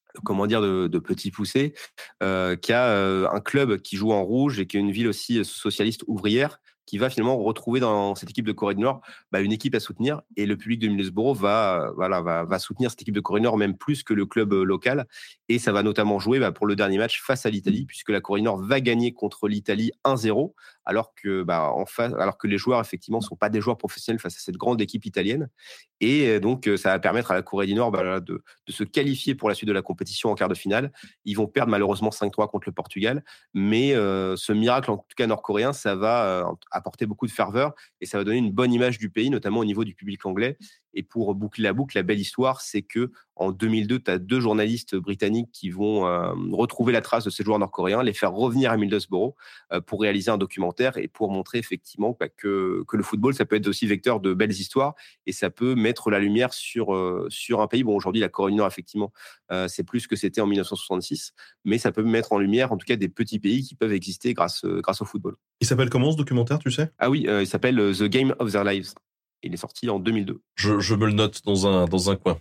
comment dire, de, de petits poussés, euh, qui a euh, un club qui joue en rouge et qui est une ville aussi socialiste ouvrière, qui va finalement retrouver dans cette équipe de Corée du Nord bah, une équipe à soutenir. Et le public de Middlesbrough va, voilà, va, va soutenir cette équipe de Corée du Nord même plus que le club local. Et ça va notamment jouer bah, pour le dernier match face à l'Italie, puisque la Corée du Nord va gagner contre l'Italie un zéro, alors que, bah, en face, alors que les joueurs, effectivement, ne sont pas des joueurs professionnels face à cette grande équipe italienne. Et donc, ça va permettre à la Corée du Nord bah, de, de se qualifier pour la suite de la compétition en quart de finale. Ils vont perdre malheureusement cinq trois contre le Portugal, mais euh, ce miracle, en tout cas nord-coréen, ça va euh, apporter beaucoup de ferveur et ça va donner une bonne image du pays, notamment au niveau du public anglais. Et pour boucler la boucle, la belle histoire, c'est que en deux mille deux, tu as deux journalistes britanniques qui vont euh, retrouver la trace de ces joueurs nord-coréens, les faire revenir à Middlesbrough euh, pour réaliser un documentaire et pour montrer effectivement bah, que, que le football, ça peut être aussi vecteur de belles histoires et ça peut mettre la lumière sur, euh, sur un pays. Bon, aujourd'hui, la Corée du Nord, effectivement, euh, c'est plus que c'était en dix-neuf cent soixante-six, mais ça peut mettre en lumière, en tout cas, des petits pays qui peuvent exister grâce, euh, grâce au football. Il s'appelle comment ce documentaire, tu sais ? Ah oui, euh, il s'appelle The Game of Their Lives. Il est sorti en deux mille deux. Je, je me le note dans un, dans un coin.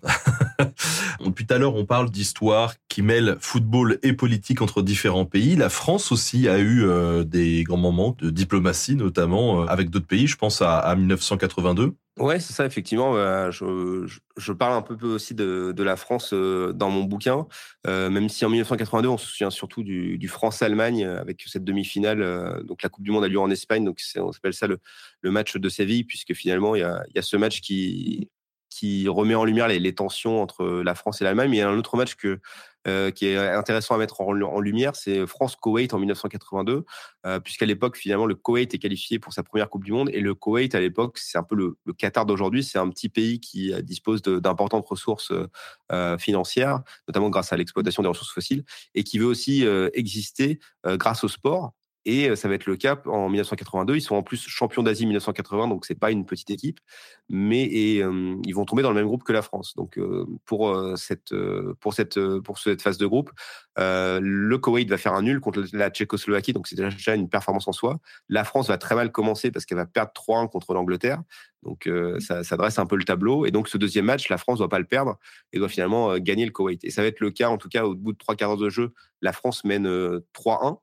Depuis tout à l'heure, on parle d'histoire qui mêle football et politique entre différents pays. La France aussi a eu euh, des grands moments de diplomatie, notamment euh, avec d'autres pays. Je pense à, à dix-neuf cent quatre-vingt-deux. Ouais, c'est ça, effectivement. Euh, je, je, je parle un peu aussi de, de la France euh, dans mon bouquin, euh, même si en dix-neuf cent quatre-vingt-deux, on se souvient surtout du, du France-Allemagne avec cette demi-finale. Euh, donc la Coupe du Monde a lieu en Espagne, donc c'est, on s'appelle ça le, le match de Séville, puisque finalement, il y a, il y a ce match qui, qui remet en lumière les, les tensions entre la France et l'Allemagne. Mais il y a un autre match que, euh, qui est intéressant à mettre en, en lumière, c'est France-Koweït en dix-neuf cent quatre-vingt-deux, euh, puisqu'à l'époque, finalement, le Koweït est qualifié pour sa première Coupe du Monde. Et le Koweït, à l'époque, c'est un peu le, le Qatar d'aujourd'hui. C'est un petit pays qui dispose de, d'importantes ressources euh, financières, notamment grâce à l'exploitation des ressources fossiles, et qui veut aussi euh, exister euh, grâce au sport. Et ça va être le cas en dix-neuf cent quatre-vingt-deux. Ils sont en plus champions d'Asie dix-neuf cent quatre-vingts, donc c'est pas une petite équipe, mais et, euh, ils vont tomber dans le même groupe que la France. Donc euh, pour euh, cette euh, pour cette euh, pour cette phase de groupe, euh, le Koweït va faire un nul contre la Tchécoslovaquie, donc c'est déjà une performance en soi. La France va très mal commencer parce qu'elle va perdre trois un contre l'Angleterre. Donc euh, ça, ça dresse un peu le tableau. Et donc ce deuxième match, la France doit pas le perdre et doit finalement euh, gagner le Koweït. Et ça va être le cas, en tout cas, au bout de trois quarts d'heure de jeu, la France mène euh, trois un.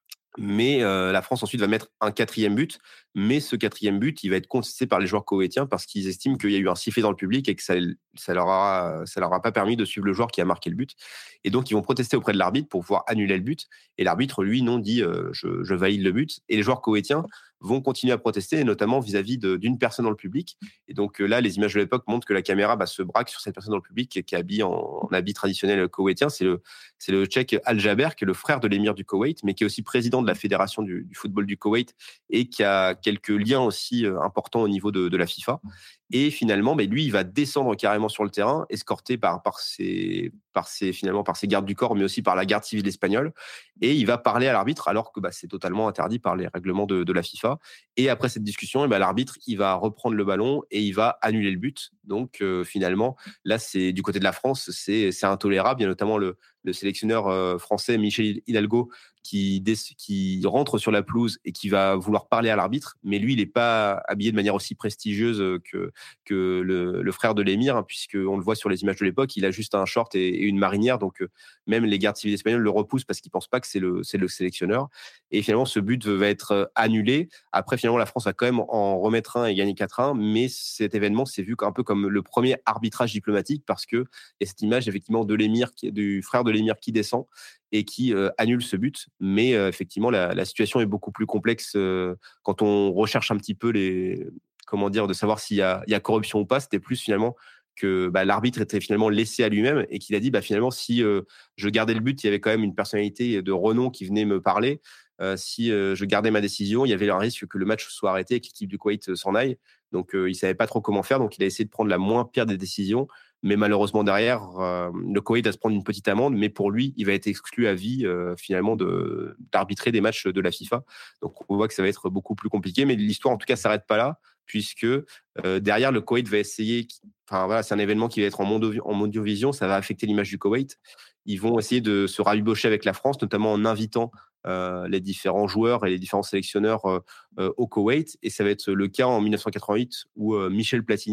Mais euh, la France ensuite va mettre un quatrième but, mais ce quatrième but, il va être contesté par les joueurs koweïtiens parce qu'ils estiment qu'il y a eu un sifflet dans le public et que ça, ça leur a, ça leur a pas permis de suivre le joueur qui a marqué le but. Et donc ils vont protester auprès de l'arbitre pour pouvoir annuler le but. Et l'arbitre, lui, non, dit euh, je, je valide le but. Et les joueurs koweïtiens vont continuer à protester, et notamment vis-à-vis de, d'une personne dans le public. Et donc là, les images de l'époque montrent que la caméra bah, se braque sur cette personne dans le public qui est habillée en, en habit traditionnel koweïtien. C'est le, c'est le Tchèque Al-Jaber, qui est le frère de l'émir du Koweït, mais qui est aussi président de la fédération du, du football du Koweït et qui a quelques liens aussi euh, importants au niveau de, de la FIFA. Et finalement, bah, lui, il va descendre carrément sur le terrain, escorté par, par, ses, par, ses, finalement, par ses gardes du corps, mais aussi par la garde civile espagnole. Et il va parler à l'arbitre, alors que bah, c'est totalement interdit par les règlements de, de la FIFA. Et après cette discussion, et bah, l'arbitre, il va reprendre le ballon et il va annuler le but. Donc euh, finalement, là, c'est du côté de la France, c'est, c'est intolérable. Il y a notamment le, le sélectionneur euh, français Michel Hidalgo qui, dé- qui rentre sur la pelouse et qui va vouloir parler à l'arbitre. Mais lui, il n'est pas habillé de manière aussi prestigieuse que, que le, le frère de l'émir, hein, puisqu'on le voit sur les images de l'époque, il a juste un short et, et une marinière. Donc euh, même les gardes civils espagnols le repoussent parce qu'ils ne pensent pas que c'est le, c'est le sélectionneur. Et finalement, ce but va être annulé. Après, finalement, la France va quand même en remettre un et gagner quatre un. Mais cet événement, c'est vu un peu comme le premier arbitrage diplomatique parce qu'il y a cette image, effectivement, de l'émir, du frère de l'émir qui descend et qui euh, annule ce but. Mais euh, effectivement, la, la situation est beaucoup plus complexe euh, quand on recherche un petit peu les, comment dire, de savoir s'il y a, il y a corruption ou pas. C'était plus finalement que bah, l'arbitre était finalement laissé à lui-même et qu'il a dit bah, finalement, si euh, je gardais le but, il y avait quand même une personnalité de renom qui venait me parler. Euh, si euh, je gardais ma décision, il y avait un risque que le match soit arrêté et que l'équipe du Koweït s'en aille. Donc, euh, il ne savait pas trop comment faire. Donc, il a essayé de prendre la moins pire des décisions. Mais malheureusement, derrière, euh, le Koweït va se prendre une petite amende. Mais pour lui, il va être exclu à vie, euh, finalement, de, d'arbitrer des matchs de la FIFA. Donc, on voit que ça va être beaucoup plus compliqué. Mais l'histoire, en tout cas, ne s'arrête pas là, puisque euh, derrière, le Koweït va essayer... Enfin, voilà, c'est un événement qui va être en, mondo, en mondiovision. Ça va affecter l'image du Koweït. Ils vont essayer de se rabibocher avec la France, notamment en invitant euh, les différents joueurs et les différents sélectionneurs euh, euh, au Koweït. Et ça va être le cas en dix-neuf cent quatre-vingt-huit où euh, Michel Platini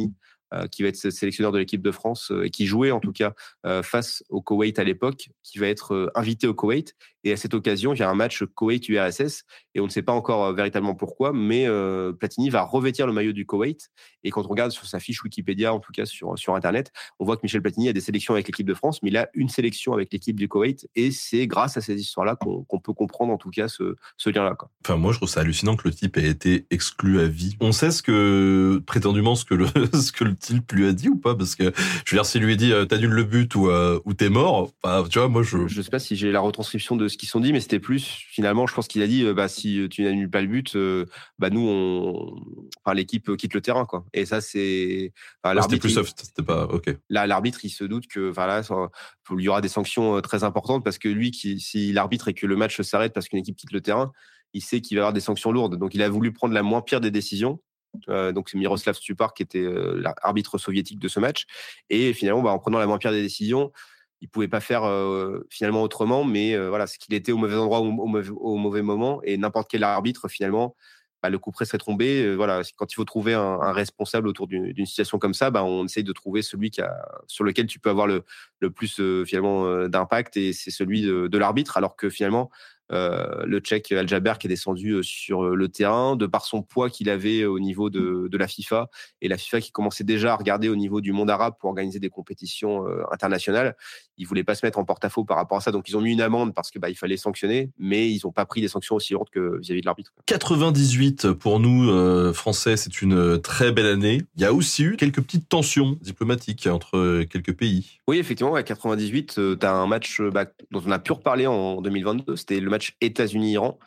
euh, qui va être sélectionneur de l'équipe de France euh, et qui jouait en tout cas euh, face au Koweït à l'époque, qui va être euh, invité au Koweït. Et à cette occasion, il y a un match Koweït-U R S S et on ne sait pas encore euh, véritablement pourquoi, mais euh, Platini va revêtir le maillot du Koweït. Et quand on regarde sur sa fiche Wikipédia, en tout cas sur, sur Internet, on voit que Michel Platini a des sélections avec l'équipe de France, mais il a une sélection avec l'équipe du Koweït. Et c'est grâce à ces histoires-là qu'on, qu'on peut comprendre en tout cas ce, ce lien-là, quoi. Enfin, moi, je trouve ça hallucinant que le type ait été exclu à vie. On sait ce que, prétendument, ce que le, ce que le type lui a dit ou pas? Parce que, je veux dire, s'il lui a dit, euh, t'annules le but ou, euh, ou t'es mort, enfin, tu vois, moi, je... Je sais pas si j'ai la retranscription de ce qu'ils sont dit, mais c'était plus, finalement, je pense qu'il a dit, euh, bah, si tu n'annules pas le but, euh, bah, nous, on, enfin, l'équipe quitte le terrain, quoi. Et ça, c'est, enfin, ah, l'arbitre. C'était plus soft, c'était pas, ok. Là, l'arbitre, il se doute que, voilà, il y aura des sanctions très importantes parce que lui, qui, si l'arbitre et que le match s'arrête parce qu'une équipe quitte le terrain, il sait qu'il va y avoir des sanctions lourdes. Donc, il a voulu prendre la moins pire des décisions. Euh, donc, c'est Miroslav Stupar qui était euh, l'arbitre soviétique de ce match. Et finalement, bah, en prenant la moins pire des décisions, il pouvait pas faire euh, finalement autrement. Mais euh, voilà, c'est qu'il était au mauvais endroit au, au, mauvais, au mauvais moment. Et n'importe quel arbitre, finalement, bah, le coup près serait tombé. Euh, voilà, quand il faut trouver un, un responsable autour d'une, d'une situation comme ça, bah, on essaye de trouver celui qui a, sur lequel tu peux avoir le, le plus euh, finalement euh, d'impact. Et c'est celui de, de l'arbitre. Alors que finalement, Euh, le Tchèque Al-Jaber qui est descendu sur le terrain de par son poids qu'il avait au niveau de, de la FIFA et la FIFA qui commençait déjà à regarder au niveau du monde arabe pour organiser des compétitions euh, internationales. Ils voulaient pas se mettre en porte-à-faux par rapport à ça, donc ils ont mis une amende parce que bah, il fallait sanctionner, mais ils ont pas pris des sanctions aussi lourdes que vis-à-vis de l'arbitre. quatre-vingt-dix-huit pour nous euh, Français, c'est une très belle année. Il y a aussi eu quelques petites tensions diplomatiques entre quelques pays. Oui, effectivement, à quatre-vingt-dix-huit, euh, tu as un match bah, dont on a pu reparler en deux mille vingt-deux, c'était le match États-Unis-Iran.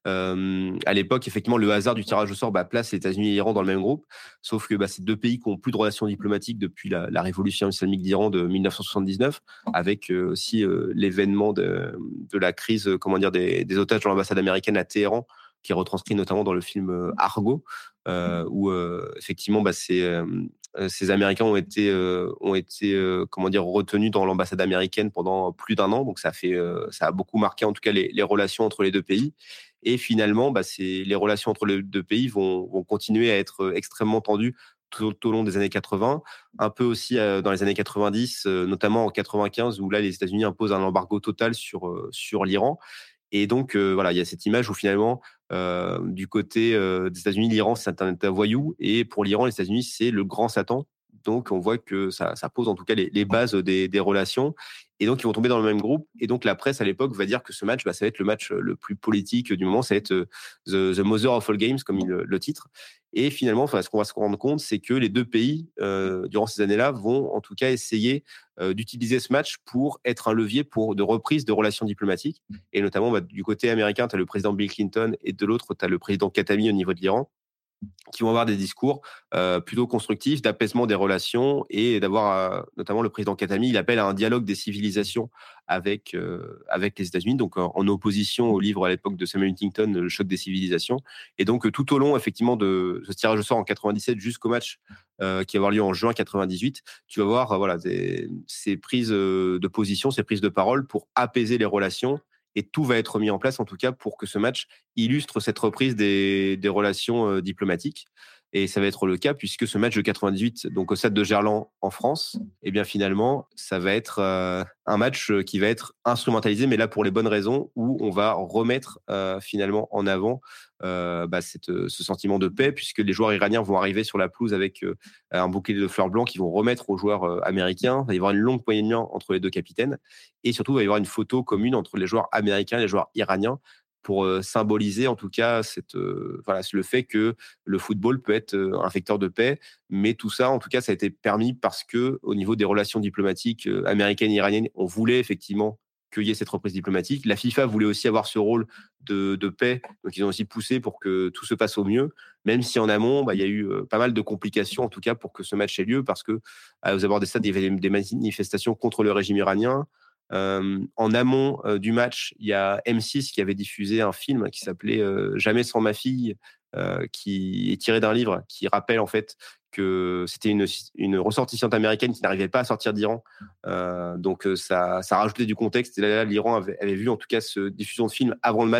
Euh, à l'époque, effectivement, le hasard du tirage au sort bah, place les États-Unis et l'Iran dans le même groupe. Sauf que bah, c'est deux pays qui ont plus de relations diplomatiques depuis la, la révolution islamique d'Iran de dix-neuf cent soixante-dix-neuf, avec euh, aussi euh, l'événement de, de la crise, euh, comment dire, des, des otages dans l'ambassade américaine à Téhéran, qui est retranscrit notamment dans le film euh, Argo, euh, où euh, effectivement, bah, c'est euh, ces Américains ont été, euh, ont été euh, comment dire, retenus dans l'ambassade américaine pendant plus d'un an. Donc, ça, fait, euh, ça a beaucoup marqué, en tout cas, les, les relations entre les deux pays. Et finalement, bah, c'est, les relations entre les deux pays vont, vont continuer à être extrêmement tendues tout, tout au long des années quatre-vingts. Un peu aussi euh, dans les années quatre-vingt-dix, euh, notamment en quatre-vingt-quinze, où là, les États-Unis imposent un embargo total sur, euh, sur l'Iran. Et donc, euh, voilà, il y a cette image où finalement, euh, du côté euh, des États-Unis, l'Iran, c'est un État voyou. Et pour l'Iran, les États-Unis, c'est le grand Satan. Donc, on voit que ça, ça pose en tout cas les, les bases des, des relations. Et donc, ils vont tomber dans le même groupe. Et donc, la presse, à l'époque, va dire que ce match, bah, ça va être le match le plus politique du moment. Ça va être euh, the, the Mother of All Games, comme il le, le titre. Et finalement, enfin, ce qu'on va se rendre compte, c'est que les deux pays, euh, durant ces années-là, vont en tout cas essayer euh, d'utiliser ce match pour être un levier pour de reprise de relations diplomatiques. Et notamment, bah, du côté américain, tu as le président Bill Clinton et de l'autre, tu as le président Khatami au niveau de l'Iran, qui vont avoir des discours euh, plutôt constructifs, d'apaisement des relations et d'avoir, euh, notamment le président Khatami, il appelle à un dialogue des civilisations avec, euh, avec les États-Unis, donc en, en opposition au livre à l'époque de Samuel Huntington, Le choc des civilisations. Et donc, tout au long, effectivement, de ce tirage au sort en quatre-vingt-dix-sept jusqu'au match euh, qui va avoir lieu en juin quatre-vingt-dix-huit, tu vas voir euh, voilà, des, ces prises de position, ces prises de parole pour apaiser les relations. Et tout va être mis en place, en tout cas, pour que ce match illustre cette reprise des, des relations euh, diplomatiques. Et ça va être le cas, puisque ce match de quatre-vingt-dix-huit, donc au stade de Gerland en France, eh bien finalement, ça va être euh, un match qui va être instrumentalisé, mais là pour les bonnes raisons, où on va remettre euh, finalement en avant euh, bah, cette, ce sentiment de paix, puisque les joueurs iraniens vont arriver sur la pelouse avec euh, un bouquet de fleurs blancs qu'ils vont remettre aux joueurs euh, américains. Il va y avoir une longue poignée de main entre les deux capitaines, et surtout il va y avoir une photo commune entre les joueurs américains et les joueurs iraniens, pour euh, symboliser en tout cas cette, euh, voilà, le fait que le football peut être euh, un vecteur de paix. Mais tout ça, en tout cas, ça a été permis parce que au niveau des relations diplomatiques euh, américaines et iraniennes, on voulait effectivement qu'il y ait cette reprise diplomatique. La FIFA voulait aussi avoir ce rôle de, de paix, donc ils ont aussi poussé pour que tout se passe au mieux, même si en amont, bah, il y a eu euh, pas mal de complications, en tout cas, pour que ce match ait lieu, parce que euh, aux abords des stades, il y avait des manifestations contre le régime iranien. Euh, en amont euh, du match, il y a M six qui avait diffusé un film qui s'appelait euh, Jamais sans ma fille, euh, qui est tiré d'un livre qui rappelle en fait que c'était une, une ressortissante américaine qui n'arrivait pas à sortir d'Iran. Euh, donc ça, ça rajoutait du contexte. Et là, l'Iran avait, avait vu en tout cas cette diffusion de film avant le match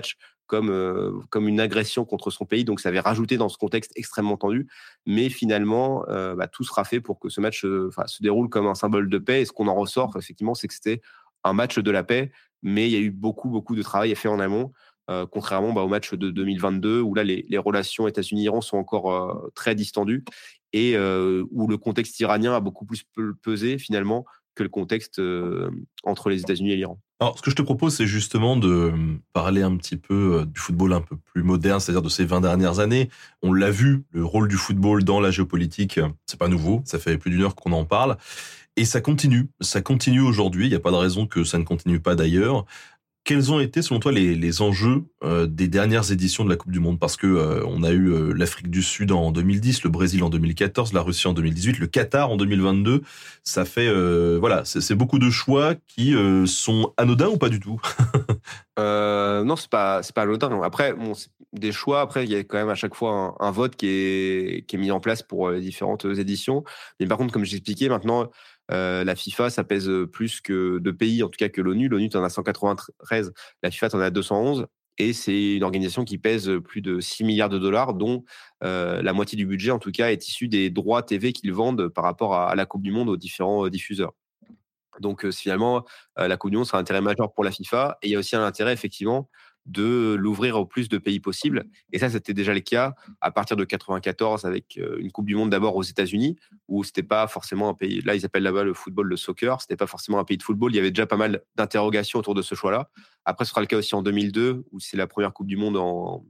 comme, euh, comme une agression contre son pays. Donc, ça avait rajouté dans ce contexte extrêmement tendu. Mais finalement, euh, bah, tout sera fait pour que ce match euh, se déroule comme un symbole de paix. Et ce qu'on en ressort, effectivement, c'est que c'était un match de la paix, mais il y a eu beaucoup, beaucoup de travail à faire en amont. Euh, contrairement bah, au match de deux mille vingt-deux, où là, les, les relations États-Unis-Iran sont encore euh, très distendues et euh, où le contexte iranien a beaucoup plus pesé, finalement, que le contexte euh, entre les États-Unis et l'Iran. Alors, ce que je te propose, c'est justement de parler un petit peu du football un peu plus moderne, c'est-à-dire de ces vingt dernières années. On l'a vu, le rôle du football dans la géopolitique, c'est pas nouveau, ça fait plus d'une heure qu'on en parle. Et ça continue, ça continue aujourd'hui, il n'y a pas de raison que ça ne continue pas d'ailleurs. Quels ont été, selon toi, les, les enjeux euh, des dernières éditions de la Coupe du Monde ? Parce que euh, on a eu euh, l'Afrique du Sud en deux mille dix, le Brésil en deux mille quatorze, la Russie en deux mille dix-huit, le Qatar en deux mille vingt-deux. Ça fait, euh, voilà, c'est, c'est beaucoup de choix qui euh, sont anodins ou pas du tout ? euh, Non, c'est pas, c'est pas anodin. Après, bon, c'est des choix. Après, il y a quand même à chaque fois un, un vote qui est, qui est mis en place pour les différentes éditions. Mais par contre, comme j'expliquais, maintenant. Euh, la FIFA, ça pèse plus que de pays, en tout cas que l'ONU. L'ONU, tu en as cent quatre-vingt-treize, la FIFA, tu en as deux cent onze. Et c'est une organisation qui pèse plus de six milliards de dollars, dont euh, la moitié du budget, en tout cas, est issue des droits T V qu'ils vendent par rapport à, à la Coupe du Monde aux différents euh, diffuseurs. Donc, euh, finalement, euh, la Coupe du Monde, c'est un intérêt majeur pour la FIFA. Et il y a aussi un intérêt, effectivement, de l'ouvrir au plus de pays possible. Et ça, c'était déjà le cas à partir de quatre-vingt-quatorze avec une Coupe du Monde d'abord aux États-Unis, où c'était pas forcément un pays. Là, ils appellent là-bas le football le soccer. C'était pas forcément un pays de football. Il y avait déjà pas mal d'interrogations autour de ce choix-là. Après, ce sera le cas aussi en deux mille deux, où c'est la première Coupe du Monde en,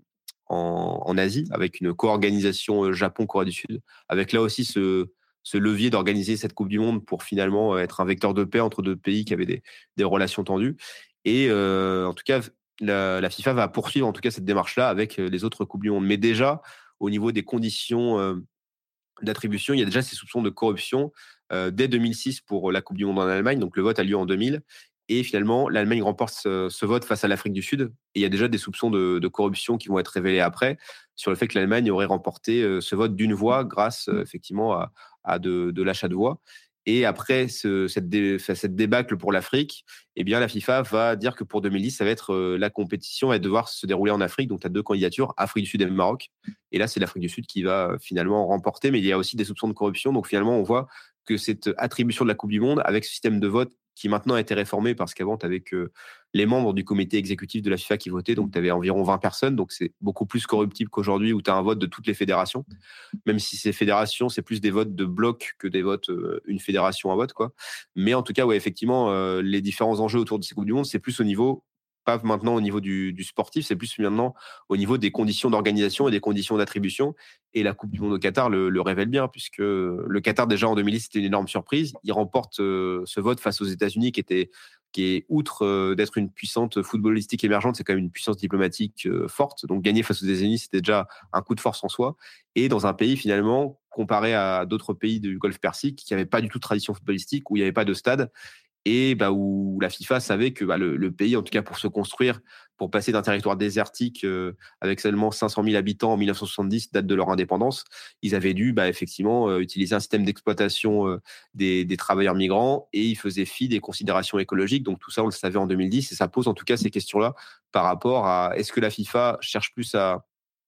en, en Asie, avec une co-organisation Japon-Corée du Sud, avec là aussi ce, ce levier d'organiser cette Coupe du Monde pour finalement être un vecteur de paix entre deux pays qui avaient des, des relations tendues. Et euh, en tout cas, La, la FIFA va poursuivre en tout cas cette démarche-là avec les autres Coupes du Monde. Mais déjà, au niveau des conditions euh, d'attribution, il y a déjà ces soupçons de corruption euh, dès deux mille six pour la Coupe du Monde en Allemagne. Donc le vote a lieu en deux mille. Et finalement, l'Allemagne remporte ce, ce vote face à l'Afrique du Sud. Et il y a déjà des soupçons de, de corruption qui vont être révélés après sur le fait que l'Allemagne aurait remporté euh, ce vote d'une voix grâce euh, effectivement à, à de, de l'achat de voix. Et après ce, cette, dé, cette débâcle pour l'Afrique, eh bien, la FIFA va dire que pour deux mille dix, ça va être euh, la compétition va devoir se dérouler en Afrique. Donc, tu as deux candidatures, Afrique du Sud et Maroc. Et là, c'est l'Afrique du Sud qui va euh, finalement remporter. Mais il y a aussi des soupçons de corruption. Donc, finalement, on voit que cette attribution de la Coupe du Monde, avec ce système de vote qui maintenant a été réformé, parce qu'avant, tu avais que les membres du comité exécutif de la FIFA qui votaient. Donc, tu avais environ vingt personnes. Donc, c'est beaucoup plus corruptible qu'aujourd'hui où tu as un vote de toutes les fédérations. Même si ces fédérations, c'est plus des votes de bloc que des votes, euh, une fédération, un vote, quoi. Mais en tout cas, ouais, effectivement, euh, les différents enjeux autour de ces Coupes du Monde, c'est plus au niveau, pas maintenant au niveau du, du sportif, c'est plus maintenant au niveau des conditions d'organisation et des conditions d'attribution. Et la Coupe du Monde au Qatar le, le révèle bien, puisque le Qatar, déjà en deux mille dix, c'était une énorme surprise. Il remporte euh, ce vote face aux États-Unis, qui était, qui est, outre euh, d'être une puissance footballistique émergente, c'est quand même une puissance diplomatique euh, forte. Donc gagner face aux États-Unis, c'était déjà un coup de force en soi. Et dans un pays, finalement, comparé à d'autres pays du Golfe Persique, qui n'avaient pas du tout de tradition footballistique, où il n'y avait pas de stade, et bah, où la FIFA savait que bah, le, le pays, en tout cas pour se construire, pour passer d'un territoire désertique euh, avec seulement cinq cent mille habitants en dix-neuf cent soixante-dix, date de leur indépendance, ils avaient dû bah, effectivement euh, utiliser un système d'exploitation euh, des, des travailleurs migrants, et ils faisaient fi des considérations écologiques. Donc tout ça, on le savait en deux mille dix, et ça pose en tout cas ces questions-là par rapport à est-ce que la FIFA cherche plus à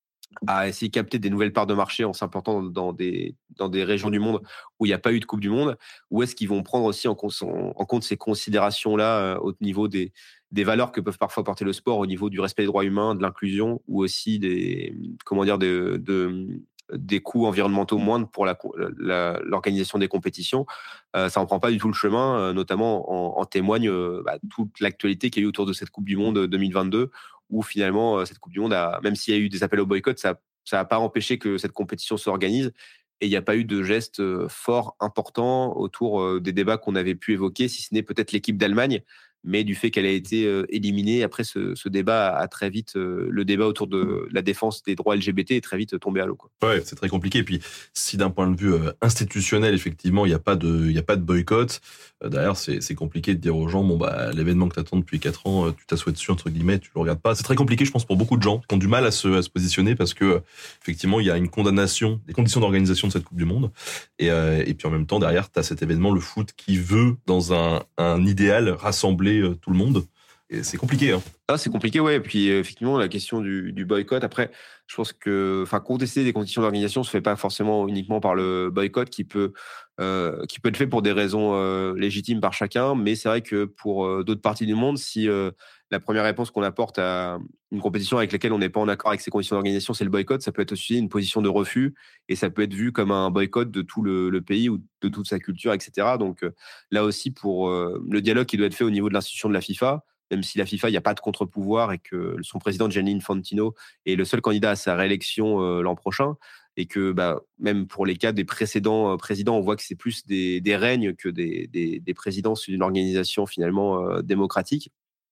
à essayer de capter des nouvelles parts de marché en s'implantant dans des, dans des régions du monde où il n'y a pas eu de Coupe du Monde, ou est-ce qu'ils vont prendre aussi en, en compte ces considérations-là euh, au niveau des, des valeurs que peuvent parfois porter le sport, au niveau du respect des droits humains, de l'inclusion, ou aussi des, comment dire, de, de, des coûts environnementaux moindres pour la, la, l'organisation des compétitions. Euh, ça n'en prend pas du tout le chemin, euh, notamment en, en témoigne euh, bah, toute l'actualité qu'il y a eu autour de cette Coupe du Monde deux mille vingt-deux, où finalement, cette Coupe du Monde, a, même s'il y a eu des appels au boycott, ça n'a pas empêché que cette compétition s'organise. Et il n'y a pas eu de gestes forts, importants autour des débats qu'on avait pu évoquer, si ce n'est peut-être l'équipe d'Allemagne, mais du fait qu'elle a été éliminée. Après, ce, ce débat a très vite, le débat autour de la défense des droits L G B T est très vite tombé à l'eau, quoi. Ouais, c'est très compliqué. Et puis, si d'un point de vue institutionnel, effectivement, il n'y a pas de, il y a pas de boycott, derrière, c'est, c'est compliqué de dire aux gens, bon, bah, l'événement que tu attends depuis quatre ans, tu t'assois dessus, entre guillemets, tu le regardes pas. C'est très compliqué, je pense, pour beaucoup de gens qui ont du mal à se, à se positionner parce que, effectivement, il y a une condamnation des conditions d'organisation de cette Coupe du Monde. Et, euh, et puis, en même temps, derrière, tu as cet événement, le foot, qui veut, dans un, un idéal, rassembler tout le monde. Et c'est compliqué. Hein. Ah, c'est compliqué, ouais. Et puis, euh, effectivement, la question du, du boycott. Après, je pense que, enfin, contester des conditions d'organisation se fait pas forcément uniquement par le boycott, qui peut, euh, qui peut être fait pour des raisons euh, légitimes par chacun. Mais c'est vrai que pour euh, d'autres parties du monde, si euh, la première réponse qu'on apporte à une compétition avec laquelle on n'est pas en accord avec ces conditions d'organisation, c'est le boycott, ça peut être aussi une position de refus et ça peut être vu comme un boycott de tout le, le pays ou de toute sa culture, et cetera. Donc euh, là aussi, pour euh, le dialogue qui doit être fait au niveau de l'institution de la FIFA, même si la FIFA, il n'y a pas de contre-pouvoir et que son président, Gianni Infantino, est le seul candidat à sa réélection euh, l'an prochain, et que bah, même pour les cas des précédents euh, présidents, on voit que c'est plus des, des règnes que des, des, des présidences d'une organisation finalement euh, démocratique.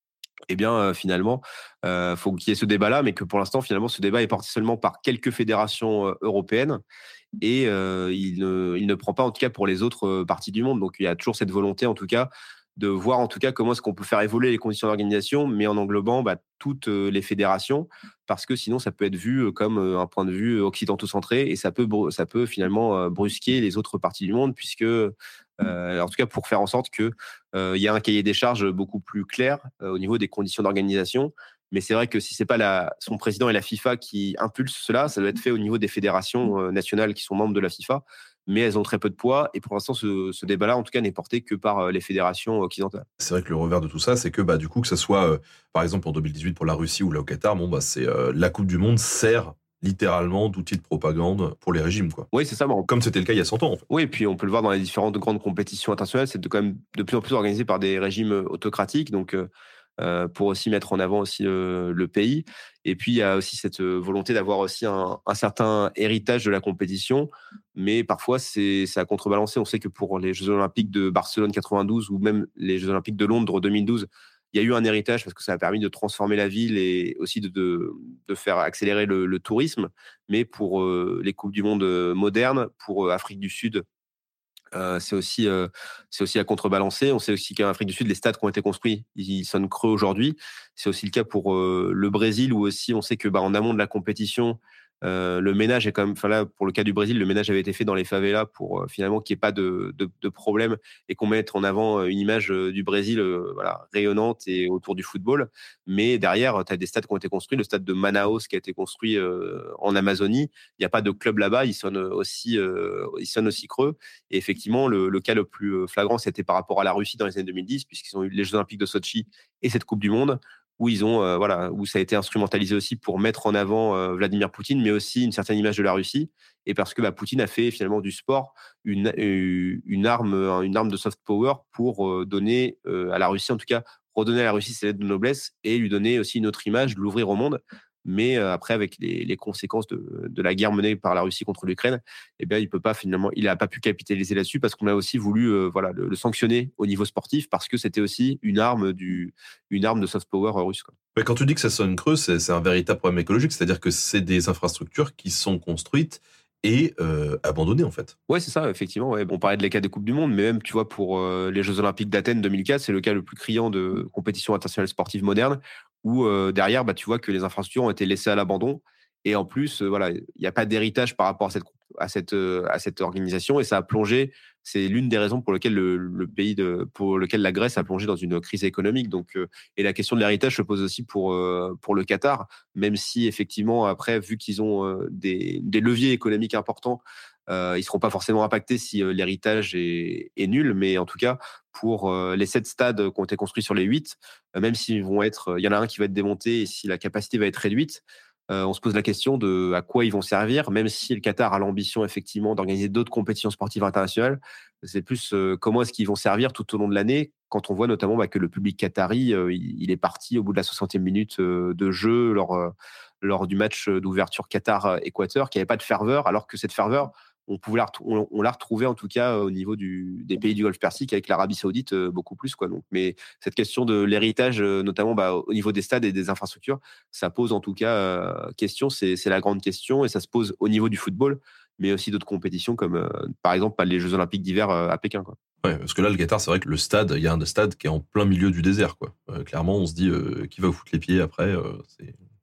Eh bien, euh, finalement, il euh, faut qu'il y ait ce débat-là, mais que pour l'instant, finalement, ce débat est porté seulement par quelques fédérations euh, européennes et euh, il, ne, il ne prend pas, en tout cas, pour les autres euh, parties du monde. Donc, il y a toujours cette volonté, en tout cas, de voir, en tout cas, comment est-ce qu'on peut faire évoluer les conditions d'organisation, mais en englobant bah, toutes euh, les fédérations, parce que sinon, ça peut être vu euh, comme euh, un point de vue occidentaux-centré et ça peut, ça peut finalement euh, brusquer les autres parties du monde, puisque... Euh, en tout cas, pour faire en sorte qu'il euh, y ait un cahier des charges beaucoup plus clair euh, au niveau des conditions d'organisation. Mais c'est vrai que si ce n'est pas la, son président et la FIFA qui impulsent cela, ça doit être fait au niveau des fédérations euh, nationales qui sont membres de la FIFA. Mais elles ont très peu de poids. Et pour l'instant, ce, ce débat-là, en tout cas, n'est porté que par euh, les fédérations occidentales. C'est vrai que le revers de tout ça, c'est que bah, du coup, que ce soit, euh, par exemple, en deux mille dix-huit pour la Russie ou là au Qatar, bon, bah, c'est, euh, la Coupe du Monde sert littéralement d'outil de propagande pour les régimes, quoi. Oui, c'est ça. Bon. Comme c'était le cas il y a cent ans, en fait. Oui, et puis on peut le voir dans les différentes grandes compétitions internationales, c'est de, quand même de plus en plus organisé par des régimes autocratiques, donc euh, pour aussi mettre en avant aussi euh, le pays. Et puis il y a aussi cette volonté d'avoir aussi un, un certain héritage de la compétition, mais parfois c'est, c'est à contrebalancer. On sait que pour les Jeux Olympiques de Barcelone quatre-vingt-douze ou même les Jeux Olympiques de Londres deux mille douze, il y a eu un héritage parce que ça a permis de transformer la ville et aussi de, de, de faire accélérer le, le tourisme. Mais pour euh, les Coupes du Monde modernes, pour euh, Afrique du Sud, euh, c'est, aussi, euh, c'est aussi à contrebalancer. On sait aussi qu'en Afrique du Sud, les stades qui ont été construits, ils sonnent creux aujourd'hui. C'est aussi le cas pour euh, le Brésil, où aussi on sait que bah, en amont de la compétition, Euh, le ménage est quand même, enfin là, pour le cas du Brésil, le ménage avait été fait dans les favelas pour euh, finalement qu'il n'y ait pas de, de, de problème et qu'on mette en avant une image euh, du Brésil euh, voilà, rayonnante et autour du football. Mais derrière, tu as des stades qui ont été construits. Le stade de Manaus qui a été construit euh, en Amazonie, il n'y a pas de club là-bas, il sonne aussi, euh, il sonne aussi creux. Et effectivement, le, le cas le plus flagrant, c'était par rapport à la Russie dans les années deux mille dix, puisqu'ils ont eu les Jeux Olympiques de Sochi et cette Coupe du Monde, où ils ont euh, voilà où ça a été instrumentalisé aussi pour mettre en avant euh, Vladimir Poutine, mais aussi une certaine image de la Russie, et parce que bah, Poutine a fait finalement du sport une une arme une arme de soft power pour euh, donner euh, à la Russie, en tout cas redonner à la Russie ses lettres de noblesse et lui donner aussi une autre image, de l'ouvrir au monde. Mais euh, après, avec les, les conséquences de, de la guerre menée par la Russie contre l'Ukraine, eh bien, il peut pas finalement, il a pas pu capitaliser là-dessus parce qu'on a aussi voulu, euh, voilà, le, le sanctionner au niveau sportif parce que c'était aussi une arme du, une arme de soft power russe, quoi. Mais quand tu dis que ça sonne creux, c'est, c'est un véritable problème écologique, c'est-à-dire que c'est des infrastructures qui sont construites et euh, abandonnées, en fait. Ouais, c'est ça, effectivement. Ouais. On parlait de les cas des Coupes du Monde, mais même, tu vois, pour euh, les Jeux Olympiques d'Athènes deux mille quatre, c'est le cas le plus criant de compétition internationale sportive moderne, où euh, derrière, bah, tu vois que les infrastructures ont été laissées à l'abandon. Et en plus, euh, voilà, il n'y a pas d'héritage par rapport à cette, à, cette, euh, à cette organisation. Et ça a plongé, c'est l'une des raisons pour lesquelles le, le pays de, pour lequel la Grèce a plongé dans une crise économique. Donc, euh, et la question de l'héritage se pose aussi pour, euh, pour le Qatar, même si effectivement, après, vu qu'ils ont euh, des, des leviers économiques importants, Euh, ils ne seront pas forcément impactés si euh, l'héritage est, est nul, mais en tout cas, pour euh, les sept stades qui ont été construits sur les huit, euh, même s'ils vont être, il y en a un qui va être démonté et si la capacité va être réduite, euh, on se pose la question de à quoi ils vont servir, même si le Qatar a l'ambition effectivement d'organiser d'autres compétitions sportives internationales. C'est plus euh, comment est-ce qu'ils vont servir tout au long de l'année, quand on voit notamment bah, que le public qatari, euh, il, il est parti au bout de la soixantième minute euh, de jeu lors, euh, lors du match d'ouverture Qatar-Équateur, qui n'avait pas de ferveur, alors que cette ferveur, on pouvait la on, on l'a retrouvée en tout cas au niveau du, des pays du Golfe Persique avec l'Arabie Saoudite euh, beaucoup plus, quoi. Donc, mais cette question de l'héritage, euh, notamment bah, au niveau des stades et des infrastructures, ça pose en tout cas euh, question. C'est, c'est la grande question et ça se pose au niveau du football, mais aussi d'autres compétitions comme euh, par exemple les Jeux Olympiques d'hiver euh, à Pékin, quoi. Ouais, parce que là, le Qatar, c'est vrai que le stade, il y a un stade qui est en plein milieu du désert, quoi. Euh, clairement, on se dit euh, qui va vous foutre les pieds après. Euh, c'est...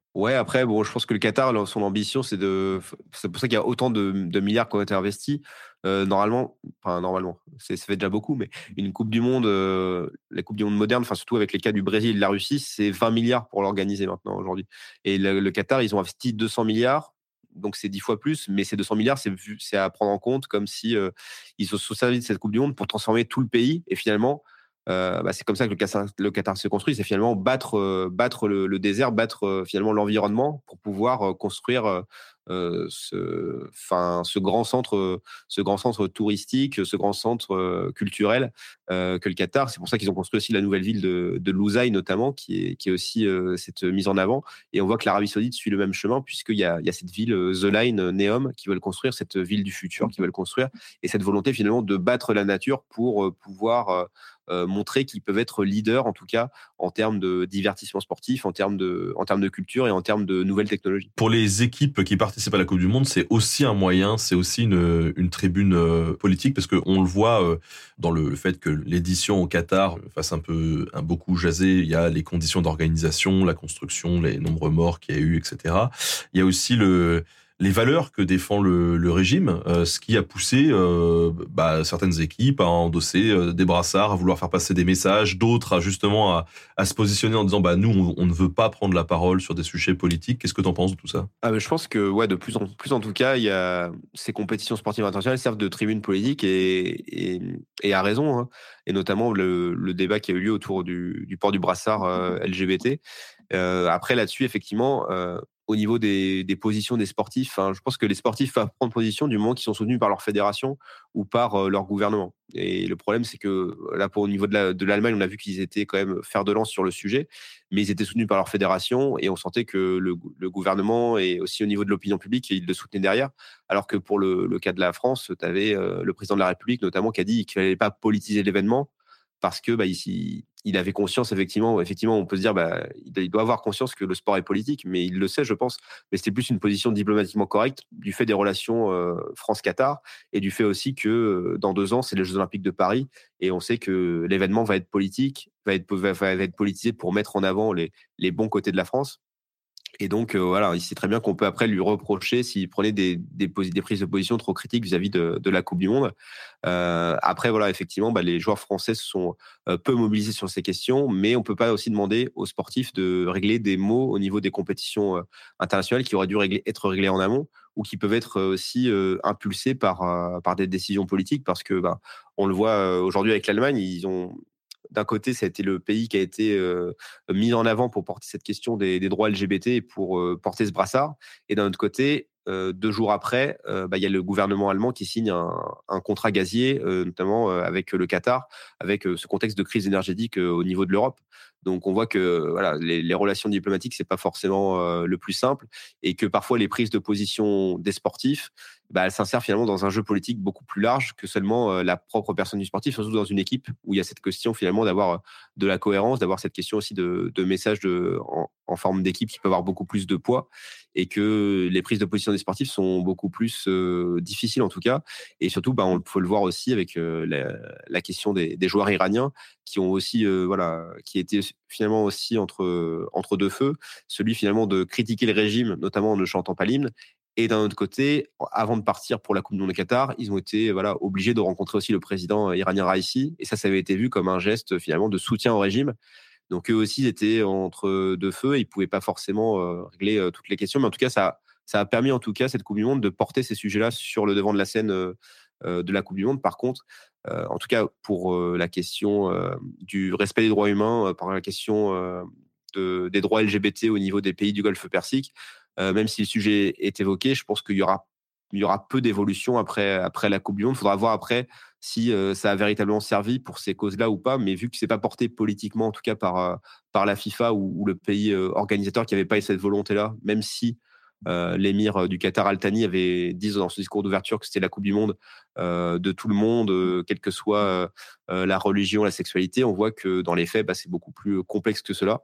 Ouais, après, bon, je pense que le Qatar, là, son ambition, c'est de. C'est pour ça qu'il y a autant de, de milliards qui ont été investis. Euh, normalement, enfin, normalement, c'est, ça fait déjà beaucoup, mais une Coupe du Monde, euh, la Coupe du Monde moderne, enfin, surtout avec les cas du Brésil et de la Russie, c'est vingt milliards pour l'organiser maintenant, aujourd'hui. Et le, le Qatar, ils ont investi deux cents milliards, donc c'est dix fois plus, mais ces deux cents milliards, c'est, vu, c'est à prendre en compte comme si euh, ils se sont servis de cette Coupe du Monde pour transformer tout le pays, et finalement, euh, bah, c'est comme ça que le Qatar, le Qatar se construit, c'est finalement battre, euh, battre le, le désert, battre euh, finalement l'environnement pour pouvoir euh, construire euh, euh, ce, enfin, ce grand centre, euh, ce grand centre touristique, ce grand centre euh, culturel euh, que le Qatar. C'est pour ça qu'ils ont construit aussi la nouvelle ville de, de Lusail notamment, qui est, qui est aussi euh, cette mise en avant. Et on voit que l'Arabie Saoudite suit le même chemin puisqu'il y a, il y a cette ville euh, The Line, euh, Neom, qui veulent construire, cette ville du futur qui veulent construire, et cette volonté finalement de battre la nature pour euh, pouvoir euh, euh, montrer qu'ils peuvent être leaders, en tout cas, en termes de divertissement sportif, en termes de, en termes de culture et en termes de nouvelles technologies. Pour les équipes qui participent à la Coupe du Monde, c'est aussi un moyen, c'est aussi une, une tribune euh, politique, parce qu'on le voit euh, dans le, le fait que l'édition au Qatar fasse un peu, un beaucoup jaser. Il y a les conditions d'organisation, la construction, les nombreux morts qu'il y a eu, et cetera. Il y a aussi le les valeurs que défend le, le régime, euh, ce qui a poussé euh, bah, certaines équipes à endosser euh, des brassards, à vouloir faire passer des messages, d'autres à justement à, à se positionner en disant bah nous on, on ne veut pas prendre la parole sur des sujets politiques. Qu'est-ce que tu en penses de tout ça? Ah, mais je pense que ouais, de plus en plus en tout cas, il y a ces compétitions sportives internationales servent de tribune politique et, et, et à raison, hein. Et notamment le, le débat qui a eu lieu autour du, du port du brassard euh, L G B T. Euh, après là-dessus, effectivement, euh, au niveau des, des positions des sportifs, hein, je pense que les sportifs peuvent prendre position du moment qu'ils sont soutenus par leur fédération ou par euh, leur gouvernement. Et le problème, c'est que là, pour au niveau de, la, de l'Allemagne, on a vu qu'ils étaient quand même fer de lance sur le sujet, mais ils étaient soutenus par leur fédération et on sentait que le, le gouvernement et aussi au niveau de l'opinion publique, ils le soutenaient derrière. Alors que pour le, le cas de la France, tu avais euh, le président de la République notamment qui a dit qu'il ne fallait pas politiser l'événement parce que bah, il, il avait conscience, effectivement, effectivement, on peut se dire, bah, il doit avoir conscience que le sport est politique, mais il le sait, je pense. Mais c'était plus une position diplomatiquement correcte du fait des relations euh, France-Qatar et du fait aussi que euh, dans deux ans, c'est les Jeux Olympiques de Paris et on sait que l'événement va être politique, va être, va, va être politisé pour mettre en avant les, les bons côtés de la France. Et donc, euh, voilà, il sait très bien qu'on peut après lui reprocher s'il prenait des, des, des prises de position trop critiques vis-à-vis de, de la Coupe du Monde. Euh, après, voilà, effectivement, bah, les joueurs français se sont euh, peu mobilisés sur ces questions, mais on ne peut pas aussi demander aux sportifs de régler des mots au niveau des compétitions euh, internationales qui auraient dû régler, être réglées en amont ou qui peuvent être aussi euh, impulsés par, euh, par des décisions politiques parce que, bah, on le voit euh, aujourd'hui avec l'Allemagne, ils ont... D'un côté, ça a été le pays qui a été euh, mis en avant pour porter cette question des, des droits L G B T et pour euh, porter ce brassard. Et d'un autre côté, euh, deux jours après, euh, bah, y a le gouvernement allemand qui signe un, un contrat gazier, euh, notamment euh, avec le Qatar, avec euh, ce contexte de crise énergétique euh, au niveau de l'Europe. Donc, on voit que voilà, les, les relations diplomatiques, c'est pas forcément euh, le plus simple et que parfois les prises de position des sportifs, bah, elles s'insèrent finalement dans un jeu politique beaucoup plus large que seulement euh, la propre personne du sportif, surtout dans une équipe où il y a cette question finalement d'avoir euh, de la cohérence, d'avoir cette question aussi de, de messages de, en, en forme d'équipe qui peut avoir beaucoup plus de poids et que les prises de position des sportifs sont beaucoup plus euh, difficiles en tout cas. Et surtout, bah, on peut le voir aussi avec euh, la, la question des, des joueurs iraniens qui ont aussi, euh, voilà, qui étaient finalement aussi entre, entre deux feux, celui finalement de critiquer le régime, notamment en ne chantant pas l'hymne. Et d'un autre côté, avant de partir pour la Coupe du Monde au Qatar, ils ont été voilà, obligés de rencontrer aussi le président iranien Raisi. Et ça, ça avait été vu comme un geste finalement de soutien au régime. Donc eux aussi, ils étaient entre deux feux et ils ne pouvaient pas forcément euh, régler euh, toutes les questions. Mais en tout cas, ça, ça a permis en tout cas cette Coupe du Monde de porter ces sujets-là sur le devant de la scène euh, euh, de la Coupe du Monde. Par contre, euh, en tout cas pour euh, la question euh, du respect des droits humains, euh, par la question euh, de, des droits L G B T au niveau des pays du Golfe Persique, Euh, même si le sujet est évoqué, je pense qu'il y aura, il y aura peu d'évolution après, après la Coupe du Monde. Il faudra voir après si euh, ça a véritablement servi pour ces causes-là ou pas. Mais vu que ce n'est pas porté politiquement, en tout cas par, euh, par la FIFA ou, ou le pays euh, organisateur qui n'avait pas eu cette volonté-là, même si euh, l'émir du Qatar Al Thani avait dit dans son discours d'ouverture que c'était la Coupe du Monde euh, de tout le monde, euh, quelle que soit euh, la religion, la sexualité, on voit que dans les faits, bah, c'est beaucoup plus complexe que cela.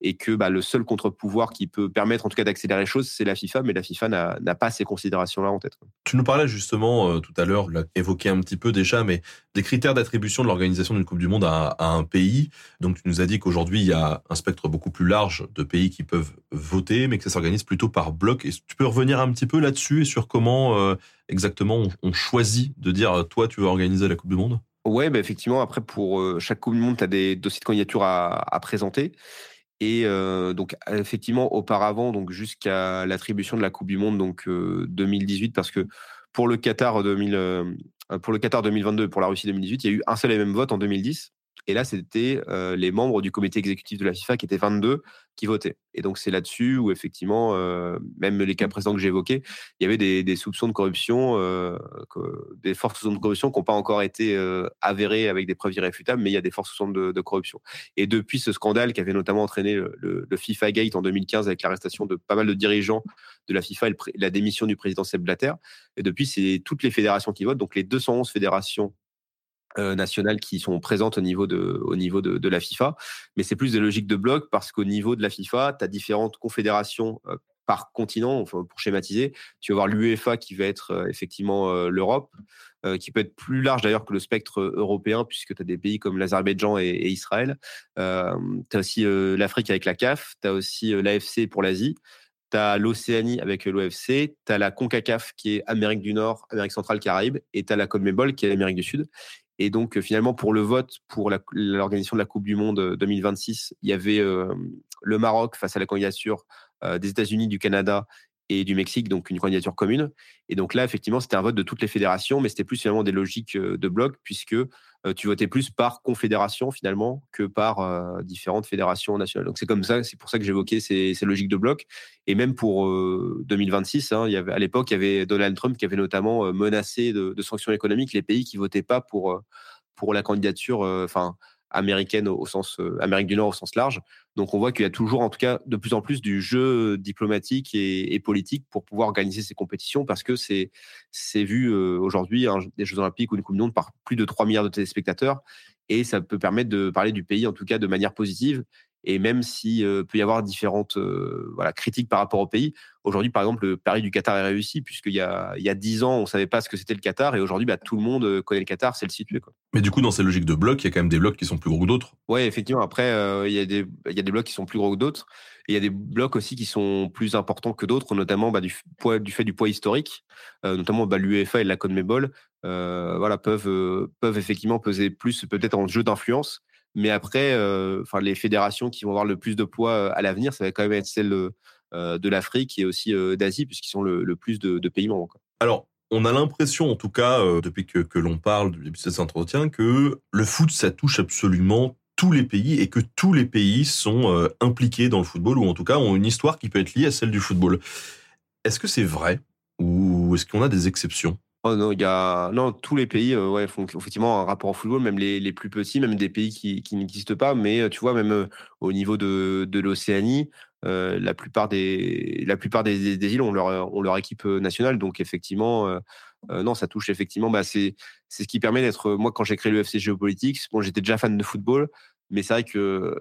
et que bah, le seul contre-pouvoir qui peut permettre en tout cas d'accélérer les choses, c'est la FIFA, mais la FIFA n'a, n'a pas ces considérations-là en tête. Tu nous parlais justement euh, tout à l'heure, l'a évoqué un petit peu déjà, mais des critères d'attribution de l'organisation d'une Coupe du Monde à, à un pays. Donc tu nous as dit qu'aujourd'hui il y a un spectre beaucoup plus large de pays qui peuvent voter, mais que ça s'organise plutôt par bloc. Et tu peux revenir un petit peu là-dessus et sur comment euh, exactement on, on choisit de dire toi tu veux organiser la Coupe du Monde? Ouais, bah effectivement, après, pour euh, chaque Coupe du Monde, tu as des dossiers de candidature à, à présenter. Et euh, donc, effectivement, auparavant, donc jusqu'à l'attribution de la Coupe du Monde, donc euh, deux mille dix-huit, parce que pour le Qatar deux mille, euh, pour le Qatar deux mille vingt-deux et pour la Russie deux mille dix-huit, il y a eu un seul et même vote en deux mille dix. Et là, c'était euh, les membres du comité exécutif de la FIFA, qui étaient vingt-deux, qui votaient. Et donc, c'est là-dessus où, effectivement, euh, même les cas précédents que j'ai évoqués, il y avait des, des soupçons de corruption, euh, que, des fortes soupçons de corruption qui n'ont pas encore été euh, avérés avec des preuves irréfutables, mais il y a des fortes soupçons de, de corruption. Et depuis ce scandale qui avait notamment entraîné le, le, le FIFA Gate en deux mille quinze avec l'arrestation de pas mal de dirigeants de la FIFA et le, la démission du président Sepp Blatter, et depuis, c'est toutes les fédérations qui votent, donc les deux cent onze fédérations Euh, nationales qui sont présentes au niveau de, au niveau de, de la FIFA. Mais c'est plus des logiques de bloc parce qu'au niveau de la FIFA, tu as différentes confédérations euh, par continent, enfin, pour schématiser. Tu vas avoir l'UEFA qui va être euh, effectivement euh, l'Europe, euh, qui peut être plus large d'ailleurs que le spectre européen puisque tu as des pays comme l'Azerbaïdjan et, et Israël. Euh, tu as aussi euh, l'Afrique avec la C A F, tu as aussi euh, l'A F C pour l'Asie. Tu as l'Océanie avec l'O F C, tu as la CONCACAF qui est Amérique du Nord, Amérique centrale, Caraïbes, et tu as la CONMEBOL qui est l'Amérique du Sud. Et donc, finalement, pour le vote pour la, l'organisation de la Coupe du Monde deux mille vingt-six, il y avait euh, le Maroc face à la candidature euh, des États-Unis, du Canada et du Mexique, donc une candidature commune. Et donc là, effectivement, c'était un vote de toutes les fédérations, mais c'était plus finalement des logiques de bloc, puisque euh, tu votais plus par confédération, finalement, que par euh, différentes fédérations nationales. Donc c'est comme ça, c'est pour ça que j'évoquais ces, ces logiques de bloc. Et même pour euh, deux mille vingt-six, hein, il y avait, à l'époque, il y avait Donald Trump qui avait notamment euh, menacé de, de sanctions économiques les pays qui votaient pas pour, euh, pour la candidature, enfin, euh, américaine au, au sens euh, Amérique du Nord au sens large. Donc on voit qu'il y a toujours, en tout cas, de plus en plus du jeu diplomatique et, et politique pour pouvoir organiser ces compétitions parce que c'est c'est vu euh, aujourd'hui hein, des Jeux Olympiques ou une Coupe du Monde par plus de trois milliards de téléspectateurs et ça peut permettre de parler du pays en tout cas de manière positive. Et même s'il euh, peut y avoir différentes euh, voilà, critiques par rapport au pays, aujourd'hui, par exemple, le pari du Qatar est réussi, puisqu'il y a, il y a dix ans, on ne savait pas ce que c'était le Qatar, et aujourd'hui, bah, tout le monde connaît le Qatar, c'est le situé. Quoi. Mais du coup, dans ces logiques de blocs, il y a quand même des blocs qui sont plus gros que d'autres. Oui, effectivement. Après, euh, il y a des, il y a des blocs qui sont plus gros que d'autres, et il y a des blocs aussi qui sont plus importants que d'autres, notamment bah, du, poids, du fait du poids historique, euh, notamment bah, l'UEFA et la CONMEBOL, euh, voilà, peuvent, euh, peuvent effectivement peser plus peut-être en jeu d'influence. Mais après, euh, enfin, les fédérations qui vont avoir le plus de poids à l'avenir, ça va quand même être celles euh, de l'Afrique et aussi euh, d'Asie, puisqu'ils sont le, le plus de, de pays membres. Quoi. Alors, on a l'impression, en tout cas, euh, depuis que, que l'on parle depuis cet entretien, que le foot, ça touche absolument tous les pays et que tous les pays sont euh, impliqués dans le football ou en tout cas ont une histoire qui peut être liée à celle du football. Est-ce que c'est vrai ou est-ce qu'on a des exceptions ? Oh non, il y a non tous les pays euh, ouais font effectivement un rapport au football, même les, les plus petits, même des pays qui, qui n'existent pas. Mais tu vois, même euh, au niveau de, de l'Océanie, euh, la plupart des la plupart des, des îles ont leur ont leur équipe nationale. Donc effectivement, euh, euh, non, ça touche effectivement. Bah c'est c'est ce qui permet d'être. Moi, quand j'ai créé le F C Géopolitics, bon, j'étais déjà fan de football, mais c'est vrai que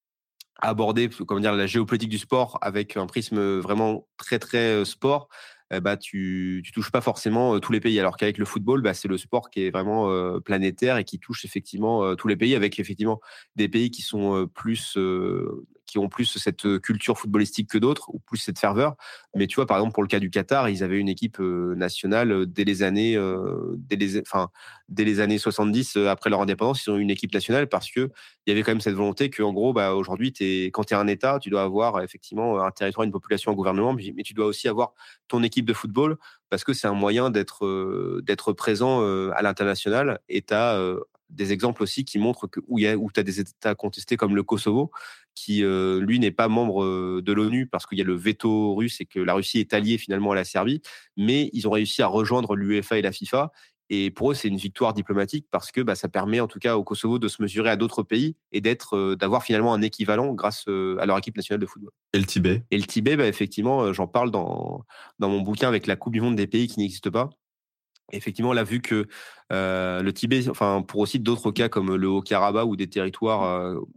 aborder comment dire la géopolitique du sport avec un prisme vraiment très très sport. Bah, tu tu touches pas forcément euh, tous les pays. Alors qu'avec le football, bah, c'est le sport qui est vraiment euh, planétaire et qui touche effectivement euh, tous les pays, avec effectivement des pays qui sont euh, plus euh, qui ont plus cette culture footballistique que d'autres, ou plus cette ferveur. Mais tu vois, par exemple, pour le cas du Qatar, ils avaient une équipe euh, nationale dès les années, euh, dès les, enfin, dès les années soixante-dix, euh, après leur indépendance, ils ont eu une équipe nationale parce que il y avait quand même cette volonté qu'en gros, bah, aujourd'hui, t'es, quand tu es un État, tu dois avoir effectivement un territoire, une population, un gouvernement, mais tu dois aussi avoir ton équipe de football parce que c'est un moyen d'être, euh, d'être présent euh, à l'international. Et tu as euh, des exemples aussi qui montrent que, où, où tu as des États contestés comme le Kosovo, qui, euh, lui, n'est pas membre euh, de l'ONU parce qu'il y a le veto russe et que la Russie est alliée finalement à la Serbie, mais ils ont réussi à rejoindre l'UEFA et la FIFA. Et pour eux, c'est une victoire diplomatique parce que bah, ça permet en tout cas au Kosovo de se mesurer à d'autres pays et d'être, euh, d'avoir finalement un équivalent grâce euh, à leur équipe nationale de football. Et le Tibet ? Et le Tibet, bah, effectivement, euh, j'en parle dans, dans mon bouquin avec la Coupe du Monde des pays qui n'existent pas. Et effectivement, on a vu que euh, le Tibet, enfin pour aussi d'autres cas comme le Haut-Karabakh ou des territoires euh,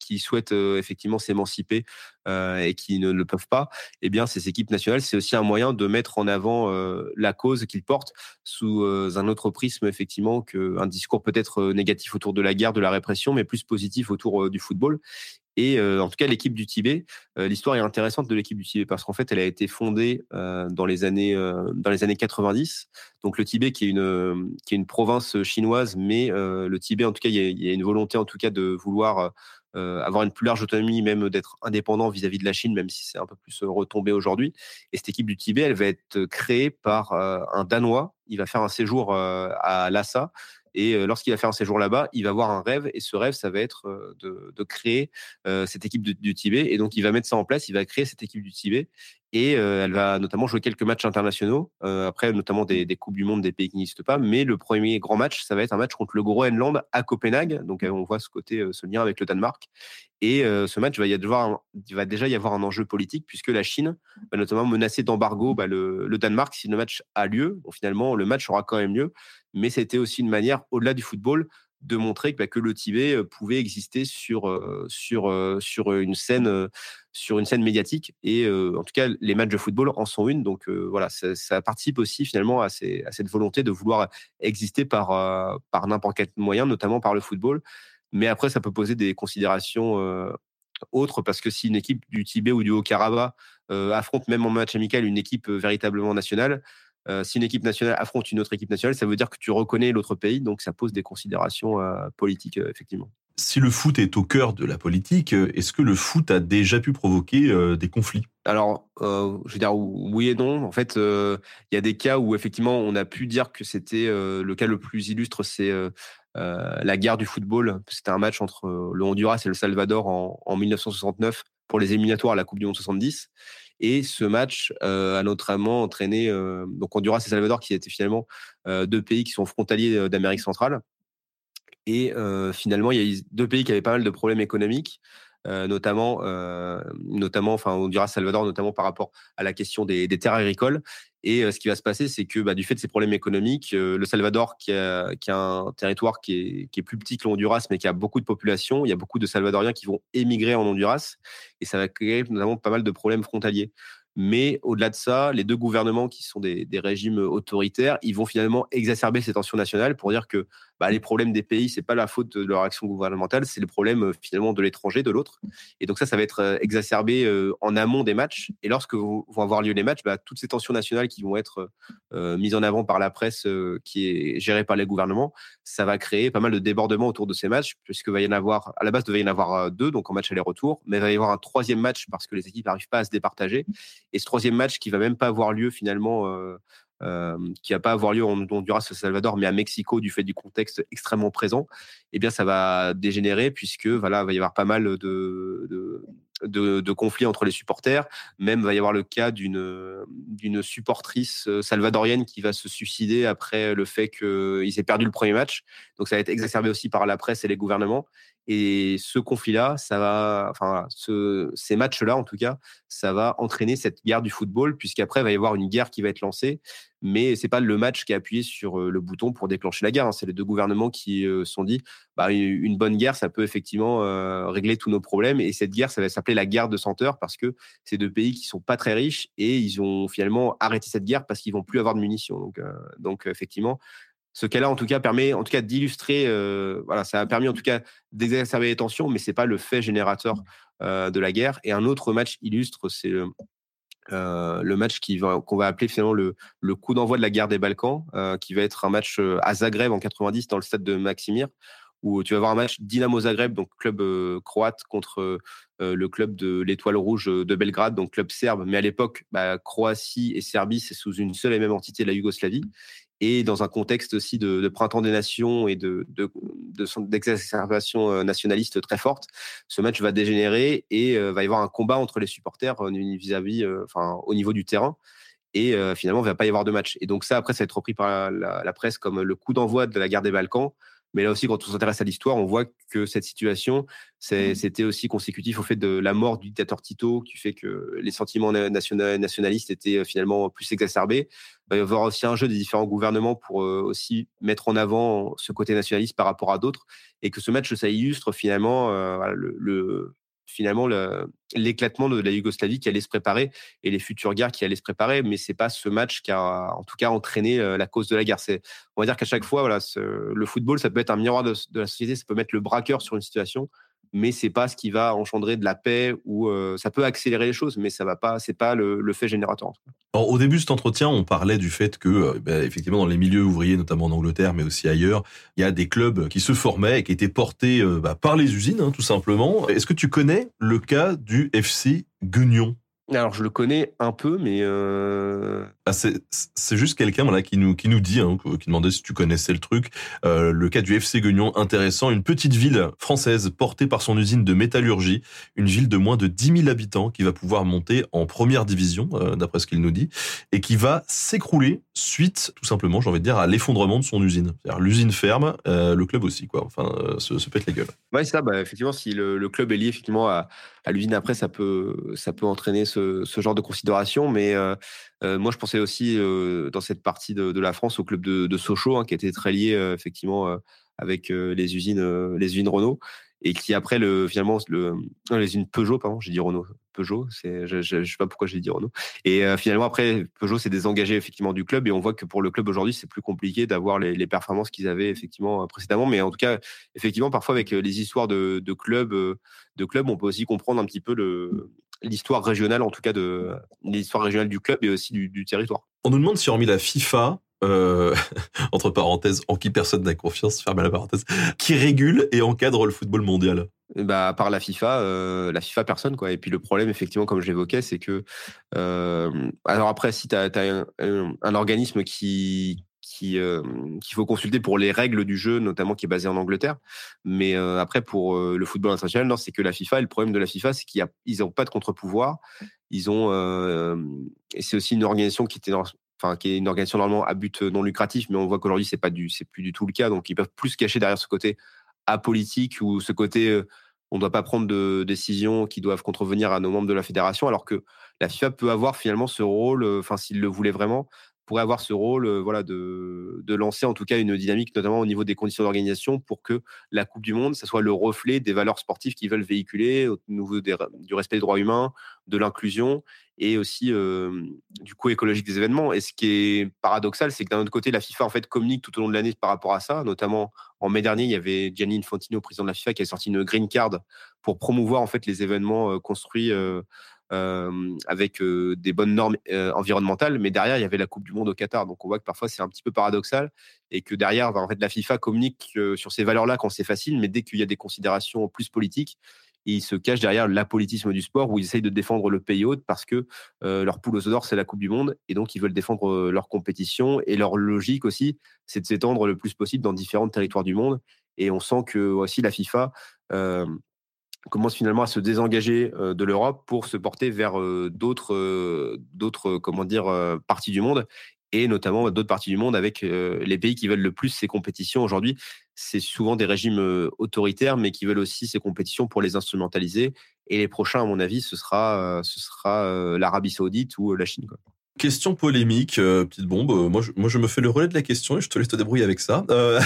qui souhaitent euh, effectivement s'émanciper euh, et qui ne le peuvent pas, eh bien ces équipes nationales, c'est aussi un moyen de mettre en avant euh, la cause qu'ils portent sous euh, un autre prisme effectivement qu'un discours peut-être euh, négatif autour de la guerre, de la répression, mais plus positif autour euh, du football. Et euh, en tout cas, l'équipe du Tibet, euh, l'histoire est intéressante de l'équipe du Tibet parce qu'en fait, elle a été fondée euh, dans les années euh, dans les années quatre-vingt-dix. Donc le Tibet, qui est une qui est une province chinoise, mais euh, le Tibet, en tout cas, il y a, il y a une volonté, en tout cas, de vouloir euh, avoir une plus large autonomie, même d'être indépendant vis-à-vis de la Chine, même si c'est un peu plus retombé aujourd'hui. Et cette équipe du Tibet, elle va être créée par euh, un Danois. Il va faire un séjour euh, à Lhasa. Et euh, lorsqu'il va faire un séjour là-bas, il va avoir un rêve. Et ce rêve, ça va être euh, de, de créer euh, cette équipe du, du Tibet. Et donc, il va mettre ça en place. Il va créer cette équipe du Tibet. Et euh, elle va notamment jouer quelques matchs internationaux. Euh, après, notamment des, des Coupes du Monde des pays qui n'existent pas. Mais le premier grand match, ça va être un match contre le Groenland à Copenhague. Donc, euh, on voit ce côté, euh, ce lien avec le Danemark. Et euh, ce match, va y avoir un, il va déjà y avoir un enjeu politique puisque la Chine va notamment menacer d'embargo bah, le, le Danemark si le match a lieu. Bon, finalement, le match aura quand même lieu. Mais c'était aussi une manière, au-delà du football, de montrer que, bah, que le Tibet euh, pouvait exister sur, euh, sur, euh, sur, une scène, euh, sur une scène médiatique. Et euh, en tout cas, les matchs de football en sont une. Donc euh, voilà, ça, ça participe aussi finalement à, ces, à cette volonté de vouloir exister par, euh, par n'importe quel moyen, notamment par le football. Mais après, ça peut poser des considérations euh, autres, parce que si une équipe du Tibet ou du Haut-Karabakh euh, affronte même en match amical une équipe euh, véritablement nationale, Euh, si une équipe nationale affronte une autre équipe nationale, ça veut dire que tu reconnais l'autre pays, donc ça pose des considérations euh, politiques, euh, effectivement. Si le foot est au cœur de la politique, est-ce que le foot a déjà pu provoquer euh, des conflits ? Alors, euh, je veux dire oui et non. En fait, il euh, y a des cas où effectivement on a pu dire que c'était euh, le cas le plus illustre, c'est euh, euh, la guerre du football. C'était un match entre le Honduras et le Salvador en, en mille neuf cent soixante-neuf pour les éliminatoires à la Coupe du Monde soixante-dix. Et ce match euh, a notamment entraîné euh, donc Honduras et Salvador, qui étaient finalement euh, deux pays qui sont frontaliers d'Amérique centrale. Et euh, finalement, il y a eu deux pays qui avaient pas mal de problèmes économiques, euh, notamment, euh, notamment, enfin, Honduras, Salvador, notamment par rapport à la question des, des terres agricoles. Et euh, ce qui va se passer, c'est que bah, du fait de ces problèmes économiques, euh, le Salvador, qui a, qui a un territoire qui est, qui est plus petit que le Honduras, mais qui a beaucoup de population, il y a beaucoup de Salvadoriens qui vont émigrer en Honduras, et ça va créer notamment pas mal de problèmes frontaliers. Mais au-delà de ça, les deux gouvernements qui sont des, des régimes autoritaires, ils vont finalement exacerber ces tensions nationales pour dire que bah, les problèmes des pays, c'est pas la faute de leur action gouvernementale, c'est le problème finalement de l'étranger, de l'autre. Et donc ça, ça va être exacerbé euh, en amont des matchs. Et lorsque vont avoir lieu les matchs, bah, toutes ces tensions nationales qui vont être euh, mises en avant par la presse euh, qui est gérée par les gouvernements, ça va créer pas mal de débordements autour de ces matchs, puisque va y en avoir, à la base, il devait y en avoir deux, donc en match aller-retour, mais il va y avoir un troisième match parce que les équipes n'arrivent pas à se départager. Et ce troisième match qui va même pas avoir lieu finalement, euh, euh, qui va pas avoir lieu en Honduras, au Salvador, mais à Mexico, du fait du contexte extrêmement présent, eh bien ça va dégénérer puisque voilà, va y avoir pas mal de, de, de, de conflits entre les supporters. Même va y avoir le cas d'une, d'une supportrice salvadorienne qui va se suicider après le fait qu'ils aient perdu le premier match. Donc ça va être exacerbé aussi par la presse et les gouvernements. Et ce conflit-là, ça va, enfin, ce, ces matchs-là, en tout cas, ça va entraîner cette guerre du football, puisqu'après, il va y avoir une guerre qui va être lancée. Mais c'est pas le match qui a appuyé sur le bouton pour déclencher la guerre. Hein. C'est les deux gouvernements qui se sont dit, bah, une bonne guerre, ça peut effectivement euh, régler tous nos problèmes. Et cette guerre, ça va s'appeler la guerre de cent heures, parce que c'est deux pays qui sont pas très riches et ils ont finalement arrêté cette guerre parce qu'ils vont plus avoir de munitions. Donc, euh, donc effectivement. Ce cas-là, en tout cas, permet, en tout cas, d'illustrer. Euh, voilà, ça a permis, en tout cas, d'exacerber les tensions, mais c'est pas le fait générateur euh, de la guerre. Et un autre match illustre, c'est le, euh, le match qui va, qu'on va appeler finalement le, le coup d'envoi de la guerre des Balkans, euh, qui va être un match à Zagreb en quatre-vingt-dix dans le stade de Maksimir, où tu vas avoir un match Dinamo Zagreb, donc club euh, croate, contre euh, le club de l'Étoile Rouge de Belgrade, donc club serbe. Mais à l'époque, bah, Croatie et Serbie, c'est sous une seule et même entité de la Yougoslavie. Et dans un contexte aussi de, de printemps des nations et de, de, de, d'exacerbation nationaliste très forte, ce match va dégénérer et euh, va y avoir un combat entre les supporters euh, vis-à-vis, euh, enfin, au niveau du terrain. Et euh, finalement, il ne va pas y avoir de match. Et donc ça, après, ça va être repris par la, la, la presse comme le coup d'envoi de la guerre des Balkans, Mais là aussi, quand on s'intéresse à l'histoire, on voit que cette situation, c'est, c'était aussi consécutif au fait de la mort du dictateur Tito, qui fait que les sentiments national, nationalistes étaient finalement plus exacerbés. Il va y avoir aussi un jeu des différents gouvernements pour euh, aussi mettre en avant ce côté nationaliste par rapport à d'autres, et que ce match, ça illustre finalement euh, voilà, le, le finalement le, l'éclatement de la Yougoslavie qui allait se préparer et les futures guerres qui allaient se préparer, mais c'est pas ce match qui a en tout cas entraîné euh, la cause de la guerre. C'est, on va dire qu'à chaque fois, voilà, ce, le football, ça peut être un miroir de, de la société, ça peut mettre le braqueur sur une situation, mais c'est pas ce qui va engendrer de la paix, ou euh, ça peut accélérer les choses, mais ça va pas, c'est pas le, le fait générateur. Alors, au début de cet entretien, on parlait du fait que, euh, bah, effectivement, dans les milieux ouvriers, notamment en Angleterre, mais aussi ailleurs, il y a des clubs qui se formaient et qui étaient portés euh, bah, par les usines, hein, tout simplement. Est-ce que tu connais le cas du F C Guignon ? Alors, je le connais un peu, mais... Euh... Ah, c'est, c'est juste quelqu'un voilà, qui, nous, qui nous dit, hein, qui demandait si tu connaissais le truc, euh, le cas du F C Guignon, intéressant, une petite ville française portée par son usine de métallurgie, une ville de moins de dix mille habitants qui va pouvoir monter en première division, euh, d'après ce qu'il nous dit, et qui va s'écrouler suite, tout simplement, j'ai envie de dire, à l'effondrement de son usine. C'est-à-dire l'usine ferme, euh, le club aussi, quoi. Enfin, euh, se, se pète les gueules. Ouais, c'est ça. Bah, effectivement, si le, le club est lié effectivement à, à l'usine après, ça peut, ça peut entraîner ce, ce genre de considération. Mais euh, euh, moi, je pensais aussi euh, dans cette partie de, de la France au club de, de Sochaux, hein, qui était très lié euh, effectivement euh, avec euh, les usines, euh, les usines Renault, et qui après le finalement le non, les usines Peugeot, pardon, j'ai dit Renault, Peugeot, c'est je, je, je sais pas pourquoi j'ai dit Renault. Et euh, finalement après Peugeot s'est désengagé effectivement du club, et on voit que pour le club aujourd'hui c'est plus compliqué d'avoir les, les performances qu'ils avaient effectivement précédemment. Mais en tout cas effectivement parfois avec les histoires de, de clubs, de clubs, on peut aussi comprendre un petit peu le l'histoire régionale, en tout cas de l'histoire régionale du club et aussi du, du territoire. On nous demande si hormis la FIFA, euh, entre parenthèses, en qui personne n'a confiance, fermez la parenthèse, qui régule et encadre le football mondial. Bah, à part la FIFA, euh, la FIFA, personne, quoi. Et puis le problème, effectivement, comme j'évoquais, c'est que... Euh, alors après, si tu as un, un, un organisme qui... Qui, euh, qu'il faut consulter pour les règles du jeu, notamment qui est basé en Angleterre. Mais euh, après, pour euh, le football international, non, c'est que la FIFA. Et le problème de la FIFA, c'est qu'ils n'ont pas de contre-pouvoir. Ils ont, euh, et c'est aussi une organisation qui était dans, enfin, qui est une organisation normalement à but non lucratif, mais on voit qu'aujourd'hui c'est pas du, c'est plus du tout le cas. Donc ils peuvent plus se cacher derrière ce côté apolitique ou ce côté, euh, on ne doit pas prendre de décisions qui doivent contrevenir à nos membres de la fédération, alors que la FIFA peut avoir finalement ce rôle, enfin, s'il le voulait vraiment, pourrait avoir ce rôle euh, voilà, de, de lancer en tout cas une dynamique, notamment au niveau des conditions d'organisation, pour que la Coupe du Monde, ça soit le reflet des valeurs sportives qu'ils veulent véhiculer, au niveau des, du respect des droits humains, de l'inclusion et aussi euh, du coût écologique des événements. Et ce qui est paradoxal, c'est que d'un autre côté, la FIFA en fait communique tout au long de l'année par rapport à ça. Notamment en mai dernier, il y avait Gianni Infantino, président de la FIFA, qui a sorti une green card pour promouvoir en fait les événements euh, construits euh, Euh, avec euh, des bonnes normes euh, environnementales, mais derrière il y avait la Coupe du Monde au Qatar, donc on voit que parfois c'est un petit peu paradoxal et que derrière en fait la FIFA communique euh, sur ces valeurs-là quand c'est facile, mais dès qu'il y a des considérations plus politiques, ils se cachent derrière l'apolitisme du sport où ils essayent de défendre le pays hôte parce que euh, leur poule aux œufs d'or c'est la Coupe du Monde et donc ils veulent défendre euh, leur compétition, et leur logique aussi c'est de s'étendre le plus possible dans différents territoires du monde. Et on sent que aussi la FIFA euh, commence finalement à se désengager euh, de l'Europe pour se porter vers euh, d'autres, euh, d'autres, comment dire, euh, parties du monde, et notamment d'autres parties du monde avec euh, les pays qui veulent le plus ces compétitions aujourd'hui. C'est souvent des régimes euh, autoritaires, mais qui veulent aussi ces compétitions pour les instrumentaliser. Et les prochains, à mon avis, ce sera, euh, ce sera euh, l'Arabie Saoudite ou euh, la Chine, quoi. Question polémique, euh, petite bombe. Moi je, moi, je me fais le relais de la question et je te laisse te débrouiller avec ça. Euh...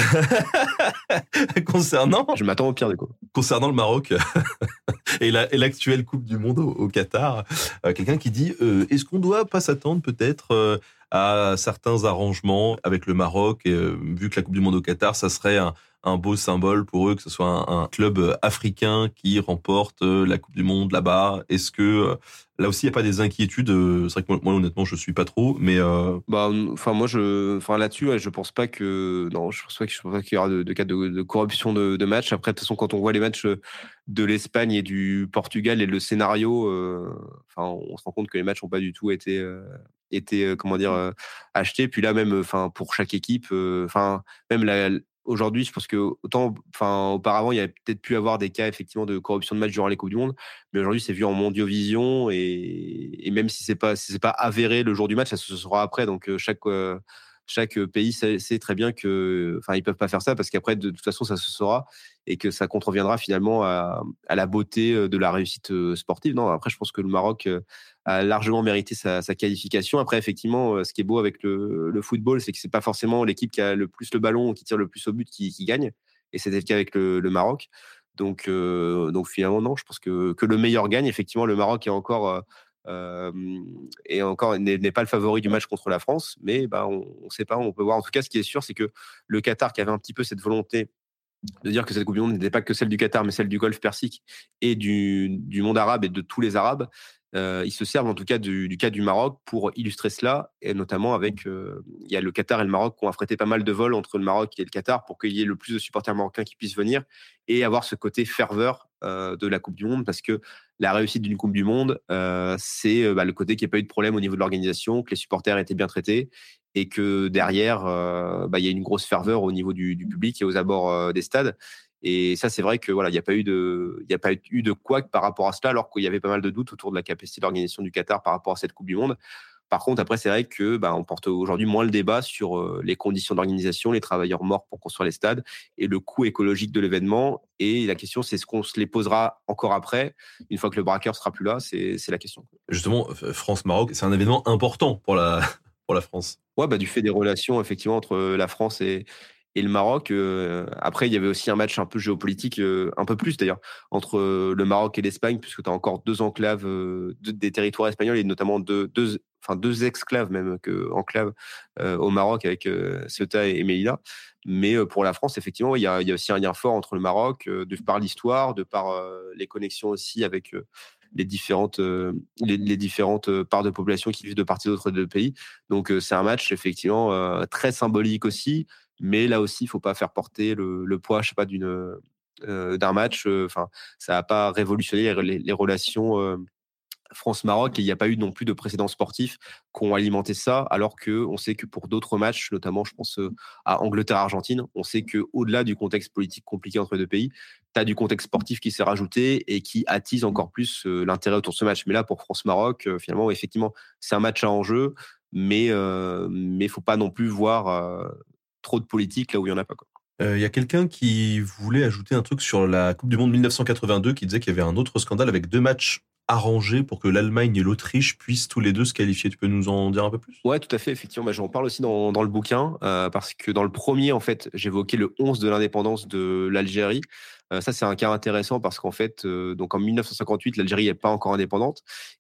concernant, je m'attends au pire du coup. Concernant le Maroc et, la, et l'actuelle Coupe du Monde au, au Qatar, euh, quelqu'un qui dit euh, est-ce qu'on doit pas s'attendre peut-être euh, à certains arrangements avec le Maroc, et, euh, vu que la Coupe du Monde au Qatar, ça serait un, un beau symbole pour eux que ce soit un, un club africain qui remporte la Coupe du Monde là-bas. Est-ce que là aussi il n'y a pas des inquiétudes? C'est vrai que moi, moi honnêtement je suis pas trop, mais euh... bah enfin moi je enfin là-dessus ouais, je pense pas que non je pense pas que je pense pas qu'il y aura de, de cas de, de corruption de, de matchs. Après de toute façon quand on voit les matchs de l'Espagne et du Portugal et le scénario, euh, enfin on se rend compte que les matchs n'ont pas du tout été euh, été euh, comment dire euh, achetés. Puis là même enfin pour chaque équipe, enfin euh, même la aujourd'hui, je pense que autant, enfin, auparavant, il y avait peut-être pu avoir des cas effectivement de corruption de match durant les Coupes du Monde, mais aujourd'hui, c'est vu en Mondiovision et, et même si c'est pas, si c'est pas avéré le jour du match, ça se sera après. Donc chaque, euh, chaque pays sait, sait très bien que, enfin, ils peuvent pas faire ça parce qu'après, de toute façon, ça se saura et que ça contreviendra finalement à, à la beauté de la réussite sportive. Non, après, je pense que le Maroc a largement mérité sa, sa qualification. Après, effectivement, ce qui est beau avec le, le football, c'est que c'est pas forcément l'équipe qui a le plus le ballon ou qui tire le plus au but qui, qui gagne. Et c'était le cas avec le, le Maroc. Donc, euh, donc finalement, non, je pense que, que le meilleur gagne. Effectivement, le Maroc est encore, euh, est encore n'est, n'est pas le favori du match contre la France, mais bah, on ne sait pas, on peut voir. En tout cas, ce qui est sûr, c'est que le Qatar, qui avait un petit peu cette volonté de dire que cette Coupe du Monde n'était pas que celle du Qatar, mais celle du Golfe Persique et du, du monde arabe et de tous les Arabes, euh, ils se servent en tout cas du, du cas du Maroc pour illustrer cela, et notamment avec, euh, il y a le Qatar et le Maroc qui ont affrété pas mal de vols entre le Maroc et le Qatar pour qu'il y ait le plus de supporters marocains qui puissent venir et avoir ce côté ferveur euh, de la Coupe du Monde, parce que la réussite d'une Coupe du Monde, euh, c'est bah, le côté qu'il n'y ait pas eu de problème au niveau de l'organisation, que les supporters étaient bien traités et que derrière, euh, bah, il y a une grosse ferveur au niveau du, du public et aux abords euh, des stades. Et ça, c'est vrai que voilà, il n'y a pas eu de, il n'y a pas eu de couac par rapport à cela, alors qu'il y avait pas mal de doutes autour de la capacité d'organisation du Qatar par rapport à cette Coupe du Monde. Par contre, après, c'est vrai que bah, on porte aujourd'hui moins le débat sur euh, les conditions d'organisation, les travailleurs morts pour construire les stades et le coût écologique de l'événement. Et la question, c'est ce qu'on se les posera encore après, une fois que le braqueur sera plus là. C'est, c'est la question. Justement, France-Maroc, c'est un événement important pour la pour la France. Ouais, bah du fait des relations effectivement entre la France et et le Maroc. Euh, après, il y avait aussi un match un peu géopolitique, euh, un peu plus d'ailleurs, entre euh, le Maroc et l'Espagne, puisque tu as encore deux enclaves euh, deux, des territoires espagnols et notamment deux, deux, enfin deux exclaves même que enclaves euh, au Maroc avec euh, Ceuta et, et Melilla. Mais euh, pour la France, effectivement, il y a, il y a aussi un lien fort entre le Maroc, euh, de par l'histoire, de par euh, les connexions aussi avec euh, les différentes euh, les, les différentes parts de population qui vivent de part et d'autre des deux pays. Donc euh, c'est un match effectivement euh, très symbolique aussi. Mais là aussi, il ne faut pas faire porter le, le poids, je sais pas, d'une, euh, d'un match. Enfin, euh, ça n'a pas révolutionné les, les relations euh, France-Maroc et il n'y a pas eu non plus de précédents sportifs qui ont alimenté ça, alors qu'on sait que pour d'autres matchs, notamment, je pense euh, à Angleterre-Argentine, on sait qu'au-delà du contexte politique compliqué entre les deux pays, tu as du contexte sportif qui s'est rajouté et qui attise encore plus euh, l'intérêt autour de ce match. Mais là, pour France-Maroc, euh, finalement, effectivement, c'est un match à enjeu, mais il euh, ne faut pas non plus voir... Euh, trop de politique là où il n'y en a pas. Il euh, y a quelqu'un qui voulait ajouter un truc sur la Coupe du Monde dix-neuf cent quatre-vingt-deux qui disait qu'il y avait un autre scandale avec deux matchs arrangés pour que l'Allemagne et l'Autriche puissent tous les deux se qualifier. Tu peux nous en dire un peu plus ? Ouais, tout à fait, effectivement. Bah, j'en parle aussi dans, dans le bouquin euh, parce que dans le premier, en fait, j'évoquais le onze de l'indépendance de l'Algérie. Euh, ça, c'est un cas intéressant parce qu'en fait, euh, donc en dix-neuf cent cinquante-huit, l'Algérie n'est pas encore indépendante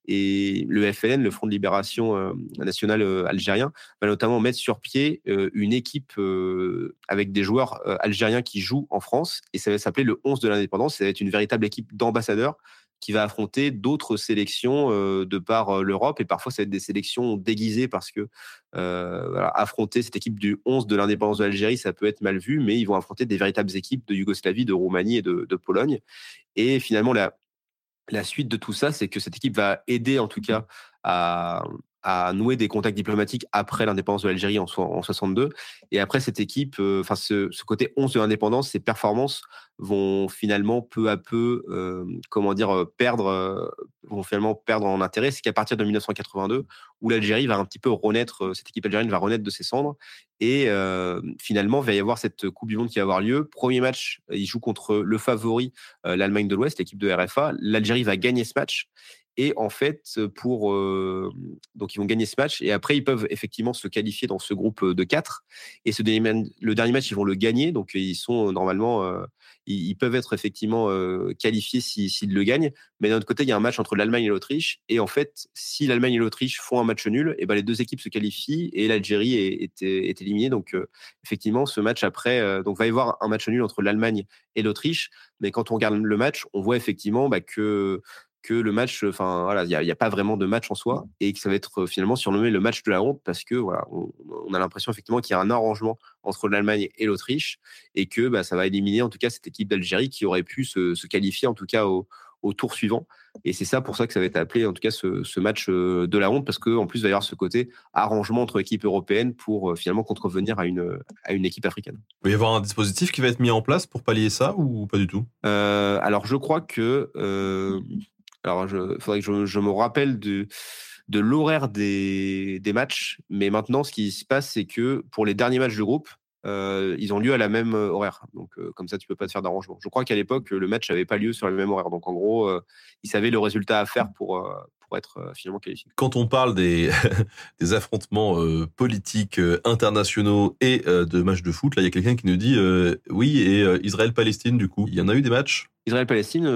et le F L N, le Front de libération euh, national euh, algérien, va notamment mettre sur pied euh, une équipe euh, avec des joueurs euh, algériens qui jouent en France et ça va s'appeler le onze de l'indépendance. Ça va être une véritable équipe d'ambassadeurs qui va affronter d'autres sélections euh, de par l'Europe et parfois ça va être des sélections déguisées parce que euh, voilà, affronter cette équipe du onze de l'indépendance de l'Algérie, ça peut être mal vu, mais ils vont affronter des véritables équipes de Yougoslavie, de Roumanie et de, de Pologne. Et finalement, la, la suite de tout ça, c'est que cette équipe va aider en tout cas à, à nouer des contacts diplomatiques après l'indépendance de l'Algérie en, en soixante-deux. Et après cette équipe, enfin euh, ce, ce côté onze de l'indépendance, ces performances vont finalement peu à peu, euh, comment dire, perdre, euh, vont finalement perdre en intérêt. C'est qu'à partir de dix-neuf cent quatre-vingt-deux, où l'Algérie va un petit peu renaître, cette équipe algérienne va renaître de ses cendres, et euh, finalement il va y avoir cette Coupe du Monde qui va avoir lieu. Premier match, ils jouent contre le favori, euh, l'Allemagne de l'Ouest, l'équipe de R F A. L'Algérie va gagner ce match. Et en fait, pour euh, donc ils vont gagner ce match et après ils peuvent effectivement se qualifier dans ce groupe de quatre. Et ce dernier, le dernier match, ils vont le gagner, donc ils sont normalement, euh, ils, ils peuvent être effectivement euh, qualifiés si, s'ils le gagnent. Mais d'un autre côté, il y a un match entre l'Allemagne et l'Autriche. Et en fait, si l'Allemagne et l'Autriche font un match nul, et ben les deux équipes se qualifient et l'Algérie est, est, est éliminée. Donc euh, effectivement, ce match après, euh, donc va y avoir un match nul entre l'Allemagne et l'Autriche. Mais quand on regarde le match, on voit effectivement bah, que que le match, enfin voilà, il y a, y a pas vraiment de match en soi et que ça va être finalement surnommé le match de la honte parce que voilà, on, on a l'impression effectivement qu'il y a un arrangement entre l'Allemagne et l'Autriche et que bah, ça va éliminer en tout cas cette équipe d'Algérie qui aurait pu se, se qualifier en tout cas au, au tour suivant. Et c'est ça pour ça que ça va être appelé en tout cas ce, ce match de la honte parce qu'en plus il va y avoir ce côté arrangement entre équipes européennes pour euh, finalement contrevenir à une, à une équipe africaine. Il va y avoir un dispositif qui va être mis en place pour pallier ça ou pas du tout ? euh, Alors je crois que... Euh, Alors, il faudrait que je, je me rappelle de, de l'horaire des, des matchs. Mais maintenant, ce qui se passe, c'est que pour les derniers matchs du groupe, euh, ils ont lieu à la même horaire. Donc, euh, comme ça, tu peux pas te faire d'arrangement. Je crois qu'à l'époque, le match n'avait pas lieu sur le même horaire. Donc, en gros, euh, ils savaient le résultat à faire pour, euh, pour être euh, finalement qualifiés. Quand on parle des, des affrontements euh, politiques euh, internationaux et euh, de matchs de foot, là, il y a quelqu'un qui nous dit euh, oui, et euh, Israël-Palestine, du coup, il y en a eu des matchs? Israël-Palestine,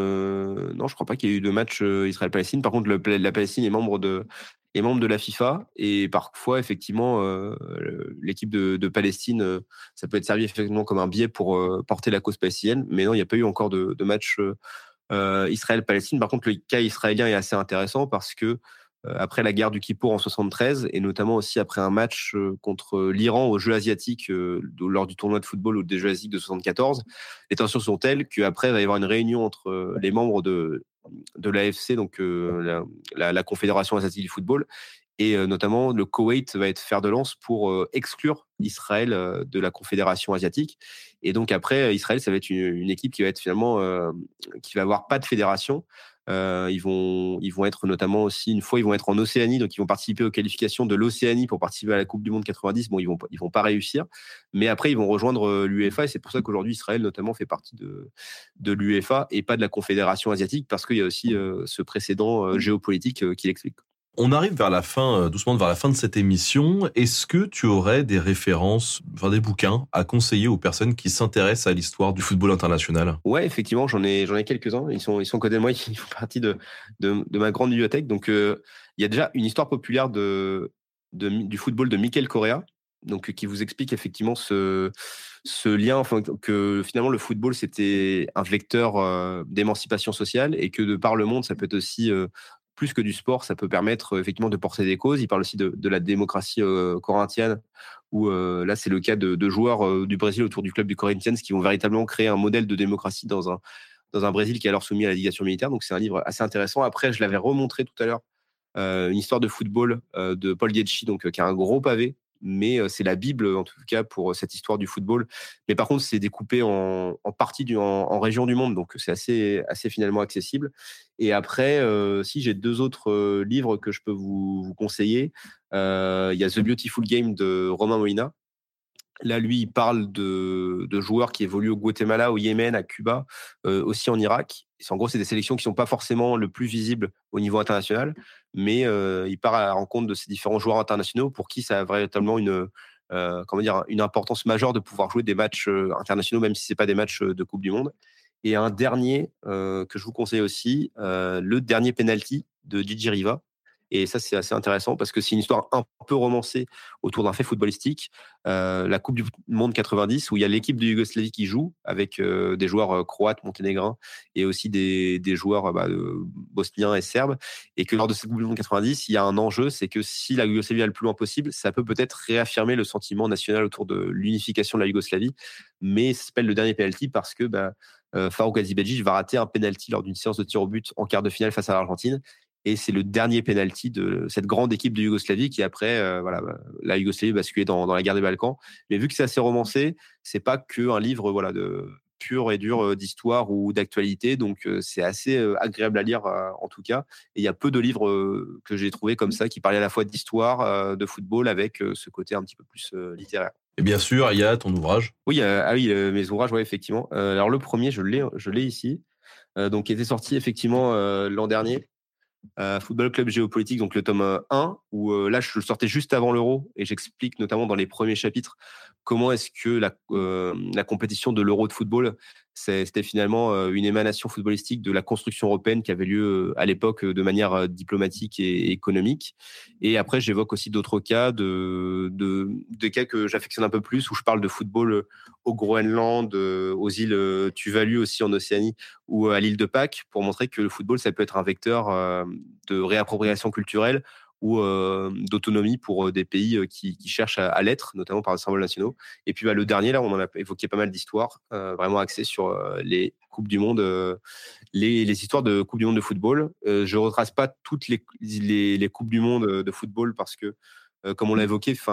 euh, non, je crois pas qu'il y ait eu de match euh, Israël-Palestine. Par contre, le, la Palestine est membre de est membre de la FIFA et parfois, effectivement, euh, l'équipe de, de Palestine, euh, ça peut être servi effectivement comme un biais pour euh, porter la cause palestinienne. Mais non, il n'y a pas eu encore de, de match euh, Israël-Palestine. Par contre, le cas israélien est assez intéressant parce que euh, après la guerre du Kippour en soixante-treize et notamment aussi après un match euh, contre l'Iran aux Jeux asiatiques euh, lors du tournoi de football ou des Jeux asiatiques de soixante-quatorze, les tensions sont telles qu'après il va y avoir une réunion entre euh, les membres de de l'A F C, donc euh, la, la, la Confédération asiatique du football, et euh, notamment le Koweït va être fer de lance pour euh, exclure Israël euh, de la Confédération asiatique. Et donc après, Israël, ça va être une, une équipe qui va être finalement euh, qui va avoir pas de fédération. Euh, ils vont ils vont être notamment aussi une fois ils vont être en Océanie, donc ils vont participer aux qualifications de l'Océanie pour participer à la Coupe du Monde quatre-vingt-dix. Bon, ils vont ils vont pas réussir, mais après ils vont rejoindre l'UEFA et c'est pour ça qu'aujourd'hui Israël notamment fait partie de de l'UEFA et pas de la Confédération asiatique parce qu'il y a aussi euh, ce précédent euh, géopolitique euh, qui l'explique. On arrive vers la fin, doucement vers la fin de cette émission. Est-ce que tu aurais des références, enfin des bouquins à conseiller aux personnes qui s'intéressent à l'histoire du football international? Ouais, effectivement, j'en ai, j'en ai quelques-uns. Ils sont, ils sont à côté de moi, ils font partie de, de, de ma grande bibliothèque. Donc, euh, il y a déjà une histoire populaire de, de, du football de Mikel Correa, donc qui vous explique effectivement ce, ce lien, enfin, que finalement le football c'était un vecteur euh, d'émancipation sociale et que de par le monde, ça peut être aussi euh, plus que du sport, ça peut permettre effectivement de porter des causes. Il parle aussi de, de la démocratie euh, corinthienne, où euh, là c'est le cas de, de joueurs euh, du Brésil autour du club du Corinthians qui vont véritablement créer un modèle de démocratie dans un dans un Brésil qui est alors soumis à la dictature militaire. Donc c'est un livre assez intéressant. Après, je l'avais remontré tout à l'heure, euh, une histoire de football euh, de Paul Dietschi, donc euh, qui a un gros pavé. Mais euh, c'est la Bible en tout cas pour euh, cette histoire du football. Mais par contre, c'est découpé en, en parties du, en, en régions du monde, donc c'est assez assez finalement accessible. Et après, euh, si j'ai deux autres euh, livres que je peux vous, vous conseiller, euh, il y a The Beautiful Game de Romain Molina. Là, lui, il parle de, de joueurs qui évoluent au Guatemala, au Yémen, à Cuba, euh, aussi en Irak. En gros, c'est des sélections qui ne sont pas forcément le plus visibles au niveau international, mais euh, il part à la rencontre de ces différents joueurs internationaux pour qui ça a véritablement une, euh, comment dire, une importance majeure de pouvoir jouer des matchs euh, internationaux, même si ce n'est pas des matchs de Coupe du Monde. Et un dernier euh, que je vous conseille aussi, euh, le dernier penalty de Gigi Riva. Et ça, c'est assez intéressant parce que c'est une histoire un peu romancée autour d'un fait footballistique. Euh, la Coupe du Monde quatre-vingt-dix, où il y a l'équipe de Yougoslavie qui joue avec euh, des joueurs euh, croates, monténégrins et aussi des, des joueurs bah, de, bosniens et serbes. Et que lors de cette Coupe du Monde quatre-vingt-dix, il y a un enjeu, c'est que si la Yougoslavie va le plus loin possible, ça peut peut-être réaffirmer le sentiment national autour de l'unification de la Yougoslavie. Mais ça s'appelle le dernier penalty parce que bah, euh, Farouk Hadzibedzic va rater un penalty lors d'une séance de tir au but en quart de finale face à l'Argentine. Et c'est le dernier penalty de cette grande équipe de Yougoslavie qui après, euh, voilà, la Yougoslavie basculait dans, dans la guerre des Balkans. Mais vu que c'est assez romancé, c'est pas que un livre, voilà, de pur et dur d'histoire ou d'actualité. Donc euh, c'est assez euh, agréable à lire euh, en tout cas. Et il y a peu de livres euh, que j'ai trouvé comme ça qui parlaient à la fois d'histoire, euh, de football avec euh, ce côté un petit peu plus euh, littéraire. Et bien sûr, il y a ton ouvrage. Oui, euh, ah oui, euh, mes ouvrages, ouais, effectivement. Euh, alors le premier, je l'ai, je l'ai ici, euh, donc qui était sorti effectivement euh, l'an dernier. Euh, Football Club Géopolitique, donc le tome un, où euh, là je le sortais juste avant l'Euro et j'explique notamment dans les premiers chapitres comment est-ce que la, euh, la compétition de l'Euro de football, c'est, c'était finalement euh, une émanation footballistique de la construction européenne qui avait lieu euh, à l'époque euh, de manière euh, diplomatique et, et économique. Et après, j'évoque aussi d'autres cas, de, de, de cas que j'affectionne un peu plus, où je parle de football au Groenland, euh, aux îles euh, Tuvalu aussi en Océanie, ou à l'île de Pâques, pour montrer que le football, ça peut être un vecteur euh, de réappropriation culturelle ou euh, d'autonomie pour des pays qui, qui cherchent à, à l'être, notamment par les symboles nationaux. Et puis bah, le dernier, là, on en a évoqué pas mal d'histoires, euh, vraiment axées sur euh, les Coupes du Monde, euh, les, les histoires de Coupes du Monde de football. Euh, je ne retrace pas toutes les, les, les Coupes du Monde de football parce que, euh, comme on l'a évoqué,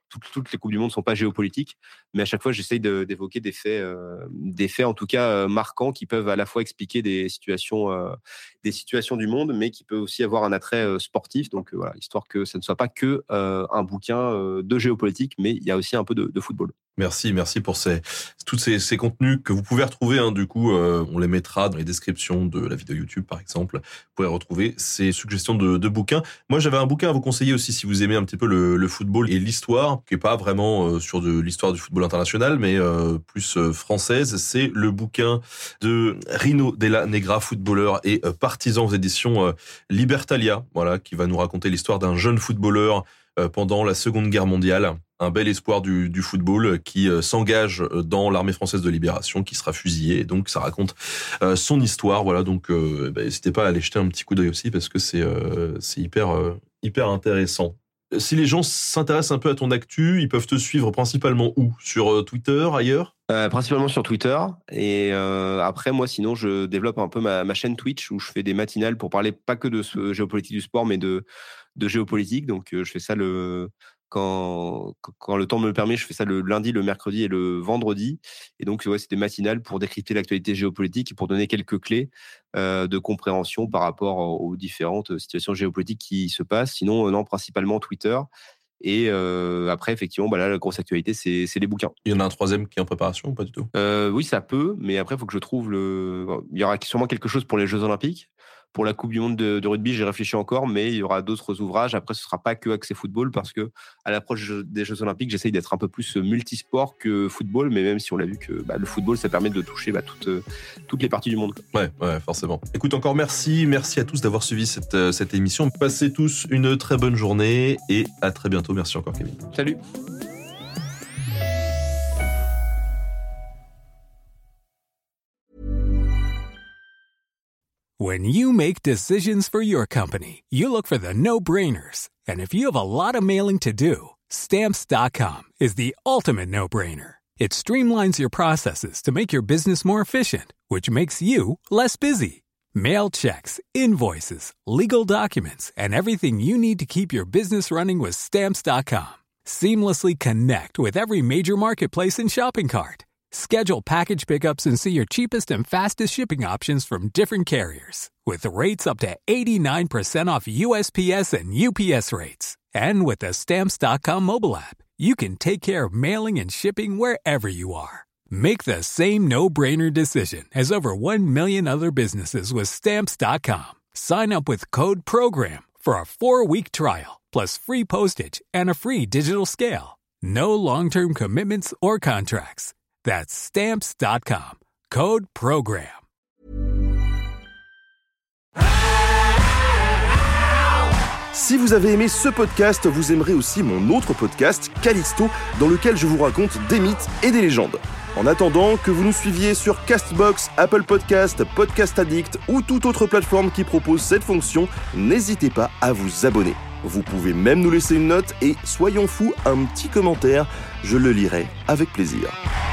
toutes, toutes les coupes du monde sont pas géopolitiques, mais à chaque fois j'essaye de, d'évoquer des faits, euh, des faits en tout cas euh, marquants qui peuvent à la fois expliquer des situations, euh, des situations du monde, mais qui peuvent aussi avoir un attrait euh, sportif. Donc euh, voilà, histoire que ça ne soit pas que euh, un bouquin euh, de géopolitique, mais il y a aussi un peu de, de football. Merci, merci pour ces, tous ces, ces contenus que vous pouvez retrouver. Hein, du coup, euh, on les mettra dans les descriptions de la vidéo YouTube, par exemple. Vous pourrez retrouver ces suggestions de, de bouquins. Moi, j'avais un bouquin à vous conseiller aussi si vous aimez un petit peu le, le football et l'histoire, qui est pas vraiment euh, sur de l'histoire du football international, mais euh, plus euh, française. C'est le bouquin de Rino Della Negra, footballeur et euh, partisan aux éditions euh, Libertalia, voilà, qui va nous raconter l'histoire d'un jeune footballeur euh, pendant la Seconde Guerre mondiale. Un bel espoir du, du football qui euh, s'engage dans l'armée française de libération, qui sera fusillé. Et donc, ça raconte euh, son histoire. Voilà, donc euh, bah, n'hésitez pas à aller jeter un petit coup d'œil aussi parce que c'est euh, c'est hyper euh, hyper intéressant. Si les gens s'intéressent un peu à ton actu, ils peuvent te suivre principalement où ? Sur euh, Twitter, ailleurs ? Euh, principalement sur Twitter. Et euh, après, moi, sinon, je développe un peu ma, ma chaîne Twitch où je fais des matinales pour parler pas que de ce géopolitique du sport, mais de, de géopolitique. Donc, euh, je fais ça le... Quand, quand le temps me le permet, je fais ça le lundi, le mercredi et le vendredi. Et donc, ouais, c'est des matinales pour décrypter l'actualité géopolitique et pour donner quelques clés euh, de compréhension par rapport aux différentes situations géopolitiques qui se passent. Sinon, euh, non, principalement Twitter. Et euh, après, effectivement, bah là, la grosse actualité, c'est, c'est les bouquins. Il y en a un troisième qui est en préparation ou pas du tout ? euh, Oui, ça peut, mais après, il faut que je trouve le... Il y aura sûrement quelque chose pour les Jeux Olympiques. Pour la Coupe du Monde de, de rugby, j'ai réfléchi encore, mais il y aura d'autres ouvrages. Après, ce ne sera pas que axé football, parce que à l'approche des Jeux Olympiques, j'essaye d'être un peu plus multisport que football, mais même si on l'a vu que bah, le football, ça permet de toucher bah, toutes, toutes les parties du monde. Ouais, ouais, forcément. Écoute, encore merci. Merci à tous d'avoir suivi cette, cette émission. Passez tous une très bonne journée et à très bientôt. Merci encore, Kevin. Salut. When you make decisions for your company, you look for the no-brainers. And if you have a lot of mailing to do, Stamps dot com is the ultimate no-brainer. It streamlines your processes to make your business more efficient, which makes you less busy. Mail checks, invoices, legal documents, and everything you need to keep your business running with Stamps dot com. Seamlessly connect with every major marketplace and shopping cart. Schedule package pickups and see your cheapest and fastest shipping options from different carriers. With rates up to eighty-nine percent off U S P S and U P S rates. And with the Stamps dot com mobile app, you can take care of mailing and shipping wherever you are. Make the same no-brainer decision as over one million other businesses with Stamps dot com. Sign up with code PROGRAM for a four-week trial, plus free postage and a free digital scale. No long-term commitments or contracts. That's Stamps dot com. Code PROGRAM. Si vous avez aimé ce podcast, vous aimerez aussi mon autre podcast, Callisto, dans lequel je vous raconte des mythes et des légendes. En attendant, que vous nous suiviez sur Castbox, Apple Podcast, Podcast Addict ou toute autre plateforme qui propose cette fonction, n'hésitez pas à vous abonner. Vous pouvez même nous laisser une note et, soyons fous, un petit commentaire, je le lirai avec plaisir.